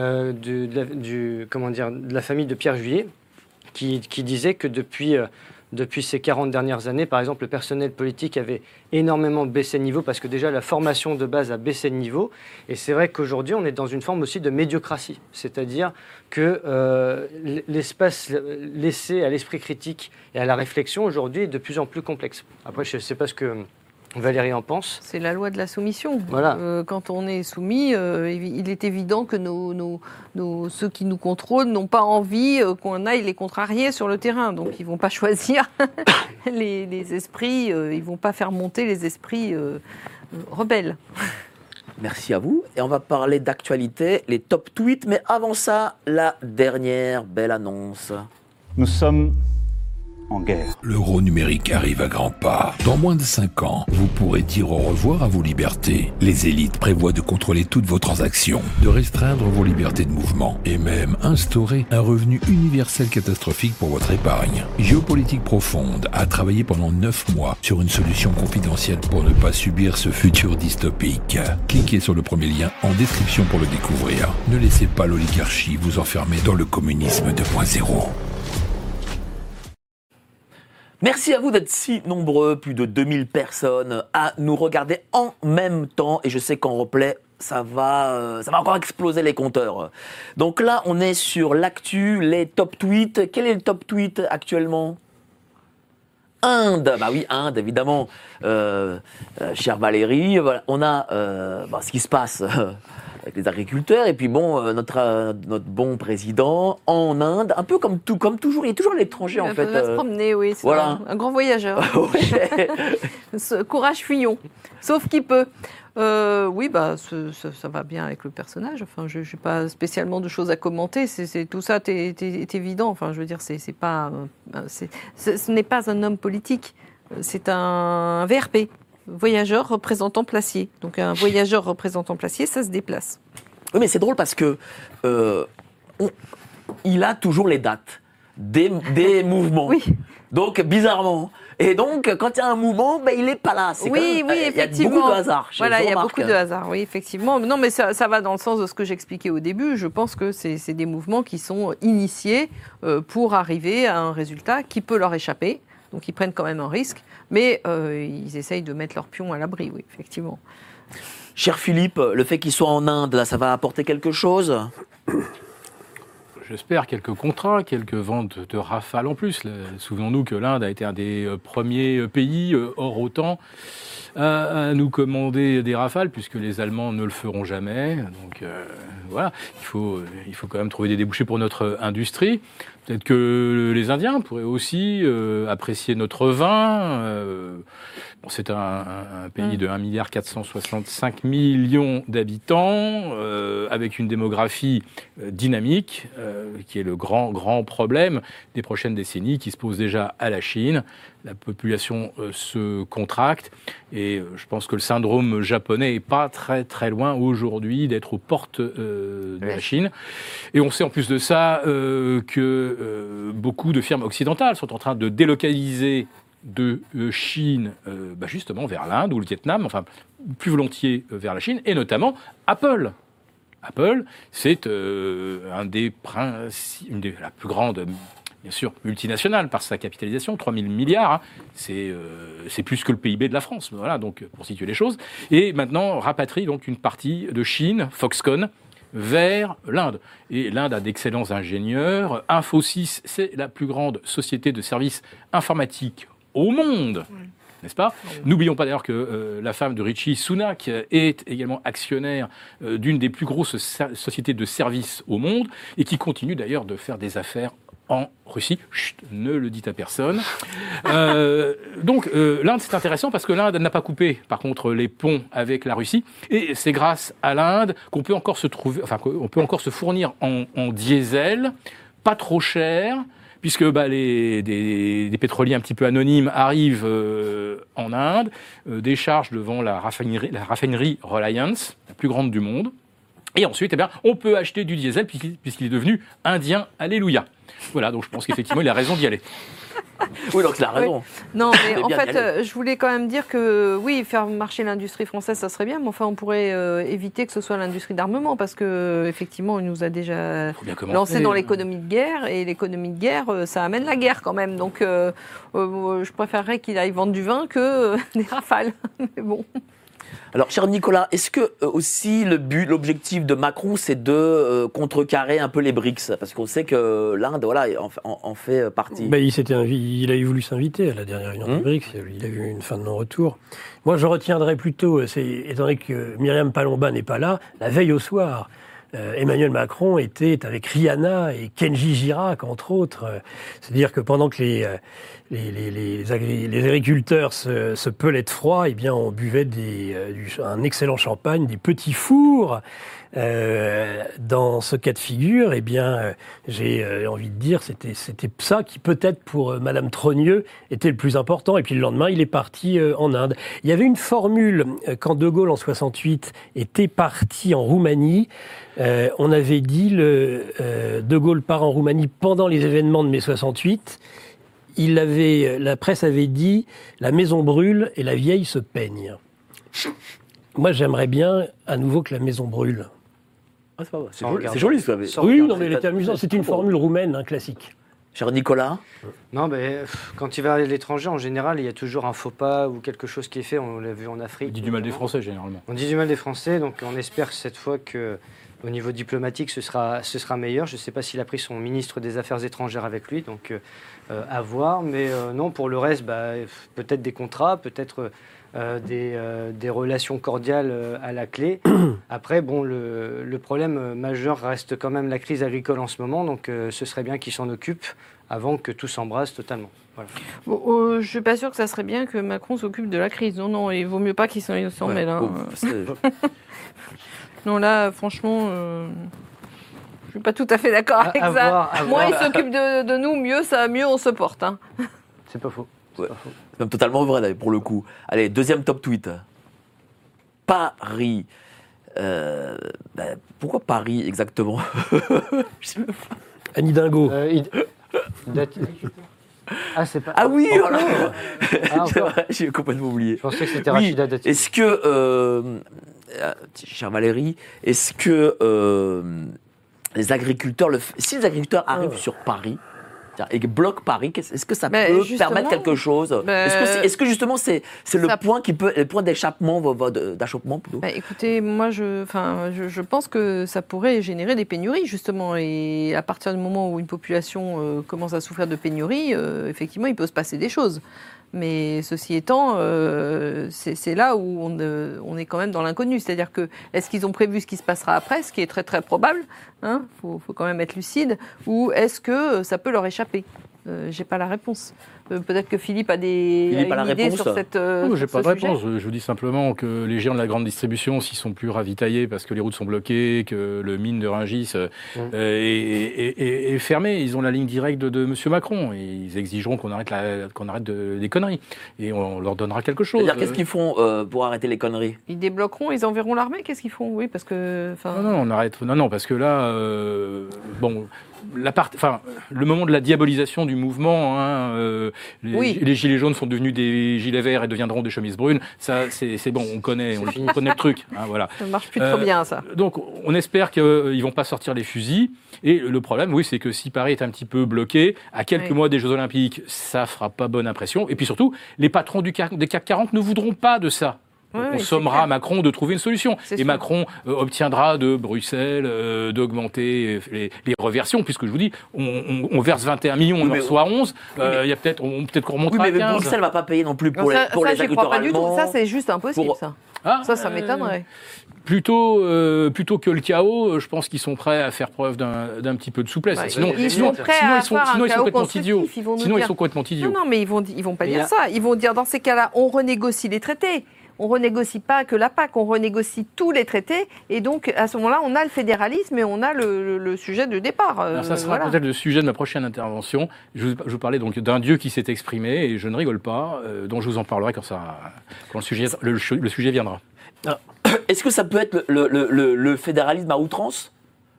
de la famille de Pierre Juillet, qui disait que depuis depuis ces 40 dernières années. Par exemple, le personnel politique avait énormément baissé de niveau parce que déjà la formation de base a baissé de niveau. Et c'est vrai qu'aujourd'hui, on est dans une forme aussi de médiocratie. C'est-à-dire que l'espace laissé à l'esprit critique et à la réflexion aujourd'hui est de plus en plus complexe. Après, je ne sais pas ce que Valérie en pense. C'est la loi de la soumission. Voilà. Quand on est soumis, il est évident que ceux qui nous contrôlent n'ont pas envie qu'on aille les contrarier sur le terrain. Donc ils ne vont pas choisir les esprits, ils ne vont pas faire monter les esprits rebelles. Merci à vous. Et on va parler d'actualité, les top tweets. Mais avant ça, la dernière belle annonce. Nous sommes en guerre. L'euro numérique arrive à grands pas. Dans moins de 5 ans, vous pourrez dire au revoir à vos libertés. Les élites prévoient de contrôler toutes vos transactions, de restreindre vos libertés de mouvement et même instaurer un revenu universel catastrophique pour votre épargne. Géopolitique Profonde a travaillé pendant 9 mois sur une solution confidentielle pour ne pas subir ce futur dystopique. Cliquez sur le premier lien en description pour le découvrir. Ne laissez pas l'oligarchie vous enfermer dans le communisme 2.0. Merci à vous d'être si nombreux, plus de 2000 personnes, à nous regarder en même temps. Et je sais qu'en replay, ça va encore exploser les compteurs. Donc là, on est sur l'actu, les top tweets. Quel est le top tweet actuellement ? Inde, bah oui, Inde, évidemment. Chère Valérie, voilà, on a ce qui se passe avec les agriculteurs, et puis bon, notre bon président en Inde, un peu comme toujours, il est toujours à l'étranger en fait. Il va se promener, oui, c'est voilà. un grand voyageur. Courage fuyons, sauf qu'il peut. Oui, ça va bien avec le personnage. Enfin, je n'ai pas spécialement de choses à commenter. Tout ça est évident. Enfin, je veux dire, ce n'est pas un homme politique. C'est un VRP, voyageur représentant placier. Donc, un voyageur représentant placier, ça se déplace. Oui, mais c'est drôle parce que il a toujours les dates des mouvements. Oui. Donc, bizarrement. Et donc, quand il y a un mouvement, il n'est pas là. Oui, effectivement. Il y a beaucoup de hasard. Voilà, il y a beaucoup de hasard, oui, effectivement. Non, mais ça va dans le sens de ce que j'expliquais au début. Je pense que c'est des mouvements qui sont initiés pour arriver à un résultat qui peut leur échapper. Donc, ils prennent quand même un risque. Mais ils essayent de mettre leur pion à l'abri, oui, effectivement. Cher Philippe, le fait qu'ils soient en Inde, là, ça va apporter quelque chose ? J'espère quelques contrats, quelques ventes de Rafale en plus. Souvenons-nous que l'Inde a été un des premiers pays hors OTAN à nous commander des Rafales, puisque les Allemands ne le feront jamais. Donc voilà, il faut quand même trouver des débouchés pour notre industrie. Peut-être que les Indiens pourraient aussi apprécier notre vin. C'est un pays de 1,465 milliard d'habitants, avec une démographie dynamique, qui est le grand problème des prochaines décennies, qui se pose déjà à la Chine. La population se contracte et je pense que le syndrome japonais n'est pas très loin aujourd'hui d'être aux portes de la Chine. Et on sait en plus de ça que beaucoup de firmes occidentales sont en train de délocaliser de Chine justement vers l'Inde ou le Vietnam, enfin plus volontiers vers la Chine, et notamment Apple. Apple, c'est la plus grande, bien sûr, multinationale par sa capitalisation, 3 000 milliards, hein. C'est plus que le PIB de la France, voilà, donc pour situer les choses. Et maintenant, rapatrie donc une partie de Chine, Foxconn, vers l'Inde. Et l'Inde a d'excellents ingénieurs. Infosys, c'est la plus grande société de services informatiques au monde. N'est-ce pas ? N'oublions pas d'ailleurs que la femme de Rishi Sunak est également actionnaire d'une des plus grosses sociétés de services au monde et qui continue d'ailleurs de faire des affaires en Russie. Chut, ne le dites à personne. Donc l'Inde, c'est intéressant parce que l'Inde n'a pas coupé, par contre, les ponts avec la Russie. Et c'est grâce à l'Inde qu'on peut encore se fournir en diesel, pas trop cher, puisque des pétroliers un petit peu anonymes arrivent en Inde, déchargent devant la raffinerie Reliance, la plus grande du monde. Et ensuite, on peut acheter du diesel puisqu'il est devenu indien. Alléluia. Voilà, donc je pense qu'effectivement, il a raison d'y aller. Oui, donc il a raison. Ouais. Non, mais C'est en bien d'y fait, je voulais quand même dire que oui, faire marcher l'industrie française, ça serait bien, mais enfin, on pourrait éviter que ce soit l'industrie d'armement, parce que effectivement, il nous a déjà lancé dans l'économie de guerre, et l'économie de guerre, ça amène la guerre quand même. Donc, je préférerais qu'il aille vendre du vin que des rafales. Mais bon. Alors, cher Nicolas, est-ce que aussi l'objectif de Macron, c'est de contrecarrer un peu les BRICS? Parce qu'on sait que l'Inde, voilà, en fait partie. Ben, il a voulu s'inviter à la dernière réunion du BRICS, il a eu une fin de non-retour. Moi, je retiendrai plutôt, étant donné que Myriam Palomba n'est pas là, la veille au soir, Emmanuel Macron était avec Rihanna et Kenji Girac, entre autres. C'est-à-dire que pendant que les agriculteurs se pelaient de froid, eh bien, on buvait un excellent champagne, des petits fours. Dans ce cas de figure, eh bien, j'ai envie de dire, c'était ça qui peut-être pour Madame Trogneux était le plus important. Et puis le lendemain, il est parti en Inde. Il y avait une formule quand De Gaulle en 68 était parti en Roumanie. On avait dit De Gaulle part en Roumanie pendant les événements de mai 68. La presse avait dit la maison brûle et la vieille se peigne. Moi, j'aimerais bien à nouveau que la maison brûle. Ah, c'est joli ce que vous avez. Oui, non, mais elle était amusante. C'est une formule roumaine, classique. Cher Nicolas? Non, mais quand il va à l'étranger, en général, il y a toujours un faux pas ou quelque chose qui est fait. On l'a vu en Afrique. On dit du mal des Français, généralement. On dit du mal des Français, donc on espère cette fois que, au niveau diplomatique, ce sera meilleur. Je ne sais pas s'il a pris son ministre des Affaires étrangères avec lui, donc à voir. Mais non, pour le reste, peut-être des contrats, peut-être des relations cordiales à la clé. Après, bon, le problème majeur reste quand même la crise agricole en ce moment, donc ce serait bien qu'il s'en occupe avant que tout s'embrase totalement. Voilà. Bon, je ne suis pas sûre que ça serait bien que Macron s'occupe de la crise. Non, il vaut mieux pas qu'il s'en mêle. Hein. Non, là, franchement, je ne suis pas tout à fait d'accord avec ça. Moins il s'occupe de nous, mieux on se porte. Hein. C'est pas faux. Ouais. C'est même totalement vrai, là, pour le coup. Allez, deuxième top tweet. Paris. Pourquoi Paris, exactement? Je sais même pas. Annie Dingo. C'est pas... Ah oui, voilà. C'est vrai, j'ai complètement oublié. Je pensais que c'était Rachida Dati. Est-ce que, chère Valérie, est-ce que les agriculteurs, si les agriculteurs arrivent sur Paris et bloquent Paris, est-ce que ça peut permettre quelque chose? Est-ce que justement c'est le point d'achoppement plutôt? Écoutez, moi je pense que ça pourrait générer des pénuries justement, et à partir du moment où une population commence à souffrir de pénuries, effectivement il peut se passer des choses. Mais ceci étant, c'est là où on est quand même dans l'inconnu. C'est-à-dire que, est-ce qu'ils ont prévu ce qui se passera après, ce qui est très très probable, hein, faut quand même être lucide, ou est-ce que ça peut leur échapper? J'ai pas la réponse. Peut-être que Philippe a une idée sur cette. J'ai pas de réponse. Je vous dis simplement que les géants de la grande distribution, s'ils sont plus ravitaillés parce que les routes sont bloquées, que le mine de Rungis est fermé, ils ont la ligne directe de M. Macron et ils exigeront qu'on arrête des conneries et on leur donnera quelque chose. C'est-à-dire, qu'est-ce qu'ils font pour arrêter les conneries? Ils débloqueront, ils enverront l'armée. Qu'est-ce qu'ils font? Oui, parce que. Non, on arrête. Non, parce que là, le moment de la diabolisation du mouvement, les gilets jaunes sont devenus des gilets verts et deviendront des chemises brunes. Ça, c'est bon, on connaît le truc. Hein, voilà. Ça marche plus trop bien, ça. Donc, on espère qu'ils vont pas sortir les fusils. Et le problème, oui, c'est que si Paris est un petit peu bloqué, à quelques mois des Jeux Olympiques, ça fera pas bonne impression. Et puis surtout, les patrons des CAC 40 ne voudront pas de ça. On sommera Macron de trouver une solution. Et Macron obtiendra de Bruxelles d'augmenter les reversions, puisque je vous dis, on verse 21 millions, on en reçoit 11. Il y a peut-être qu'on remontera à 15. Mais Bruxelles ne va pas payer non plus pour les agriculteurs allemands. Ça, c'est juste impossible, ça. Ça m'étonnerait. Plutôt que le chaos, je pense qu'ils sont prêts à faire preuve d'un petit peu de souplesse. Sinon, ils sont complètement idiots. Sinon, ils sont complètement idiots. Non, mais ils vont pas dire ça. Ils vont dire, dans ces cas-là, on renégocie les traités. On renégocie pas que la PAC, on renégocie tous les traités. Et donc, à ce moment-là, on a le fédéralisme et on a le sujet de départ. Alors, ça sera peut-être le sujet de ma prochaine intervention. Je vous parlais donc d'un dieu qui s'est exprimé, et je ne rigole pas, dont je vous en parlerai quand le sujet viendra. Est-ce que ça peut être le fédéralisme à outrance?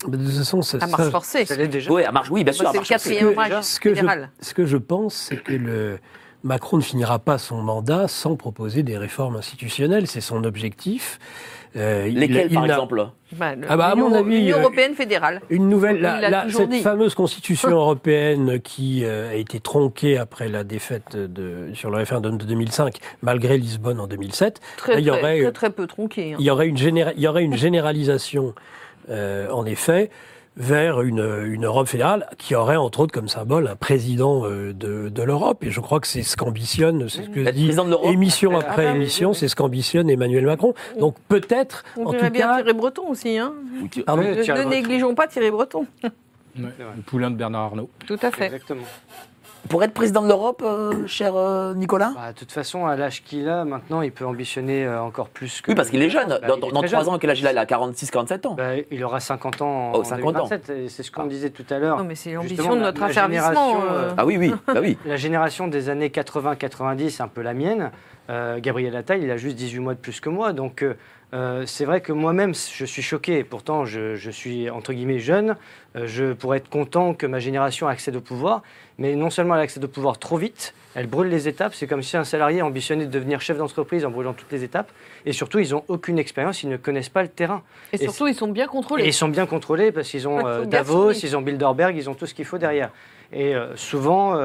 De toute façon, À marche forcée. Ça l'est déjà. Oui, à marche, oui, bien sûr. à C'est le marche forcée. quatrième bras ce que fédéral. je pense, c'est que Macron ne finira pas son mandat sans proposer des réformes institutionnelles. C'est son objectif. Lesquels, par exemple? À mon avis, l'Union européenne fédérale. Une nouvelle, Il l'a toujours cette dit. fameuse constitution européenne qui a été tronquée après la défaite sur le référendum de 2005, malgré Lisbonne en 2007. Très, il y aurait, très peu tronqué. Hein. il y aurait une généralisation, en effet, vers une Europe fédérale qui aurait, entre autres, comme symbole un président de l'Europe. Et je crois que c'est ce qu'ambitionne, c'est ce que Être dit président de l'Europe. émission après émission, c'est ce qu'ambitionne Emmanuel Macron. Donc peut-être, On en verrait tout bien cas... Thierry Breton aussi. Hein. Pardon Ne négligeons pas Thierry Breton. Le poulain de Bernard Arnault. Tout à fait. Exactement. Pour être président de l'Europe, cher Nicolas? Bah, de toute façon, à l'âge qu'il a, maintenant, il peut ambitionner encore plus que... Oui, parce qu'il est jeune. Bah, Dans il est 3 très jeune. ans, quel âge il a? Il a 46, 47 ans. Bah, il aura 50 ans Oh, en 50 ans. 2027. Et c'est ce qu'on disait tout à l'heure. Non, mais c'est l'ambition Justement, de notre la asservissement. génération, Ah oui, oui, bah oui. La génération des années 80-90, c'est un peu la mienne. Gabriel Attal, il a juste 18 mois de plus que moi. Donc, c'est vrai que moi-même, je suis choqué. Et pourtant, je suis, entre guillemets, jeune. Je pourrais être content que ma génération accède au pouvoir. Mais non seulement elle accède au pouvoir trop vite, elle brûle les étapes. C'est comme si un salarié ambitionnait de devenir chef d'entreprise en brûlant toutes les étapes. Et surtout, ils n'ont aucune expérience, ils ne connaissent pas le terrain. Et surtout, ils sont bien Et contrôlés. ils sont bien contrôlés parce qu'ils ont Ils sont bien Davos, soumis. ils ont Bilderberg, ils ont tout ce qu'il faut derrière. Et souvent,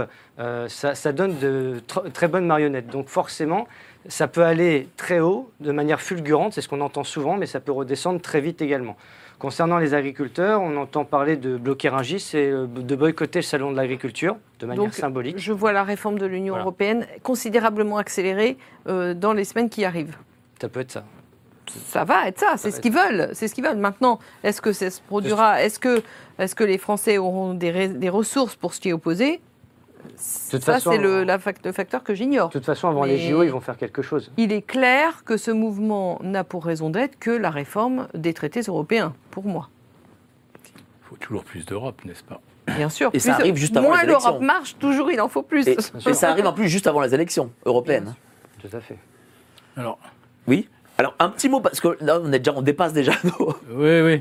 ça donne de très bonnes marionnettes. Donc forcément, ça peut aller très haut, de manière fulgurante, c'est ce qu'on entend souvent, mais ça peut redescendre très vite également. Concernant les agriculteurs, on entend parler de bloquer Rungis et de boycotter le salon de l'agriculture de manière Donc, symbolique. je vois la réforme de l'Union Voilà. européenne considérablement accélérée dans les semaines qui arrivent. Ça peut être ça. Ça va être ça, c'est ce qu'ils veulent. C'est ce qu'ils veulent. Maintenant, est-ce que ça se produira? Est-ce que les Français auront des ressources pour s'y opposer? toute Ça, façon, c'est le facteur que j'ignore. De toute façon, avant Mais- les JO, ils vont faire quelque chose. Il est clair que ce mouvement n'a pour raison d'être que la réforme des traités européens, pour moi. Il faut toujours plus d'Europe, n'est-ce pas? Bien sûr. Et ça Plus- arrive juste avant moins les élections. l'Europe marche, toujours il en faut plus. Et ça arrive en plus juste avant les élections européennes. Tout à fait. Alors, Oui. Alors, un petit mot, parce que là, on dépasse déjà nos... oui, oui.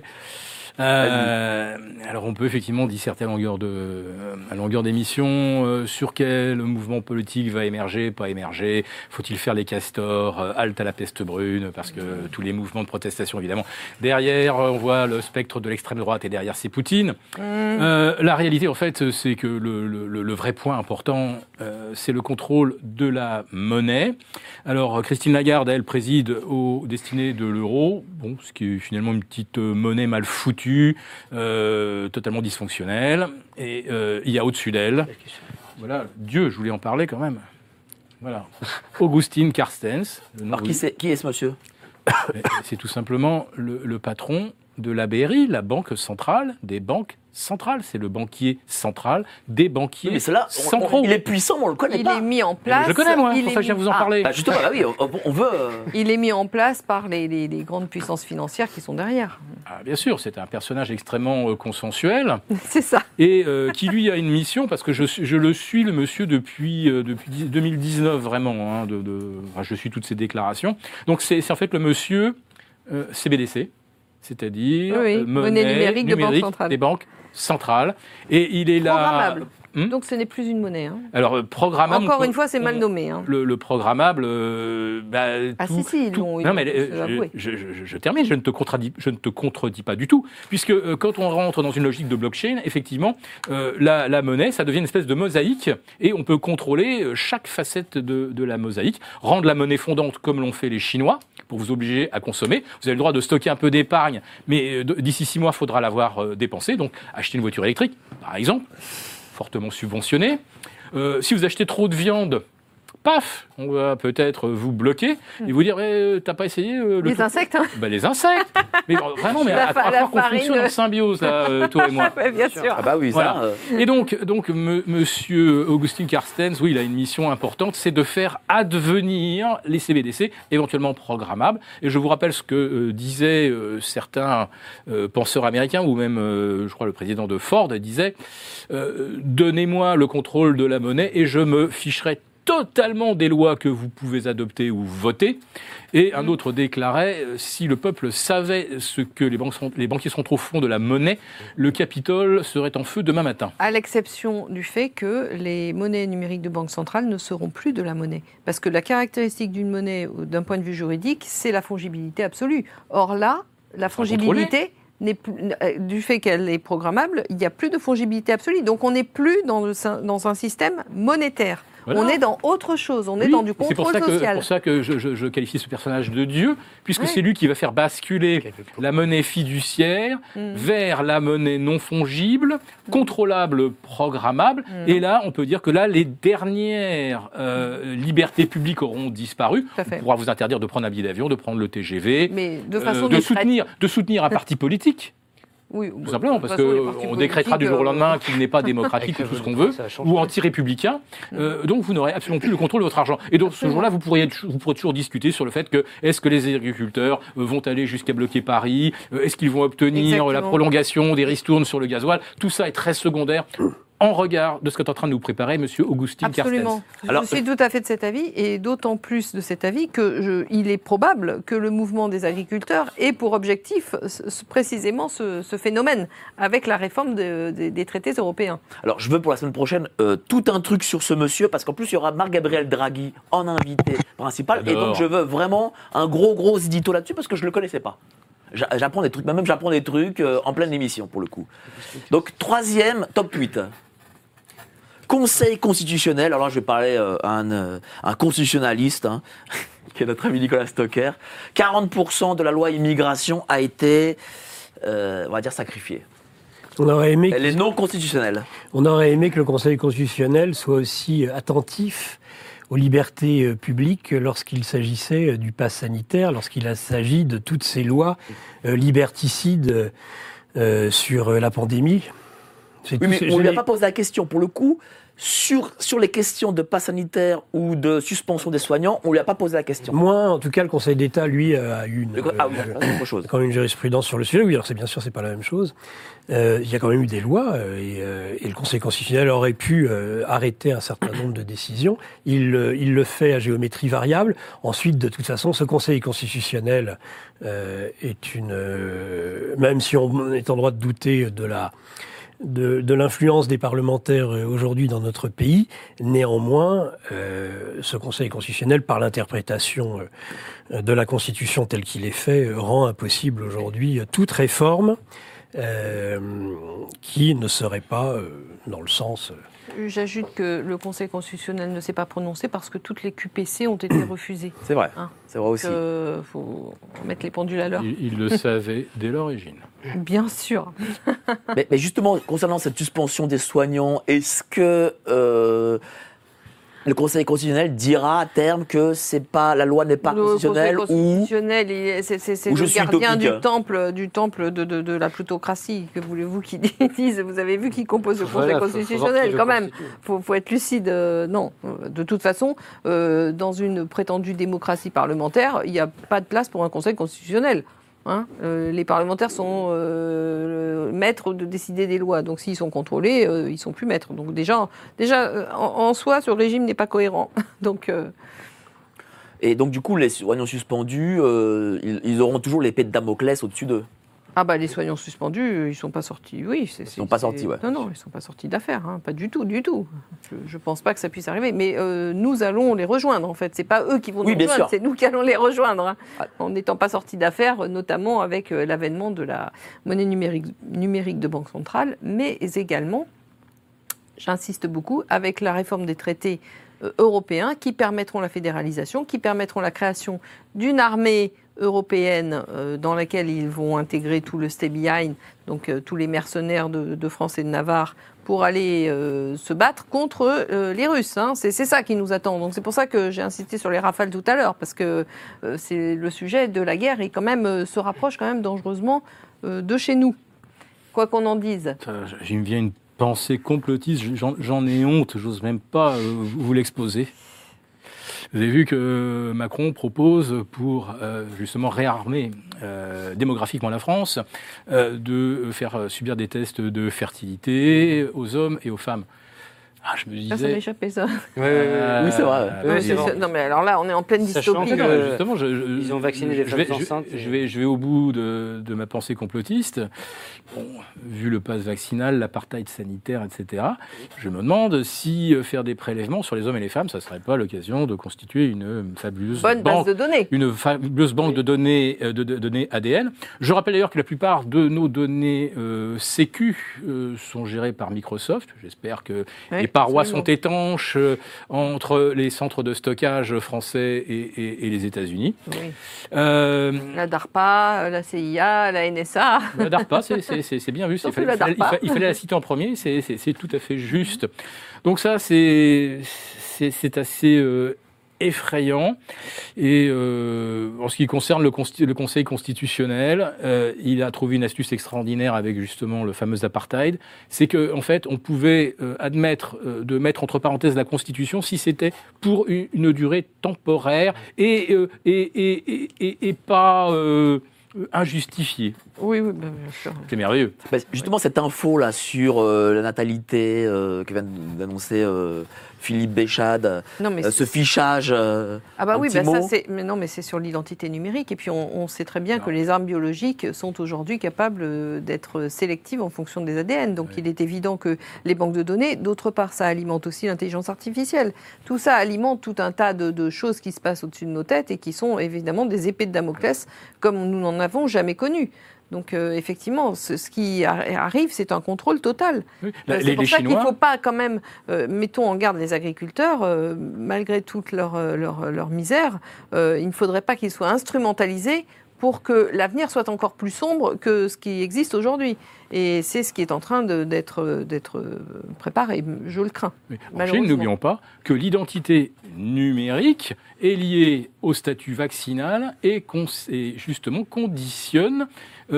Alors on peut effectivement disserter à longueur d'émission sur quel mouvement politique va émerger, pas émerger, faut-il faire les castors, halte à la peste brune, parce que tous les mouvements de protestation évidemment. Derrière, on voit le spectre de l'extrême droite et derrière c'est Poutine. La réalité en fait, c'est que le vrai point important, c'est le contrôle de la monnaie. Alors Christine Lagarde, elle préside aux destinées de l'euro, bon, ce qui est finalement une petite monnaie mal foutue, totalement dysfonctionnelle. Et il y a au-dessus d'elle, voilà, Dieu, je voulais en parler quand même. Voilà, Augustin Carstens. Le nom Alors, qui est ce monsieur? c'est tout simplement le patron de la BRI, la banque centrale des banques centrales. C'est le banquier central des banquiers Oui, mais cela, centraux. il est puissant, mais on le connaît Il pas. est mis en place. Je le connais, moi, il pour est ça que je viens mis- vous en Ah, parler. Bah, justement, bah oui, on veut... Il est mis en place par les grandes puissances financières qui sont derrière. Ah, bien sûr, c'est un personnage extrêmement consensuel C'est ça. et qui, lui, a une mission, parce que je le suis, le monsieur, depuis 2019, vraiment. Hein, enfin, je suis toutes ses déclarations. Donc, c'est en fait le monsieur CBDC, c'est-à-dire Oui, monnaie numérique de banque centrale. des banques centrales. Et il est là... Programmable. Hmm Donc ce n'est plus une monnaie. Hein. Alors, programmable... Encore une fois, c'est mal nommé. Hein. Le programmable... Ah si, ils l'ont Non, mais avoué. je termine, je ne te contredis pas du tout, puisque quand on rentre dans une logique de blockchain, effectivement, la monnaie, ça devient une espèce de mosaïque, et on peut contrôler chaque facette de la mosaïque, rendre la monnaie fondante comme l'ont fait les Chinois, pour vous obliger à consommer. Vous avez le droit de stocker un peu d'épargne, mais d'ici 6 mois, il faudra l'avoir dépensé, donc acheter une voiture électrique, par exemple, fortement subventionnée. Si vous achetez trop de viande, paf, on va peut-être vous bloquer et vous dire t'as pas essayé Les insectes, hein. Les insectes. Mais vraiment, mais La à croire qu'on farine. fonctionne en symbiose là, toi et moi. Ouais, bien sûr. Ah bah oui, Voilà. ça... Et donc monsieur Augustin Carstens, oui, il a une mission importante, c'est de faire advenir les CBDC, éventuellement programmables. Et je vous rappelle ce que disaient certains penseurs américains, ou même, je crois, le président de Ford disait donnez-moi le contrôle de la monnaie et je me ficherai totalement des lois que vous pouvez adopter ou voter. Et un autre déclarait, si le peuple savait ce que les banquiers sont au fond de la monnaie, le Capitole serait en feu demain matin. À l'exception du fait que les monnaies numériques de banque centrale ne seront plus de la monnaie. Parce que la caractéristique d'une monnaie, d'un point de vue juridique, c'est la fongibilité absolue. Or là, la fongibilité n'est plus, du fait qu'elle est programmable, il n'y a plus de fongibilité absolue. Donc on n'est plus dans un système monétaire. Voilà. On est dans autre chose, on est dans du contrôle social. C'est pour ça que je qualifie ce personnage de Dieu, puisque c'est lui qui va faire basculer la monnaie fiduciaire vers la monnaie non fongible, contrôlable, programmable. Et là, on peut dire que là, les dernières libertés publiques auront disparu. On pourra vous interdire de prendre un billet d'avion, de prendre le TGV, mais de façon de soutenir un parti politique. Oui, tout simplement, parce qu'on décrétera du jour au lendemain qu'il n'est pas démocratique, tout ce qu'on veut, ou anti-républicain. Donc vous n'aurez absolument plus le contrôle de votre argent. Et donc ce jour-là, vous pourrez toujours discuter sur le fait que est-ce que les agriculteurs vont aller jusqu'à bloquer Paris, est-ce qu'ils vont obtenir la prolongation des ristournes sur le gasoil. Tout ça est très secondaire en regard de ce qu'est en train de nous préparer M. Augustin Carstens. Absolument. Je suis tout à fait de cet avis, et d'autant plus de cet avis qu'il est probable que le mouvement des agriculteurs ait pour objectif précisément ce phénomène, avec la réforme des traités européens. Alors, je veux pour la semaine prochaine tout un truc sur ce monsieur, parce qu'en plus, il y aura Marc-Gabriel Draghi en invité principal, et donc je veux vraiment un gros édito là-dessus, parce que je ne le connaissais pas. J'apprends des trucs, même j'apprends des trucs en pleine émission, pour le coup. Donc, troisième, top 8. Conseil constitutionnel, alors là je vais parler à un constitutionnaliste, qui est notre ami Nicolas Stocker. 40% de la loi immigration a été, on va dire, sacrifiée. Elle est non constitutionnelle. On aurait aimé que le Conseil constitutionnel soit aussi attentif aux libertés publiques lorsqu'il s'agissait du pass sanitaire, lorsqu'il s'agit de toutes ces lois liberticides sur la pandémie. Oui, mais on ne lui a pas posé la question. Pour le coup, sur les questions de pass sanitaire ou de suspension des soignants, on ne lui a pas posé la question. Moi, en tout cas, le Conseil d'État, lui, a eu quand même une jurisprudence sur le sujet. Oui, alors c'est bien sûr, c'est pas la même chose. Il y a quand même eu des lois et le Conseil constitutionnel aurait pu arrêter un certain nombre de décisions. Il le fait à géométrie variable. Ensuite, de toute façon, ce Conseil constitutionnel est même si on est en droit de douter de l'influence des parlementaires aujourd'hui dans notre pays, néanmoins, ce Conseil constitutionnel, par l'interprétation de la Constitution telle qu'il est fait, rend impossible aujourd'hui toute réforme qui ne serait pas dans le sens... J'ajoute que le Conseil constitutionnel ne s'est pas prononcé parce que toutes les QPC ont été refusées. C'est vrai, c'est vrai aussi. Il faut mettre les pendules à l'heure. Il le savait dès l'origine. Bien sûr. mais justement, concernant cette suspension des soignants, est-ce que le Conseil constitutionnel dira à terme que la loi n'est pas constitutionnelle, c'est le gardien du temple de la plutocratie. Que voulez-vous qu'il dise? Vous avez vu qui compose le Conseil constitutionnel quand même. Faut être lucide. Non, de toute façon, dans une prétendue démocratie parlementaire, il n'y a pas de place pour un Conseil constitutionnel. Les parlementaires sont maîtres de décider des lois. Donc s'ils sont contrôlés, ils ne sont plus maîtres. Donc déjà en soi, ce régime n'est pas cohérent. Et donc du coup, les soignants suspendus, ils auront toujours l'épée de Damoclès au-dessus d'eux. Ah bah les soignants suspendus, ils ne sont pas sortis. Oui, ils ne sont pas sortis, ouais. Non, ils ne sont pas sortis d'affaire, pas du tout. Je ne pense pas que ça puisse arriver. Mais nous allons les rejoindre, en fait. Ce n'est pas eux qui vont nous rejoindre, c'est nous qui allons les rejoindre. En n'étant pas sortis d'affaire, notamment avec l'avènement de la monnaie numérique de banque centrale, mais également, j'insiste beaucoup, avec la réforme des traités européens qui permettront la fédéralisation, qui permettront la création d'une armée européenne dans laquelle ils vont intégrer tout le stay behind, donc tous les mercenaires de France et de Navarre, pour aller se battre contre les Russes. C'est ça qui nous attend. Donc c'est pour ça que j'ai insisté sur les Rafales tout à l'heure, parce que c'est le sujet de la guerre et quand même se rapproche quand même dangereusement de chez nous, quoi qu'on en dise. Il me vient une pensée complotiste, j'en ai honte, j'ose même pas vous l'exposer. Vous avez vu que Macron propose, pour justement réarmer démographiquement la France, de faire subir des tests de fertilité aux hommes et aux femmes. Ah, je me Ça disais... m'a échappé, ça. Oui, c'est vrai. Ouais, non, mais alors là, on est en pleine Sachant dystopie. que- Justement, Ils ont vacciné les femmes enceintes. je vais au bout de ma pensée complotiste. Bon, vu le pass vaccinal, l'apartheid sanitaire, etc., je me demande si faire des prélèvements sur les hommes et les femmes, ça ne serait pas l'occasion de constituer une fabuleuse Bonne base de données. une fabuleuse banque de données, de données ADN. Je rappelle d'ailleurs que la plupart de nos données sécu sont gérées par Microsoft. J'espère que les parois sont étanches entre les centres de stockage français et les États-Unis. Oui. La La DARPA, la CIA, la NSA. DARPA, c'est bien vu. Surtout la DARPA. Il fallait la citer en premier, c'est tout à fait juste. Donc ça, c'est assez effrayant. Et en ce qui concerne le Conseil constitutionnel, il a trouvé une astuce extraordinaire avec justement le fameux apartheid. C'est que en fait, on pouvait admettre de mettre entre parenthèses la Constitution si c'était pour une durée temporaire et pas injustifiée. Oui, bien sûr. C'est merveilleux. Bah, justement, cette info là sur la natalité que vient d'annoncer Philippe Béchade, Non, mais ce fichage. Ah bah un oui, petit ça mot. c'est. Mais non, mais c'est sur l'identité numérique. Et puis on sait très bien que les armes biologiques sont aujourd'hui capables d'être sélectives en fonction des ADN. Donc il est évident que les banques de données, d'autre part, ça alimente aussi l'intelligence artificielle. Tout ça alimente tout un tas de choses qui se passent au-dessus de nos têtes et qui sont évidemment des épées de Damoclès comme nous n'en avons jamais connu. Donc effectivement, ce qui arrive, c'est un contrôle total. Oui. C'est pour Les ça qu'il ne Chinois, faut pas quand même, mettons en garde les agriculteurs, malgré toute leur misère, il ne faudrait pas qu'ils soient instrumentalisés pour que l'avenir soit encore plus sombre que ce qui existe aujourd'hui. Et c'est ce qui est en train d'être préparé, je le crains. oui. En malheureusement. Chine, n'oublions pas que l'identité numérique est liée au statut vaccinal et justement conditionne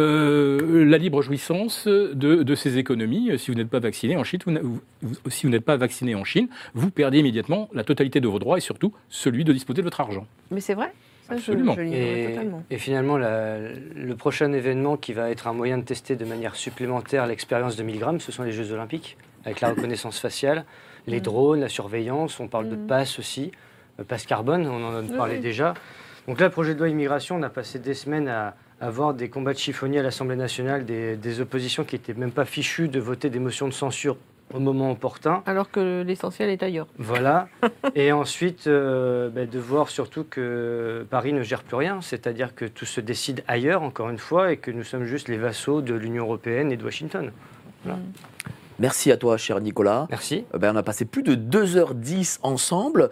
la libre jouissance de ces économies. Si vous n'êtes pas vacciné en Chine, si vous n'êtes pas vacciné en Chine, vous perdez immédiatement la totalité de vos droits et surtout celui de disposer de votre argent. Mais c'est vrai. Ça, Absolument. je l'ignorais totalement. Et finalement, le prochain événement qui va être un moyen de tester de manière supplémentaire l'expérience de 1000 grammes, ce sont les Jeux Olympiques, avec la reconnaissance faciale, les drones, la surveillance, on parle de passe aussi, passe carbone, on en a parlé déjà. Donc là, le projet de loi immigration, on a passé des semaines à avoir des combats de chiffonniers à l'Assemblée nationale, des oppositions qui n'étaient même pas fichues de voter des motions de censure au moment opportun. Alors que l'essentiel est ailleurs. Voilà. Et ensuite, de voir surtout que Paris ne gère plus rien, c'est-à-dire que tout se décide ailleurs, encore une fois, et que nous sommes juste les vassaux de l'Union européenne et de Washington. Voilà. Merci à toi, cher Nicolas. Merci. On a passé plus de 2h10 ensemble.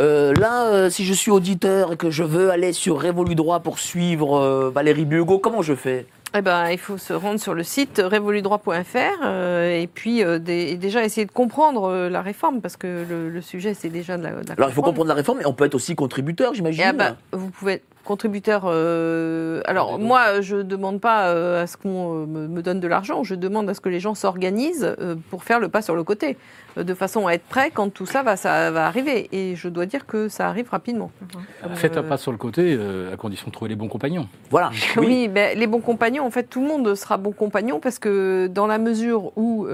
Si je suis auditeur et que je veux aller sur Révolu Droit pour suivre Valérie Buegaut, comment je fais ? Eh ben, il faut se rendre sur le site revoludroit.fr et puis déjà essayer de comprendre la réforme, parce que le sujet, c'est déjà de la Alors, il faut réforme. comprendre la réforme, mais on peut être aussi contributeur, j'imagine. Vous pouvez être contributeur. Alors, moi, je ne demande pas à ce qu'on me donne de l'argent, je demande à ce que les gens s'organisent pour faire le pas sur le côté, de façon à être prêt quand tout ça va arriver. Et je dois dire que ça arrive rapidement. Faites un pas sur le côté, à condition de trouver les bons compagnons. Voilà. Oui, mais les bons compagnons, en fait, tout le monde sera bon compagnon, parce que dans la mesure où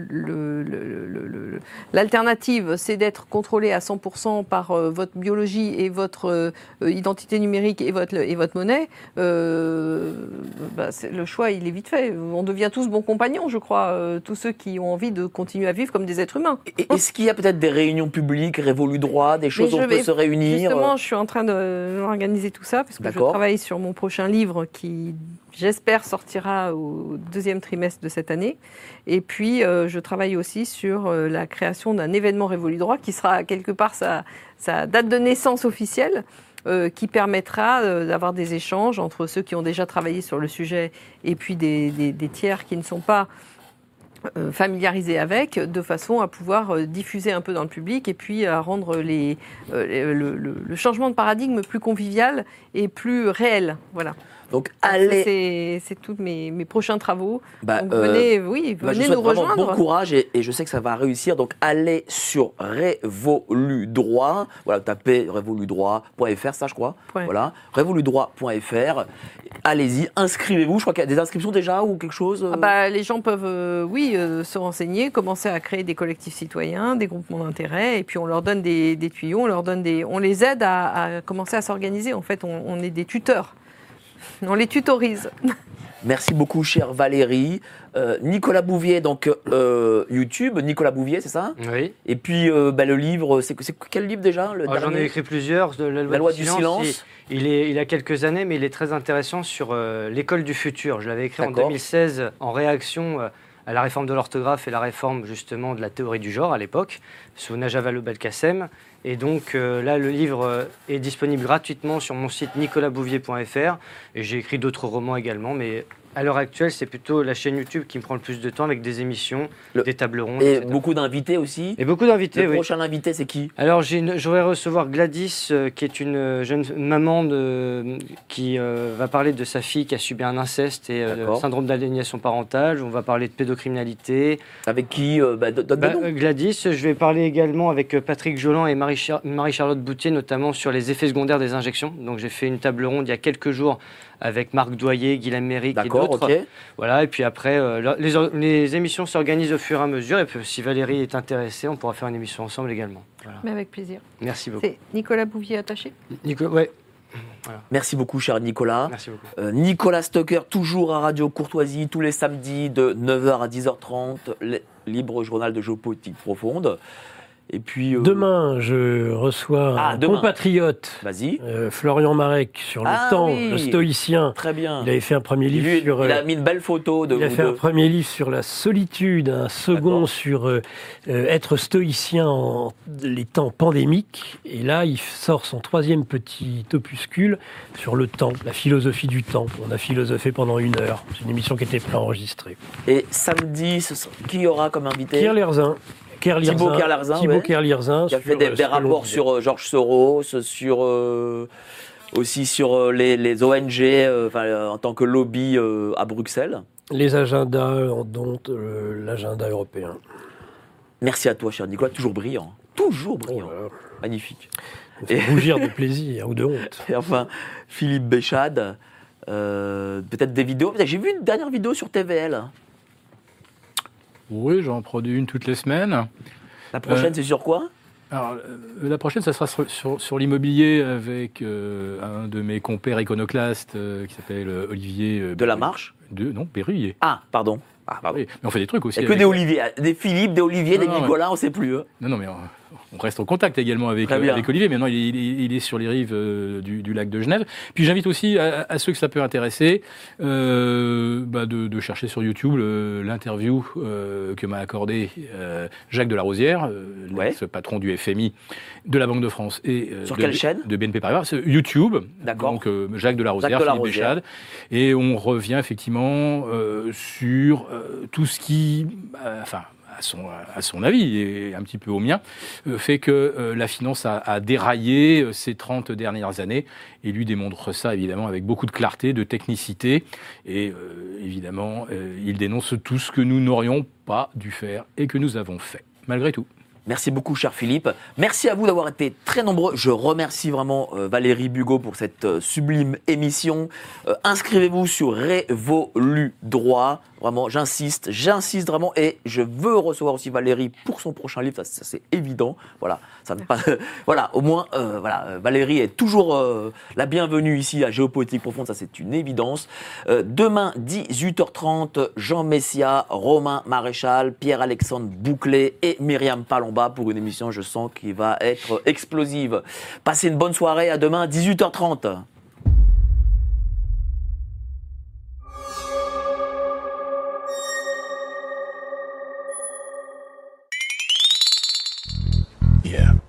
l'alternative, c'est d'être contrôlé à 100% par votre biologie et votre identité numérique et votre monnaie, le choix, il est vite fait. On devient tous bons compagnons, je crois, tous ceux qui ont envie de continuer à vivre comme des êtres humains. Est-ce qu'il y a peut-être des réunions publiques, Révolu Droit, des choses où on peut se réunir ? Justement, je suis en train d'organiser tout ça, parce que je travaille sur mon prochain livre qui, j'espère, sortira au deuxième trimestre de cette année. Et puis, je travaille aussi sur la création d'un événement Révolu Droit qui sera quelque part sa date de naissance officielle, qui permettra d'avoir des échanges entre ceux qui ont déjà travaillé sur le sujet et puis des tiers qui ne sont pas familiarisés avec, de façon à pouvoir diffuser un peu dans le public et puis à rendre le changement de paradigme plus convivial et plus réel. Voilà. Donc allez. C'est tous mes prochains travaux. Bah, Donc venez, je venez souhaite nous vraiment rejoindre. bon courage et je sais que ça va réussir. Donc allez sur Révoludroit. Voilà, tapez révoludroit.fr, ça je crois. Ouais. Voilà, révoludroit.fr. Allez-y, inscrivez-vous. Je crois qu'il y a des inscriptions déjà ou quelque chose. Les gens peuvent, se renseigner, commencer à créer des collectifs citoyens, des groupements d'intérêt, et puis on leur donne des tuyaux, on les aide à commencer à s'organiser. En fait, on est des tuteurs. On les tutorise. Merci beaucoup, chère Valérie. Nicolas Bouvier, donc YouTube, Nicolas Bouvier, c'est ça? Oui. Et puis le livre, c'est quel livre déjà le J'en ai dernier écrit plusieurs. La loi du silence. Il a quelques années, mais il est très intéressant sur l'école du futur. Je l'avais écrit en 2016 en réaction à la réforme de l'orthographe et la réforme justement de la théorie du genre à l'époque, sous Najat Vallaud-Belkacem. Et donc là, le livre est disponible gratuitement sur mon site nicolasbouvier.fr. Et j'ai écrit d'autres romans également, mais à l'heure actuelle, c'est plutôt la chaîne YouTube qui me prend le plus de temps avec des émissions, des tables rondes. Et etc. beaucoup d'invités aussi. Et beaucoup d'invités, Le oui. prochain invité, c'est qui? Alors, je voudrais recevoir Gladys, qui est une jeune maman qui va parler de sa fille qui a subi un inceste et le syndrome d'aliénation parentale. On va parler de pédocriminalité. Avec qui Gladys, je vais parler également avec Patrick Jolan et Marie-Charlotte Boutier, notamment sur les effets secondaires des injections. Donc, j'ai fait une table ronde il y a quelques jours avec Marc Doyer, Guilhem Méric et d'autres. Ok. Voilà, et puis après, les émissions s'organisent au fur et à mesure. Et puis, si Valérie est intéressée, on pourra faire une émission ensemble également. Voilà. Mais avec plaisir. Merci beaucoup. C'est Nicolas Bouvier attaché. Ouais. Voilà. Merci beaucoup, cher Nicolas. Merci beaucoup. Nicolas Stocker, toujours à Radio Courtoisie, tous les samedis de 9h à 10h30, libre journal de géopolitique profonde. Et puis demain, je reçois un compatriote, Florian Marek, sur le temps, le stoïcien. Très bien. Il avait fait un premier livre sur. Il a mis une belle photo de. Il a fait un premier livre sur la solitude, un second sur être stoïcien en les temps pandémiques. Et là, il sort son troisième petit opuscule sur le temps, la philosophie du temps. On a philosophé pendant 1 heure. C'est une émission qui était préenregistrée. Et samedi, qui y aura comme invité? Pierre Lerzin. Thibaut Kerlerzin, qui a fait des rapports sur George Soros, aussi sur les ONG en tant que lobby à Bruxelles. Les agendas, dont l'agenda européen. Merci à toi, cher Nicolas, toujours brillant. Toujours brillant. Voilà. Magnifique. Et rougir de plaisir ou de honte. Et enfin, Philippe Béchade, peut-être des vidéos. J'ai vu une dernière vidéo sur TVL. Oui, j'en produis une toutes les semaines. La prochaine, c'est sur quoi? Alors, la prochaine, ça sera sur l'immobilier avec un de mes compères iconoclastes qui s'appelle Olivier... de la Marche? Non, Berruyer. Ah, pardon. Oui, mais on fait des trucs aussi. Il n'y a que des Olivier, des Philippe, des Olivier, des Nicolas, on ne sait plus. Non, mais on reste en contact également avec Olivier. Maintenant, il est sur les rives du lac de Genève. Puis j'invite aussi à ceux que ça peut intéresser de chercher sur YouTube l'interview que m'a accordé Jacques Delarosière, ce patron du FMI, de la Banque de France et sur quelle chaîne? De BNP Paribas. YouTube. D'accord. Donc Jacques Delarosière, Philippe Béchade. Et on revient effectivement sur tout ce qui, à son avis et un petit peu au mien, fait que la finance a déraillé ces 30 dernières années, et lui démontre ça évidemment avec beaucoup de clarté, de technicité, et évidemment il dénonce tout ce que nous n'aurions pas dû faire et que nous avons fait, malgré tout. Merci beaucoup, cher Philippe. Merci à vous d'avoir été très nombreux. Je remercie vraiment Valérie Bugeaud pour cette sublime émission. Inscrivez-vous sur Révoludroit. Vraiment, j'insiste vraiment. Et je veux recevoir aussi Valérie pour son prochain livre. Ça c'est évident. Voilà, voilà, au moins, Valérie est toujours la bienvenue ici à Géopolitique Profonde. Ça, c'est une évidence. Demain, 18h30, Jean Messia, Romain Maréchal, Pierre-Alexandre Bouclé et Myriam Palomba pour une émission, je sens, qui va être explosive. Passez une bonne soirée. À demain, 18h30. Yeah.